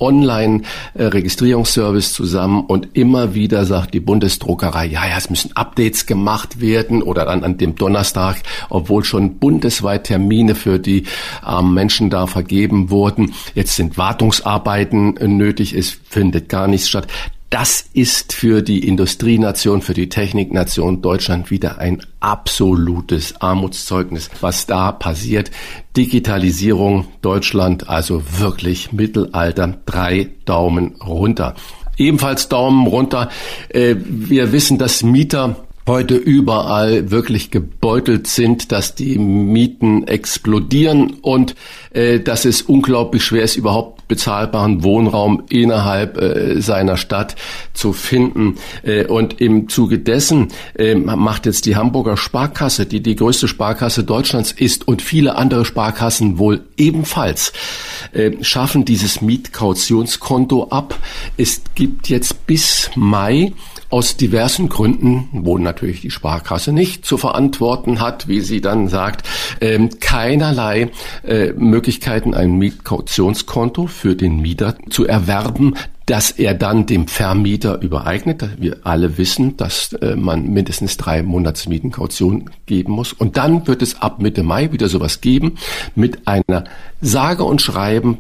Online-Registrierungsservice zusammen und immer wieder sagt die Bundesdruckerei, ja, es müssen Updates gemacht werden oder dann an dem Donnerstag, obwohl schon bundesweit Termine für die Menschen da vergeben wurden. Jetzt sind Wartungsarbeiten nötig, es findet gar nichts statt. Das ist für die Industrienation, für die Techniknation Deutschland wieder ein absolutes Armutszeugnis, was da passiert. Digitalisierung Deutschland, also wirklich Mittelalter, 3 Daumen runter. Ebenfalls Daumen runter. Wir wissen, dass Mieter heute überall wirklich gebeutelt sind, dass die Mieten explodieren und dass es unglaublich schwer ist, überhaupt bezahlbaren Wohnraum innerhalb seiner Stadt zu finden. Und im Zuge dessen macht jetzt die Hamburger Sparkasse, die die größte Sparkasse Deutschlands ist und viele andere Sparkassen wohl ebenfalls, schaffen dieses Mietkautionskonto ab. Es gibt jetzt bis Mai aus diversen Gründen, wo natürlich die Sparkasse nicht zu verantworten hat, wie sie dann sagt, keinerlei Möglichkeiten, ein Mietkautionskonto für den Mieter zu erwerben, dass er dann dem Vermieter übereignet. Wir alle wissen, dass man mindestens 3 Monatsmieten Kaution geben muss. Und dann wird es ab Mitte Mai wieder sowas geben mit einer sage und schreiben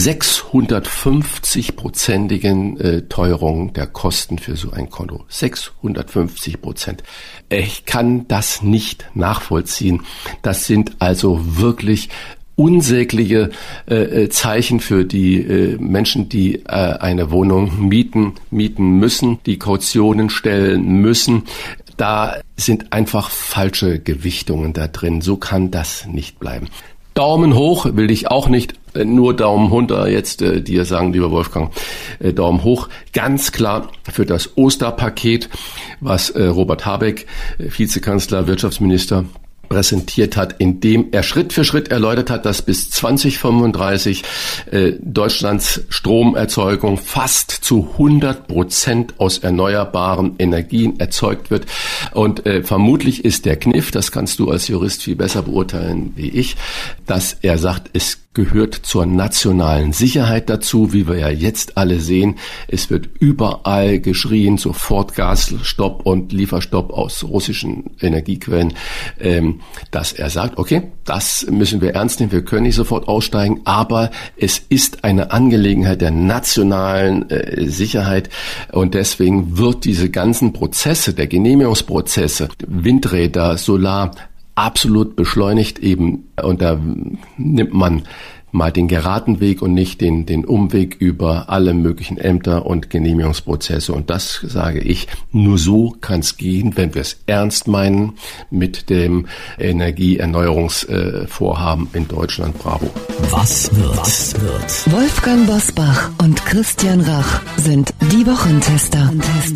650-prozentigen Teuerung der Kosten für so ein Konto. 650%. Ich kann das nicht nachvollziehen. Das sind also wirklich unsägliche Zeichen für die Menschen, die eine Wohnung mieten müssen, die Kautionen stellen müssen. Da sind einfach falsche Gewichtungen da drin. So kann das nicht bleiben. Daumen hoch will ich auch nicht, nur Daumen runter jetzt dir sagen, lieber Wolfgang. Daumen hoch, ganz klar für das Osterpaket, was Robert Habeck, Vizekanzler, Wirtschaftsminister, präsentiert hat, indem er Schritt für Schritt erläutert hat, dass bis 2035 Deutschlands Stromerzeugung fast zu 100% aus erneuerbaren Energien erzeugt wird. Und vermutlich ist der Kniff, das kannst du als Jurist viel besser beurteilen wie ich, dass er sagt, es gehört zur nationalen Sicherheit dazu, wie wir ja jetzt alle sehen. Es wird überall geschrien, sofort Gasstopp und Lieferstopp aus russischen Energiequellen, dass er sagt, okay, das müssen wir ernst nehmen, wir können nicht sofort aussteigen, aber es ist eine Angelegenheit der nationalen Sicherheit und deswegen wird diese ganzen Prozesse, der Genehmigungsprozesse, Windräder, Solar, absolut beschleunigt eben, und da nimmt man mal den geraden Weg und nicht den Umweg über alle möglichen Ämter und Genehmigungsprozesse. Und das sage ich, nur so kann es gehen, wenn wir es ernst meinen mit dem Energieerneuerungsvorhaben in Deutschland. Bravo. Was wird? Wolfgang Bosbach und Christian Rach sind die Wochentester.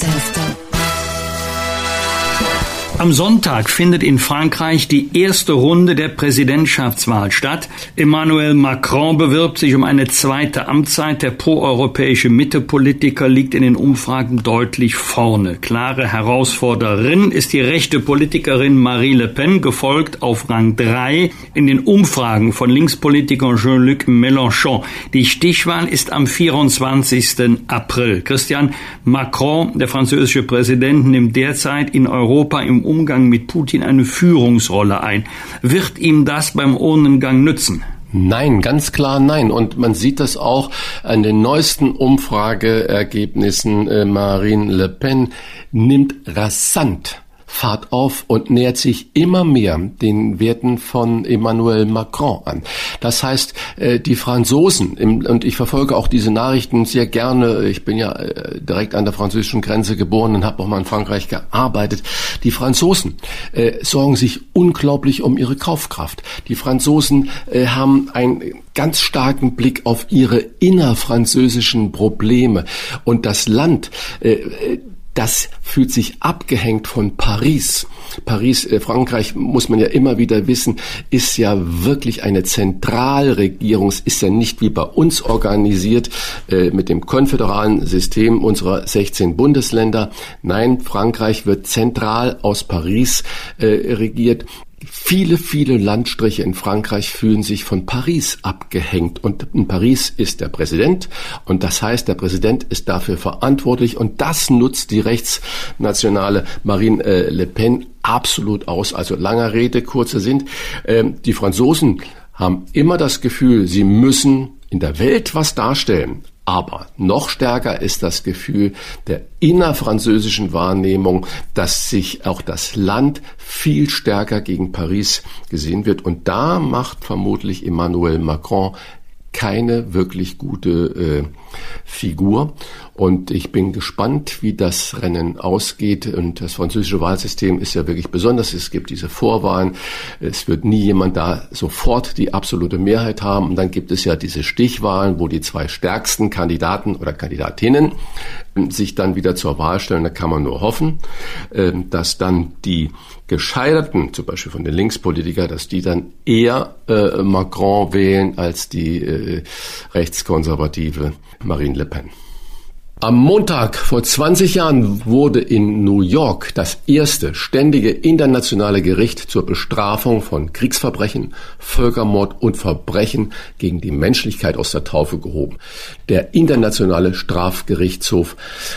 Am Sonntag findet in Frankreich die erste Runde der Präsidentschaftswahl statt. Emmanuel Macron bewirbt sich um eine zweite Amtszeit. Der proeuropäische Mittepolitiker liegt in den Umfragen deutlich vorne. Klare Herausforderin ist die rechte Politikerin Marine Le Pen, gefolgt auf Rang 3 in den Umfragen von Linkspolitiker Jean-Luc Mélenchon. Die Stichwahl ist am 24. April. Christian, Macron, der französische Präsident, nimmt derzeit in Europa im Umgang mit Putin eine Führungsrolle ein. Wird ihm das beim Urnengang nützen? Nein, ganz klar nein. Und man sieht das auch an den neuesten Umfrageergebnissen. Marine Le Pen nimmt rasant Fahrt auf und nähert sich immer mehr den Werten von Emmanuel Macron an. Das heißt, die Franzosen, und ich verfolge auch diese Nachrichten sehr gerne, ich bin ja direkt an der französischen Grenze geboren und habe auch mal in Frankreich gearbeitet, die Franzosen sorgen sich unglaublich um ihre Kaufkraft. Die Franzosen haben einen ganz starken Blick auf ihre innerfranzösischen Probleme. Und das Land, das fühlt sich abgehängt von Paris. Frankreich, muss man ja immer wieder wissen, ist ja wirklich eine Zentralregierung. Es ist ja nicht wie bei uns organisiert mit dem konföderalen System unserer 16 Bundesländer. Nein, Frankreich wird zentral aus Paris regiert. Viele Landstriche in Frankreich fühlen sich von Paris abgehängt und in Paris ist der Präsident und das heißt, der Präsident ist dafür verantwortlich und das nutzt die rechtsnationale Marine Le Pen absolut aus. Also langer Rede, kurzer Sinn. Die Franzosen haben immer das Gefühl, sie müssen in der Welt was darstellen. Aber noch stärker ist das Gefühl der innerfranzösischen Wahrnehmung, dass sich auch das Land viel stärker gegen Paris gesehen wird. Und da macht vermutlich Emmanuel Macron keine wirklich gute Figur. Und ich bin gespannt, wie das Rennen ausgeht. Und das französische Wahlsystem ist ja wirklich besonders. Es gibt diese Vorwahlen. Es wird nie jemand da sofort die absolute Mehrheit haben. Und dann gibt es ja diese Stichwahlen, wo die zwei stärksten Kandidaten oder Kandidatinnen sich dann wieder zur Wahl stellen. Da kann man nur hoffen, dass dann die Gescheiterten, zum Beispiel von den Linkspolitikern, dass die dann eher Macron wählen als die rechtskonservative Marine Le Pen. Am Montag vor 20 Jahren wurde in New York das erste ständige internationale Gericht zur Bestrafung von Kriegsverbrechen, Völkermord und Verbrechen gegen die Menschlichkeit aus der Taufe gehoben. Der Internationale Strafgerichtshof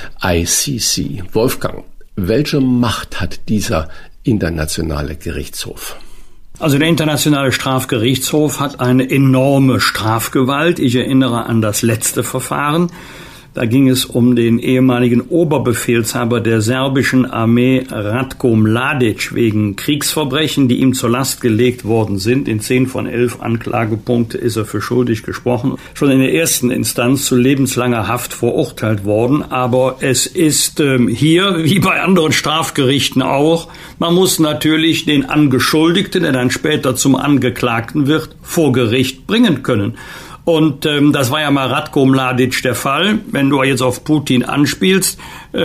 ICC. Wolfgang, welche Macht hat dieser internationale Gerichtshof? Also der Internationale Strafgerichtshof hat eine enorme Strafgewalt. Ich erinnere an das letzte Verfahren. Da ging es um den ehemaligen Oberbefehlshaber der serbischen Armee Ratko Mladic wegen Kriegsverbrechen, die ihm zur Last gelegt worden sind. In 10 von 11 Anklagepunkte ist er für schuldig gesprochen. Schon in der ersten Instanz zu lebenslanger Haft verurteilt worden. Aber es ist hier, wie bei anderen Strafgerichten auch, man muss natürlich den Angeschuldigten, der dann später zum Angeklagten wird, vor Gericht bringen können. Und das war ja mal Ratko Mladic der Fall. Wenn du jetzt auf Putin anspielst,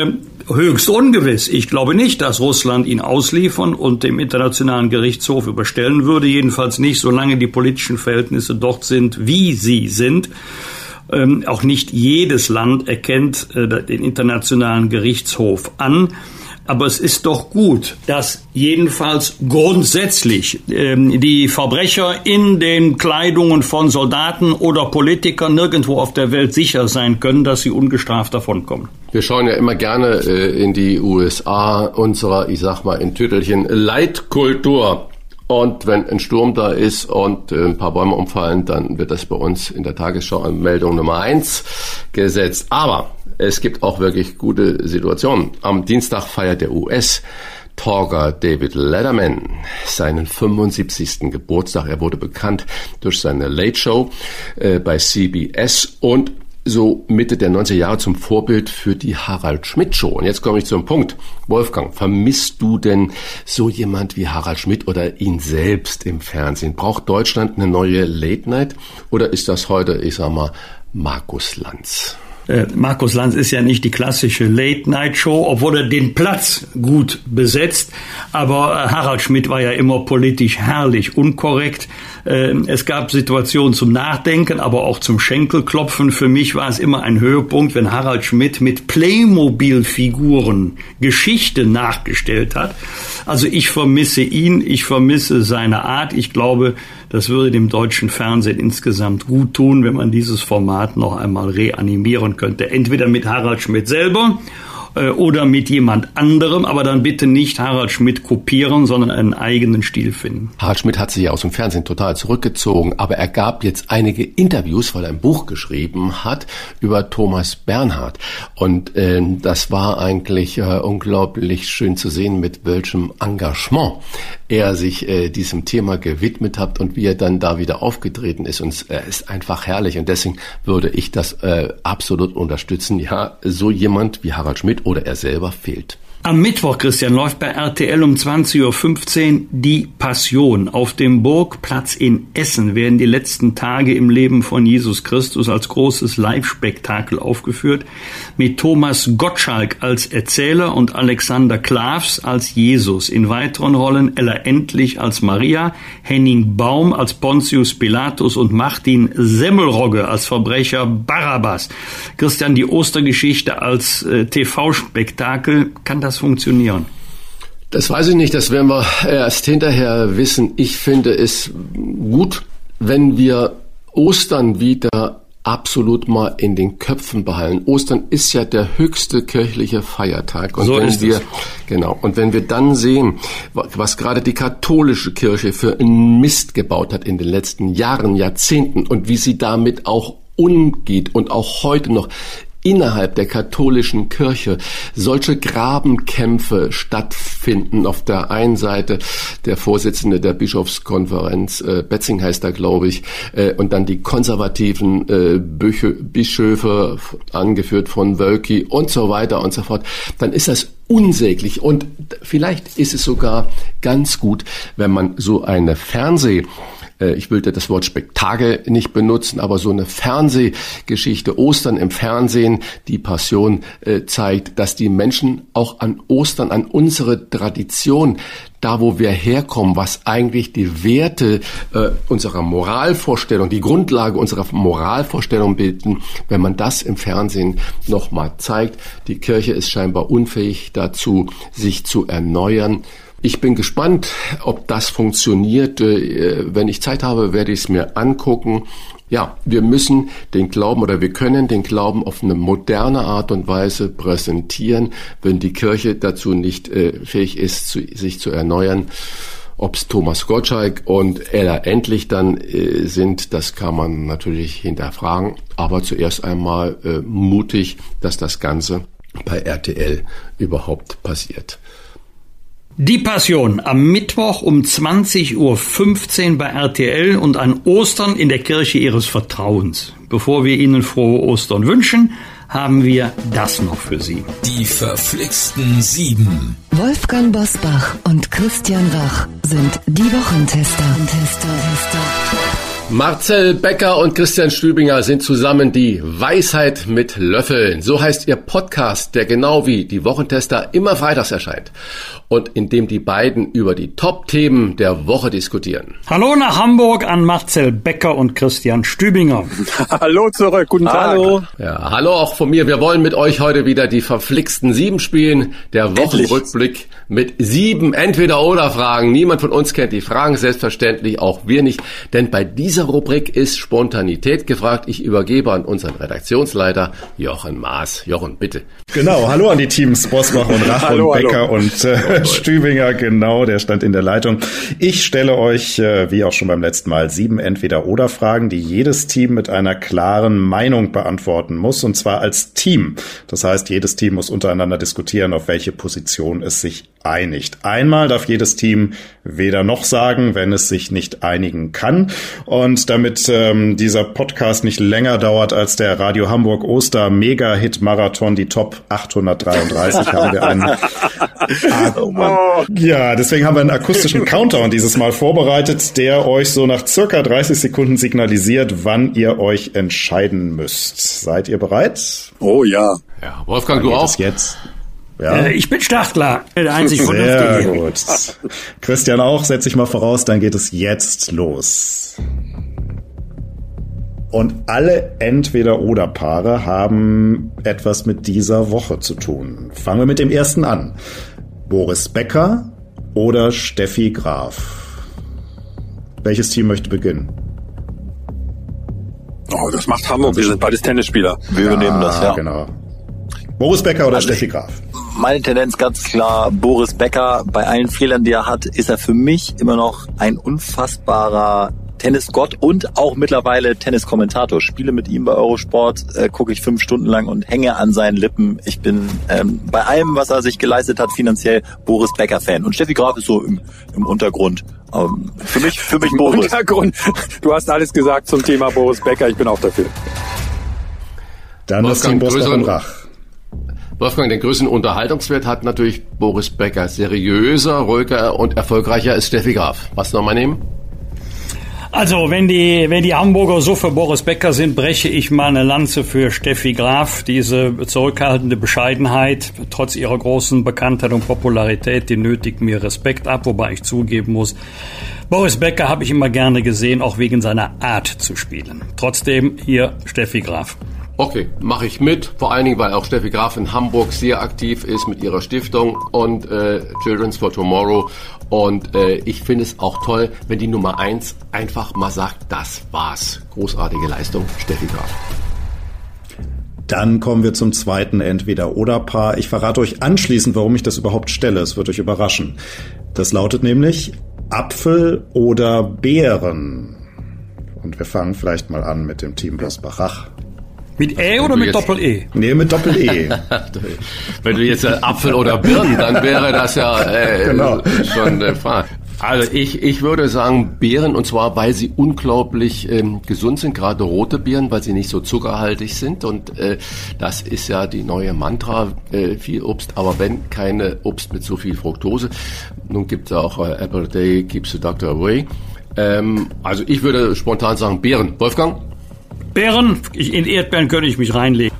höchst ungewiss. Ich glaube nicht, dass Russland ihn ausliefern und dem Internationalen Gerichtshof überstellen würde. Jedenfalls nicht, solange die politischen Verhältnisse dort sind, wie sie sind. Auch nicht jedes Land erkennt den Internationalen Gerichtshof an. Aber es ist doch gut, dass jedenfalls grundsätzlich die Verbrecher in den Kleidungen von Soldaten oder Politikern nirgendwo auf der Welt sicher sein können, dass sie ungestraft davonkommen. Wir schauen ja immer gerne in die USA unserer, ich sag mal in Tüttelchen, Leitkultur. Und wenn ein Sturm da ist und ein paar Bäume umfallen, dann wird das bei uns in der Tagesschau an Meldung Nummer 1 gesetzt. Aber es gibt auch wirklich gute Situationen. Am Dienstag feiert der US-Talker David Letterman seinen 75. Geburtstag. Er wurde bekannt durch seine Late Show bei CBS und so Mitte der 90er Jahre zum Vorbild für die Harald Schmidt Show. Und jetzt komme ich zum Punkt. Wolfgang, vermisst du denn so jemand wie Harald Schmidt oder ihn selbst im Fernsehen? Braucht Deutschland eine neue Late Night oder ist das heute, ich sag mal, Markus Lanz? Markus Lanz ist ja nicht die klassische Late-Night-Show, obwohl er den Platz gut besetzt. Aber Harald Schmidt war ja immer politisch herrlich unkorrekt. Es gab Situationen zum Nachdenken, aber auch zum Schenkelklopfen. Für mich war es immer ein Höhepunkt, wenn Harald Schmidt mit Playmobil-Figuren Geschichte nachgestellt hat. Also ich vermisse ihn, ich vermisse seine Art. Ich glaube, das würde dem deutschen Fernsehen insgesamt gut tun, wenn man dieses Format noch einmal reanimieren könnte. Entweder mit Harald Schmidt selber oder mit jemand anderem, aber dann bitte nicht Harald Schmidt kopieren, sondern einen eigenen Stil finden. Harald Schmidt hat sich ja aus dem Fernsehen total zurückgezogen, aber er gab jetzt einige Interviews, weil er ein Buch geschrieben hat über Thomas Bernhard. Und das war eigentlich unglaublich schön zu sehen, mit welchem Engagement er sich diesem Thema gewidmet hat und wie er dann da wieder aufgetreten ist. Und er ist einfach herrlich und deswegen würde ich das absolut unterstützen. Ja, so jemand wie Harald Schmidt oder er selber fehlt. Am Mittwoch, Christian, läuft bei RTL um 20.15 Uhr die Passion. Auf dem Burgplatz in Essen werden die letzten Tage im Leben von Jesus Christus als großes Live-Spektakel aufgeführt, mit Thomas Gottschalk als Erzähler und Alexander Klavs als Jesus. In weiteren Rollen Ella Endlich als Maria, Henning Baum als Pontius Pilatus und Martin Semmelrogge als Verbrecher Barabbas. Christian, die Ostergeschichte als TV-Spektakel, kann das funktionieren? Das weiß ich nicht, das werden wir erst hinterher wissen. Ich finde es gut, wenn wir Ostern wieder absolut mal in den Köpfen behalten. Ostern ist ja der höchste kirchliche Feiertag. Und so ist es. Genau. Und wenn wir dann sehen, was gerade die katholische Kirche für einen Mist gebaut hat in den letzten Jahren, Jahrzehnten und wie sie damit auch umgeht und auch heute noch innerhalb der katholischen Kirche solche Grabenkämpfe stattfinden. Auf der einen Seite der Vorsitzende der Bischofskonferenz, Betzing heißt er, glaube ich, und dann die konservativen Bischöfe, angeführt von Wölki und so weiter und so fort, dann ist das unsäglich. Und vielleicht ist es sogar ganz gut, wenn man so eine ich will das Wort Spektakel nicht benutzen, aber so eine Fernsehgeschichte, Ostern im Fernsehen, die Passion zeigt, dass die Menschen auch an Ostern, an unsere Tradition, da wo wir herkommen, was eigentlich die Werte unserer Moralvorstellung, die Grundlage unserer Moralvorstellung bilden, wenn man das im Fernsehen nochmal zeigt. Die Kirche ist scheinbar unfähig dazu, sich zu erneuern. Ich bin gespannt, ob das funktioniert. Wenn ich Zeit habe, werde ich es mir angucken. Ja, wir müssen den Glauben oder wir können den Glauben auf eine moderne Art und Weise präsentieren, wenn die Kirche dazu nicht fähig ist, sich zu erneuern. Ob es Thomas Gottschalk und Ella Endlich dann sind, das kann man natürlich hinterfragen. Aber zuerst einmal mutig, dass das Ganze bei RTL überhaupt passiert. Die Passion am Mittwoch um 20:15 Uhr bei RTL und an Ostern in der Kirche Ihres Vertrauens. Bevor wir Ihnen frohe Ostern wünschen, haben wir das noch für Sie. Die verflixten 7. Wolfgang Bosbach und Christian Rach sind die Wochentester. Marcel Becker und Christian Stübinger sind zusammen die Weisheit mit Löffeln. So heißt ihr Podcast, der genau wie die Wochentester immer freitags erscheint und in dem die beiden über die Top-Themen der Woche diskutieren. Hallo nach Hamburg an Marcel Becker und Christian Stübinger. Hallo zurück, guten Tag. Hallo. Ja, hallo auch von mir. Wir wollen mit euch heute wieder die verflixten 7 spielen. Der Wochenrückblick mit 7 Entweder-oder-Fragen. Niemand von uns kennt die Fragen, selbstverständlich auch wir nicht, denn bei dieser Rubrik ist Spontanität gefragt. Ich übergebe an unseren Redaktionsleiter Jochen Maas. Jochen, bitte. Genau, hallo an die Teams Bosbach und Rach und Becker und Stübinger, genau, der stand in der Leitung. Ich stelle euch, wie auch schon beim letzten Mal, 7 Entweder-oder-Fragen, die jedes Team mit einer klaren Meinung beantworten muss, und zwar als Team. Das heißt, jedes Team muss untereinander diskutieren, auf welche Position es sich einigt. Einmal darf jedes Team weder noch sagen, wenn es sich nicht einigen kann. Und damit dieser Podcast nicht länger dauert als der Radio Hamburg Oster Mega-Hit-Marathon, die Top 833, haben wir einen deswegen haben wir einen akustischen Countdown dieses Mal vorbereitet, der euch so nach circa 30 Sekunden signalisiert, wann ihr euch entscheiden müsst. Seid ihr bereit? Oh ja. Ja, Wolfgang, du auch? Jetzt. Ja. Ich bin startklar. Der einzig Sehr gut. Christian auch, setz dich mal voraus, dann geht es jetzt los. Und alle Entweder-oder-Paare haben etwas mit dieser Woche zu tun. Fangen wir mit dem ersten an. Boris Becker oder Steffi Graf? Welches Team möchte beginnen? Oh, das macht Hamburg. Wir sind beides Tennisspieler. Wir übernehmen das, ja. Genau. Boris Becker oder Steffi Graf? Meine Tendenz ganz klar, Boris Becker. Bei allen Fehlern, die er hat, ist er für mich immer noch ein unfassbarer Tennisgott und auch mittlerweile Tenniskommentator. Spiele mit ihm bei Eurosport, gucke ich 5 Stunden lang und hänge an seinen Lippen. Ich bin bei allem, was er sich geleistet hat, finanziell Boris Becker-Fan. Und Steffi Graf ist so im Untergrund. Für mich Boris. Untergrund. Du hast alles gesagt zum Thema Boris Becker. Ich bin auch dafür. Dann das Team Bosbach und Rach. Wolfgang, den größten Unterhaltungswert hat natürlich Boris Becker. Seriöser, ruhiger und erfolgreicher ist Steffi Graf. Was nochmal nehmen? Also, wenn die Hamburger so für Boris Becker sind, breche ich mal eine Lanze für Steffi Graf. Diese zurückhaltende Bescheidenheit, trotz ihrer großen Bekanntheit und Popularität, die nötigt mir Respekt ab, wobei ich zugeben muss, Boris Becker habe ich immer gerne gesehen, auch wegen seiner Art zu spielen. Trotzdem hier Steffi Graf. Okay, mache ich mit, vor allen Dingen, weil auch Steffi Graf in Hamburg sehr aktiv ist mit ihrer Stiftung und Children's for Tomorrow. Und ich finde es auch toll, wenn die Nummer 1 einfach mal sagt, das war's. Großartige Leistung, Steffi Graf. Dann kommen wir zum zweiten Entweder-oder-Paar. Ich verrate euch anschließend, warum ich das überhaupt stelle. Es wird euch überraschen. Das lautet nämlich Apfel oder Beeren. Und wir fangen vielleicht mal an mit dem Team Bosbach-Rach. Mit E oder mit Doppel-E? Nee, mit Doppel-E. Wenn du jetzt Apfel oder Birnen, dann wäre das ja genau. Schon eine Frage. Also ich würde sagen Beeren, und zwar, weil sie unglaublich gesund sind, gerade rote Beeren, weil sie nicht so zuckerhaltig sind. Und das ist ja die neue Mantra, viel Obst, aber wenn keine Obst mit so viel Fructose. Nun gibt es auch Apple a Day keeps the doctor away. Also ich würde spontan sagen Beeren. Wolfgang? Beeren, in Erdbeeren könnte ich mich reinlegen.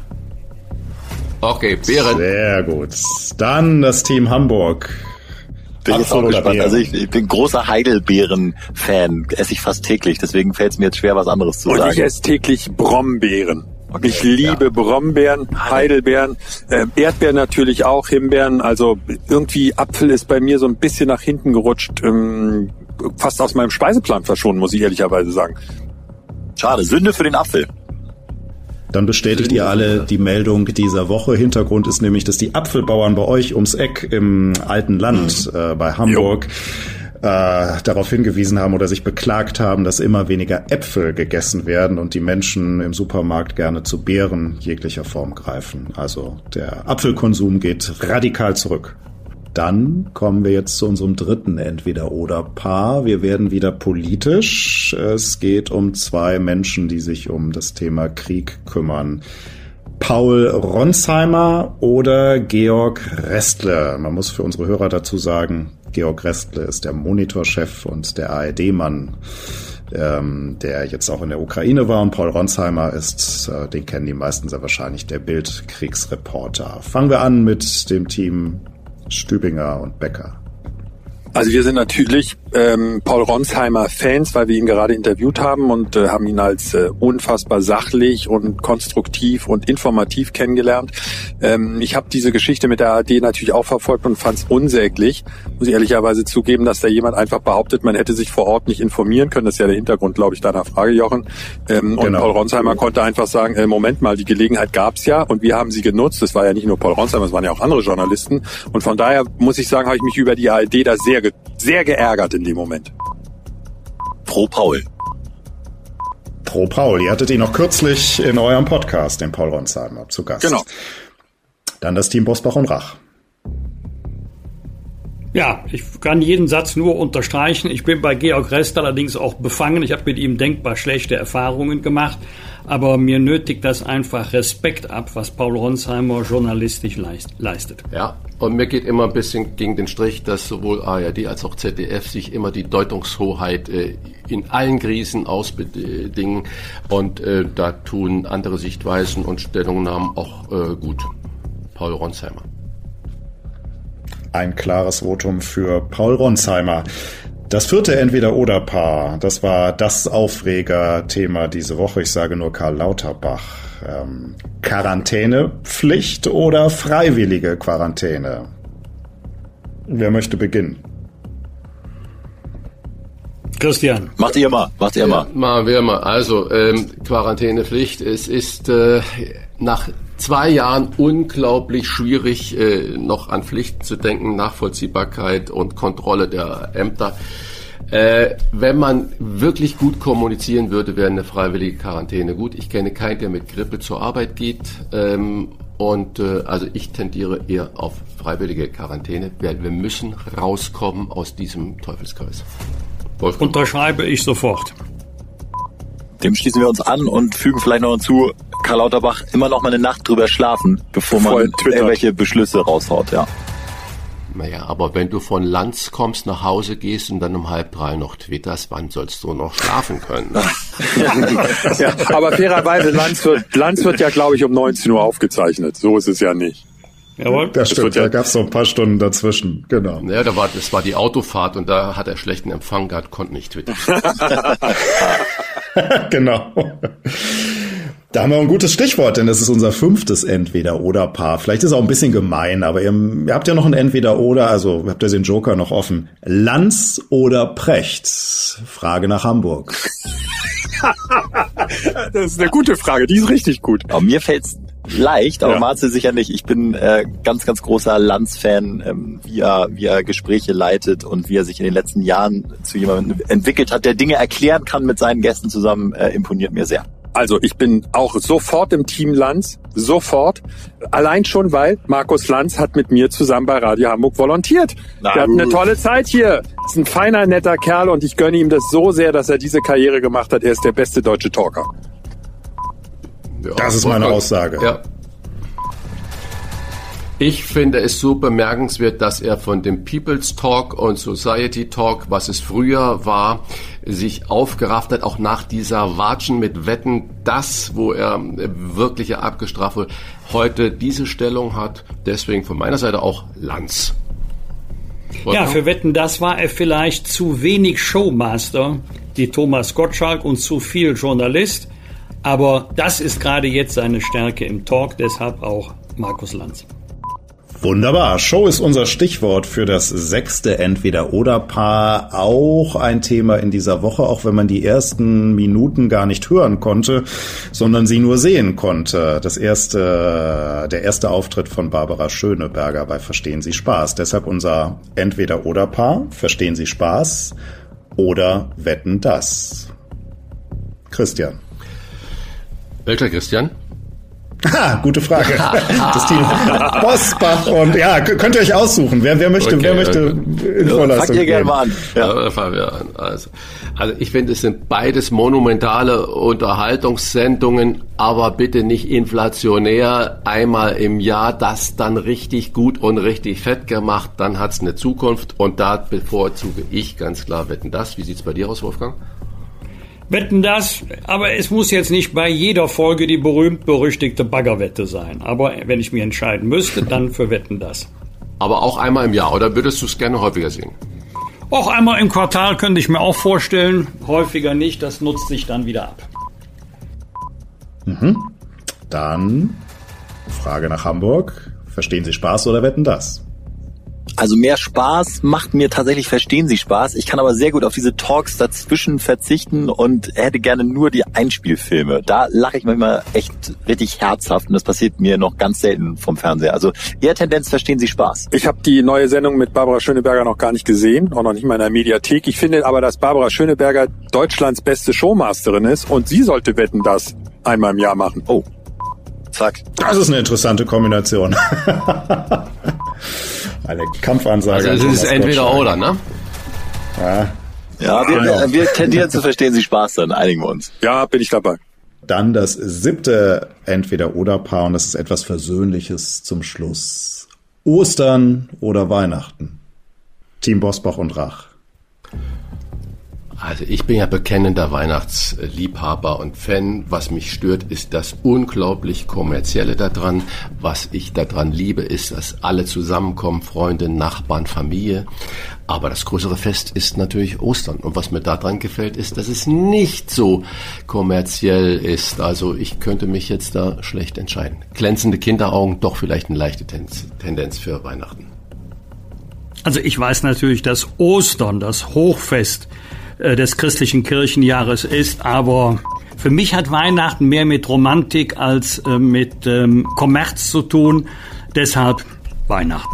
Okay, Beeren. Sehr gut. Dann das Team Hamburg. Bin jetzt auch gespannt. Also ich bin großer Heidelbeeren-Fan. Esse ich fast täglich. Deswegen fällt es mir jetzt schwer, was anderes zu sagen. Und ich esse täglich Brombeeren. Okay, ich liebe Brombeeren, Heidelbeeren, Erdbeeren natürlich auch, Himbeeren. Also irgendwie Apfel ist bei mir so ein bisschen nach hinten gerutscht. Fast aus meinem Speiseplan verschwunden, muss ich ehrlicherweise sagen. Schade, Sünde für den Apfel. Dann bestätigt ihr alle die Meldung dieser Woche. Hintergrund ist nämlich, dass die Apfelbauern bei euch ums Eck im alten Land bei Hamburg darauf hingewiesen haben oder sich beklagt haben, dass immer weniger Äpfel gegessen werden und die Menschen im Supermarkt gerne zu Beeren jeglicher Form greifen. Also der Apfelkonsum geht radikal zurück. Dann kommen wir jetzt zu unserem dritten Entweder-oder-Paar. Wir werden wieder politisch. Es geht um zwei Menschen, die sich um das Thema Krieg kümmern. Paul Ronsheimer oder Georg Restle. Man muss für unsere Hörer dazu sagen, Georg Restle ist der Monitorchef und der ARD-Mann, der jetzt auch in der Ukraine war. Und Paul Ronsheimer ist, den kennen die meisten sehr wahrscheinlich, der Bild-Kriegsreporter. Fangen wir an mit dem Team Stübinger und Becker. Also wir sind natürlich Paul Ronsheimer Fans, weil wir ihn gerade interviewt haben und haben ihn als unfassbar sachlich und konstruktiv und informativ kennengelernt. Ich habe diese Geschichte mit der ARD natürlich auch verfolgt und fand es unsäglich. Muss ich ehrlicherweise zugeben, dass da jemand einfach behauptet, man hätte sich vor Ort nicht informieren können. Das ist ja der Hintergrund, glaube ich, deiner Frage, Jochen. Und Paul Ronsheimer konnte einfach sagen, Moment mal, die Gelegenheit gab's ja und wir haben sie genutzt. Das war ja nicht nur Paul Ronsheimer, es waren ja auch andere Journalisten. Und von daher muss ich sagen, habe ich mich über die ARD da sehr geärgert in dem Moment. Pro Paul. Pro Paul. Ihr hattet ihn noch kürzlich in eurem Podcast, den Paul Ronsheimer, zu Gast. Genau. Dann das Team Bosbach und Rach. Ja, ich kann jeden Satz nur unterstreichen. Ich bin bei Georg Restle allerdings auch befangen. Ich habe mit ihm denkbar schlechte Erfahrungen gemacht. Aber mir nötigt das einfach Respekt ab, was Paul Ronsheimer journalistisch leistet. Ja, und mir geht immer ein bisschen gegen den Strich, dass sowohl ARD als auch ZDF sich immer die Deutungshoheit in allen Krisen ausbedingen. Und da tun andere Sichtweisen und Stellungnahmen auch gut. Paul Ronsheimer. Ein klares Votum für Paul Ronsheimer. Das vierte Entweder-oder-Paar, das war das Aufregerthema diese Woche. Ich sage nur Karl Lauterbach. Quarantänepflicht oder freiwillige Quarantäne? Wer möchte beginnen? Christian. Macht ihr mal. Machen wir mal. Also, Quarantänepflicht. Es ist nach 2 Jahren unglaublich schwierig, noch an Pflichten zu denken, Nachvollziehbarkeit und Kontrolle der Ämter. Wenn man wirklich gut kommunizieren würde, wäre eine freiwillige Quarantäne gut. Ich kenne keinen, der mit Grippe zur Arbeit geht. Also ich tendiere eher auf freiwillige Quarantäne, weil wir müssen rauskommen aus diesem Teufelskreis. Wolfgang. Unterschreibe ich sofort. Dem schließen wir uns an und fügen vielleicht noch hinzu, Karl Lauterbach immer noch mal eine Nacht drüber schlafen, bevor man irgendwelche Beschlüsse raushaut, ja. Naja, aber wenn du von Lanz kommst, nach Hause gehst und dann um 2:30 noch twitterst, wann sollst du noch schlafen können? Ja, aber fairerweise, Lanz wird ja, glaube ich, um 19 Uhr aufgezeichnet. So ist es ja nicht. Jawohl. Das stimmt, da gab es so ein paar Stunden dazwischen, genau. Ja, das war die Autofahrt und da hat er schlechten Empfang gehabt, konnte nicht twittern. Genau. Da haben wir ein gutes Stichwort, denn das ist unser 5. Entweder-oder-Paar. Vielleicht ist es auch ein bisschen gemein, aber ihr habt ja noch ein Entweder-oder, also habt ihr den Joker noch offen. Lanz oder Precht? Frage nach Hamburg. Das ist eine gute Frage, die ist richtig gut. Aber mir fällt's leicht, aber Marcel sicher nicht. Ich bin ganz, ganz großer Lanz-Fan, wie er Gespräche leitet und wie er sich in den letzten Jahren zu jemandem entwickelt hat, der Dinge erklären kann mit seinen Gästen zusammen, imponiert mir sehr. Also ich bin auch sofort im Team Lanz, sofort. Allein schon, weil Markus Lanz hat mit mir zusammen bei Radio Hamburg volontiert. Wir hatten eine tolle Zeit hier. Ist ein feiner, netter Kerl und ich gönne ihm das so sehr, dass er diese Karriere gemacht hat. Er ist der beste deutsche Talker. Ja, das ist meine Aussage. Ja. Ich finde es so bemerkenswert, dass er von dem People's Talk und Society Talk, was es früher war, sich aufgerafft hat, auch nach dieser Watschen mit Wetten, das, wo er wirklich abgestraft wurde, heute diese Stellung hat. Deswegen von meiner Seite auch Lanz. Ja, für Wetten, das war er vielleicht zu wenig Showmaster, wie Thomas Gottschalk, und zu viel Journalist. Aber das ist gerade jetzt seine Stärke im Talk, deshalb auch Markus Lanz. Wunderbar. Show ist unser Stichwort für das 6. Entweder-oder-Paar. Auch ein Thema in dieser Woche, auch wenn man die ersten Minuten gar nicht hören konnte, sondern sie nur sehen konnte. Der erste Auftritt von Barbara Schöneberger bei Verstehen Sie Spaß. Deshalb unser Entweder-oder-Paar. Verstehen Sie Spaß oder Wetten, das? Christian. Welcher Christian? Gute Frage. Das Team Bosbach und könnt ihr euch aussuchen. Wer möchte in Vorleistung Fangt ihr gerne mal an. Ja, fangen wir an. Also ich finde, es sind beides monumentale Unterhaltungssendungen, aber bitte nicht inflationär. Einmal im Jahr das dann richtig gut und richtig fett gemacht, dann hat's eine Zukunft und da bevorzuge ich ganz klar Wetten, das. Wie sieht's bei dir aus, Wolfgang? Wetten, das, aber es muss jetzt nicht bei jeder Folge die berühmt-berüchtigte Baggerwette sein. Aber wenn ich mich entscheiden müsste, dann für Wetten, das. Aber auch einmal im Jahr, oder würdest du es gerne häufiger sehen? Auch einmal im Quartal könnte ich mir auch vorstellen. Häufiger nicht, das nutzt sich dann wieder ab. Dann Frage nach Hamburg. Verstehen Sie Spaß oder Wetten, das? Also mehr Spaß macht mir tatsächlich Verstehen Sie Spaß. Ich kann aber sehr gut auf diese Talks dazwischen verzichten und hätte gerne nur die Einspielfilme. Da lache ich manchmal echt richtig herzhaft und das passiert mir noch ganz selten vom Fernseher. Also eher Tendenz Verstehen Sie Spaß. Ich habe die neue Sendung mit Barbara Schöneberger noch gar nicht gesehen, auch noch nicht mal in der Mediathek. Ich finde aber, dass Barbara Schöneberger Deutschlands beste Showmasterin ist und sie sollte Wetten, das einmal im Jahr machen. Oh, zack. Das ist eine interessante Kombination. Eine Kampfansage. Also es ist entweder oder, ne? Ja, wir tendieren zu Verstehen Sie Spaß, dann einigen wir uns. Ja, bin ich dabei. Dann das 7. Entweder-oder-Paar und das ist etwas Versöhnliches zum Schluss. Ostern oder Weihnachten? Team Bosbach und Rach. Also ich bin ja bekennender Weihnachtsliebhaber und Fan. Was mich stört, ist das unglaublich Kommerzielle daran. Was ich daran liebe, ist, dass alle zusammenkommen, Freunde, Nachbarn, Familie. Aber das größere Fest ist natürlich Ostern. Und was mir daran gefällt, ist, dass es nicht so kommerziell ist. Also ich könnte mich jetzt da schlecht entscheiden. Glänzende Kinderaugen, doch vielleicht eine leichte Tendenz für Weihnachten. Also ich weiß natürlich, dass Ostern das Hochfest des christlichen Kirchenjahres ist, aber für mich hat Weihnachten mehr mit Romantik als mit Kommerz zu tun. Deshalb Weihnachten.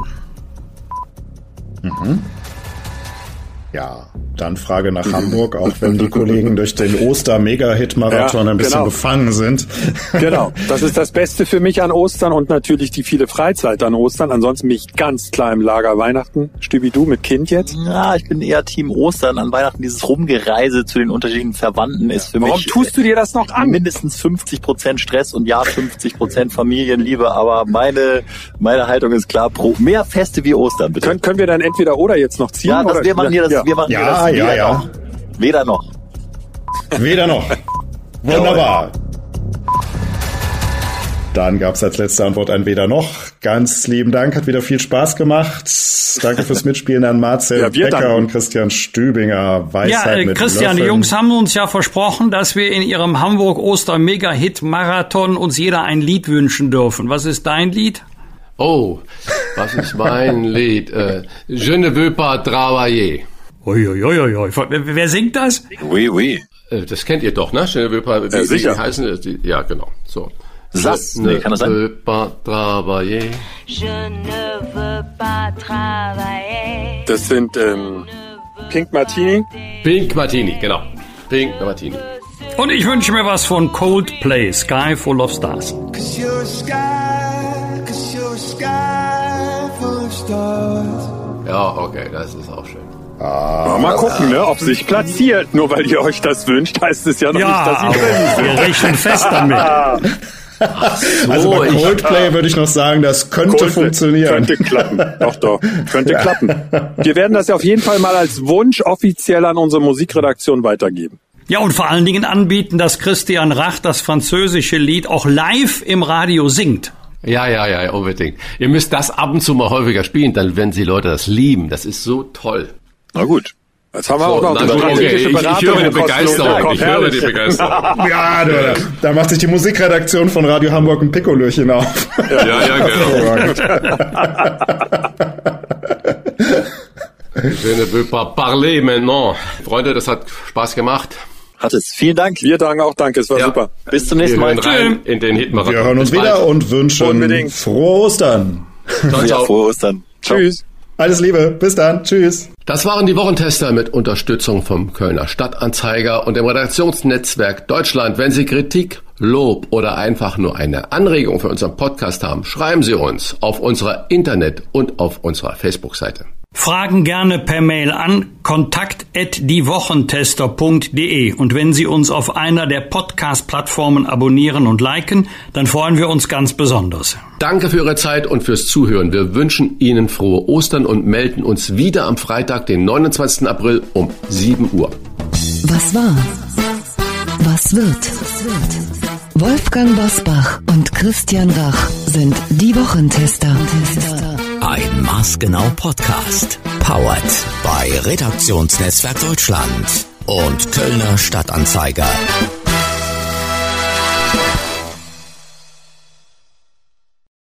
Ja, dann Frage nach Hamburg, auch wenn die Kollegen durch den Oster-Mega-Hit-Marathon ein bisschen befangen sind. Genau, das ist das Beste für mich an Ostern und natürlich die viele Freizeit an Ostern. Ansonsten bin ich ganz klar im Lager Weihnachten. Stübi, du mit Kind jetzt? Ja, ich bin eher Team Ostern. An Weihnachten dieses Rumgereise zu den unterschiedlichen Verwandten ist für mich... Warum tust du dir das noch an? Mindestens 50% Stress und 50% Familienliebe, aber meine Haltung ist klar, pro mehr Feste wie Ostern, bitte. Können wir dann entweder oder jetzt noch ziehen? Ja, wir machen hier das. Wir machen ja. Weder noch. Weder noch. Wunderbar. Dann gab es als letzte Antwort ein Weder noch. Ganz lieben Dank, hat wieder viel Spaß gemacht. Danke fürs Mitspielen an Marcel Becker und Christian Stübinger. Weisheit mit Christian, Löffeln. Die Jungs haben uns ja versprochen, dass wir in ihrem Hamburg-Oster-Mega-Hit-Marathon uns jeder ein Lied wünschen dürfen. Was ist dein Lied? Oh, was ist mein Lied? Je ne veux pas travailler. Uiuiuiui. Wer singt das? Oui, oui. Das kennt ihr doch, ne? Je ne veux pas. Sicher. Wie heißen das? Ja, genau. So. Sass? Nee, kann das sein? Je ne veux pas travailler. Das sind Pink Martini. Pink Martini, genau. Pink Martini. Und ich wünsche mir was von Coldplay, Sky Full of Stars. Ja, okay, das ist auch schön. Mal gucken, ne, ob sich platziert. Nur weil ihr euch das wünscht, heißt es ja noch nicht, dass sie drin sind. Wir rechnen fest damit. So, Also bei Coldplay würde ich noch sagen, das könnte funktionieren. Könnte klappen. Doch. Könnte klappen. Wir werden das ja auf jeden Fall mal als Wunsch offiziell an unsere Musikredaktion weitergeben. Ja, und vor allen Dingen anbieten, dass Christian Rach das französische Lied auch live im Radio singt. Ja, unbedingt. Ihr müsst das ab und zu mal häufiger spielen, dann werden die Leute das lieben. Das ist so toll. Na gut. Jetzt haben wir auch noch die strategische Beratung. Ich höre die Begeisterung. Ja, da macht sich die Musikredaktion von Radio Hamburg ein Pikolöchen auf. Ja, genau. Je ne veux pas parler maintenant. Freunde, das hat Spaß gemacht. Hat es. Vielen Dank. Wir sagen auch Danke, es war super. Bis zum nächsten Mal. Wir hören rein in den Hitmarathon. Wir hören uns wieder und wünschen frohe Ostern. Ciao. Frohe Ostern. Tschüss. Alles Liebe. Bis dann. Tschüss. Das waren die Wochentester mit Unterstützung vom Kölner Stadtanzeiger und dem Redaktionsnetzwerk Deutschland. Wenn Sie Kritik, Lob oder einfach nur eine Anregung für unseren Podcast haben, schreiben Sie uns auf unserer Internet- und auf unserer Facebook-Seite. Fragen gerne per Mail an kontakt@diewochentester.de. Und wenn Sie uns auf einer der Podcast-Plattformen abonnieren und liken, dann freuen wir uns ganz besonders. Danke für Ihre Zeit und fürs Zuhören. Wir wünschen Ihnen frohe Ostern und melden uns wieder am Freitag, den 29. April um 7 Uhr. Was war? Was wird? Wolfgang Bosbach und Christian Rach sind die Wochentester. Ein Maßgenau Podcast. Powered bei Redaktionsnetzwerk Deutschland und Kölner Stadtanzeiger.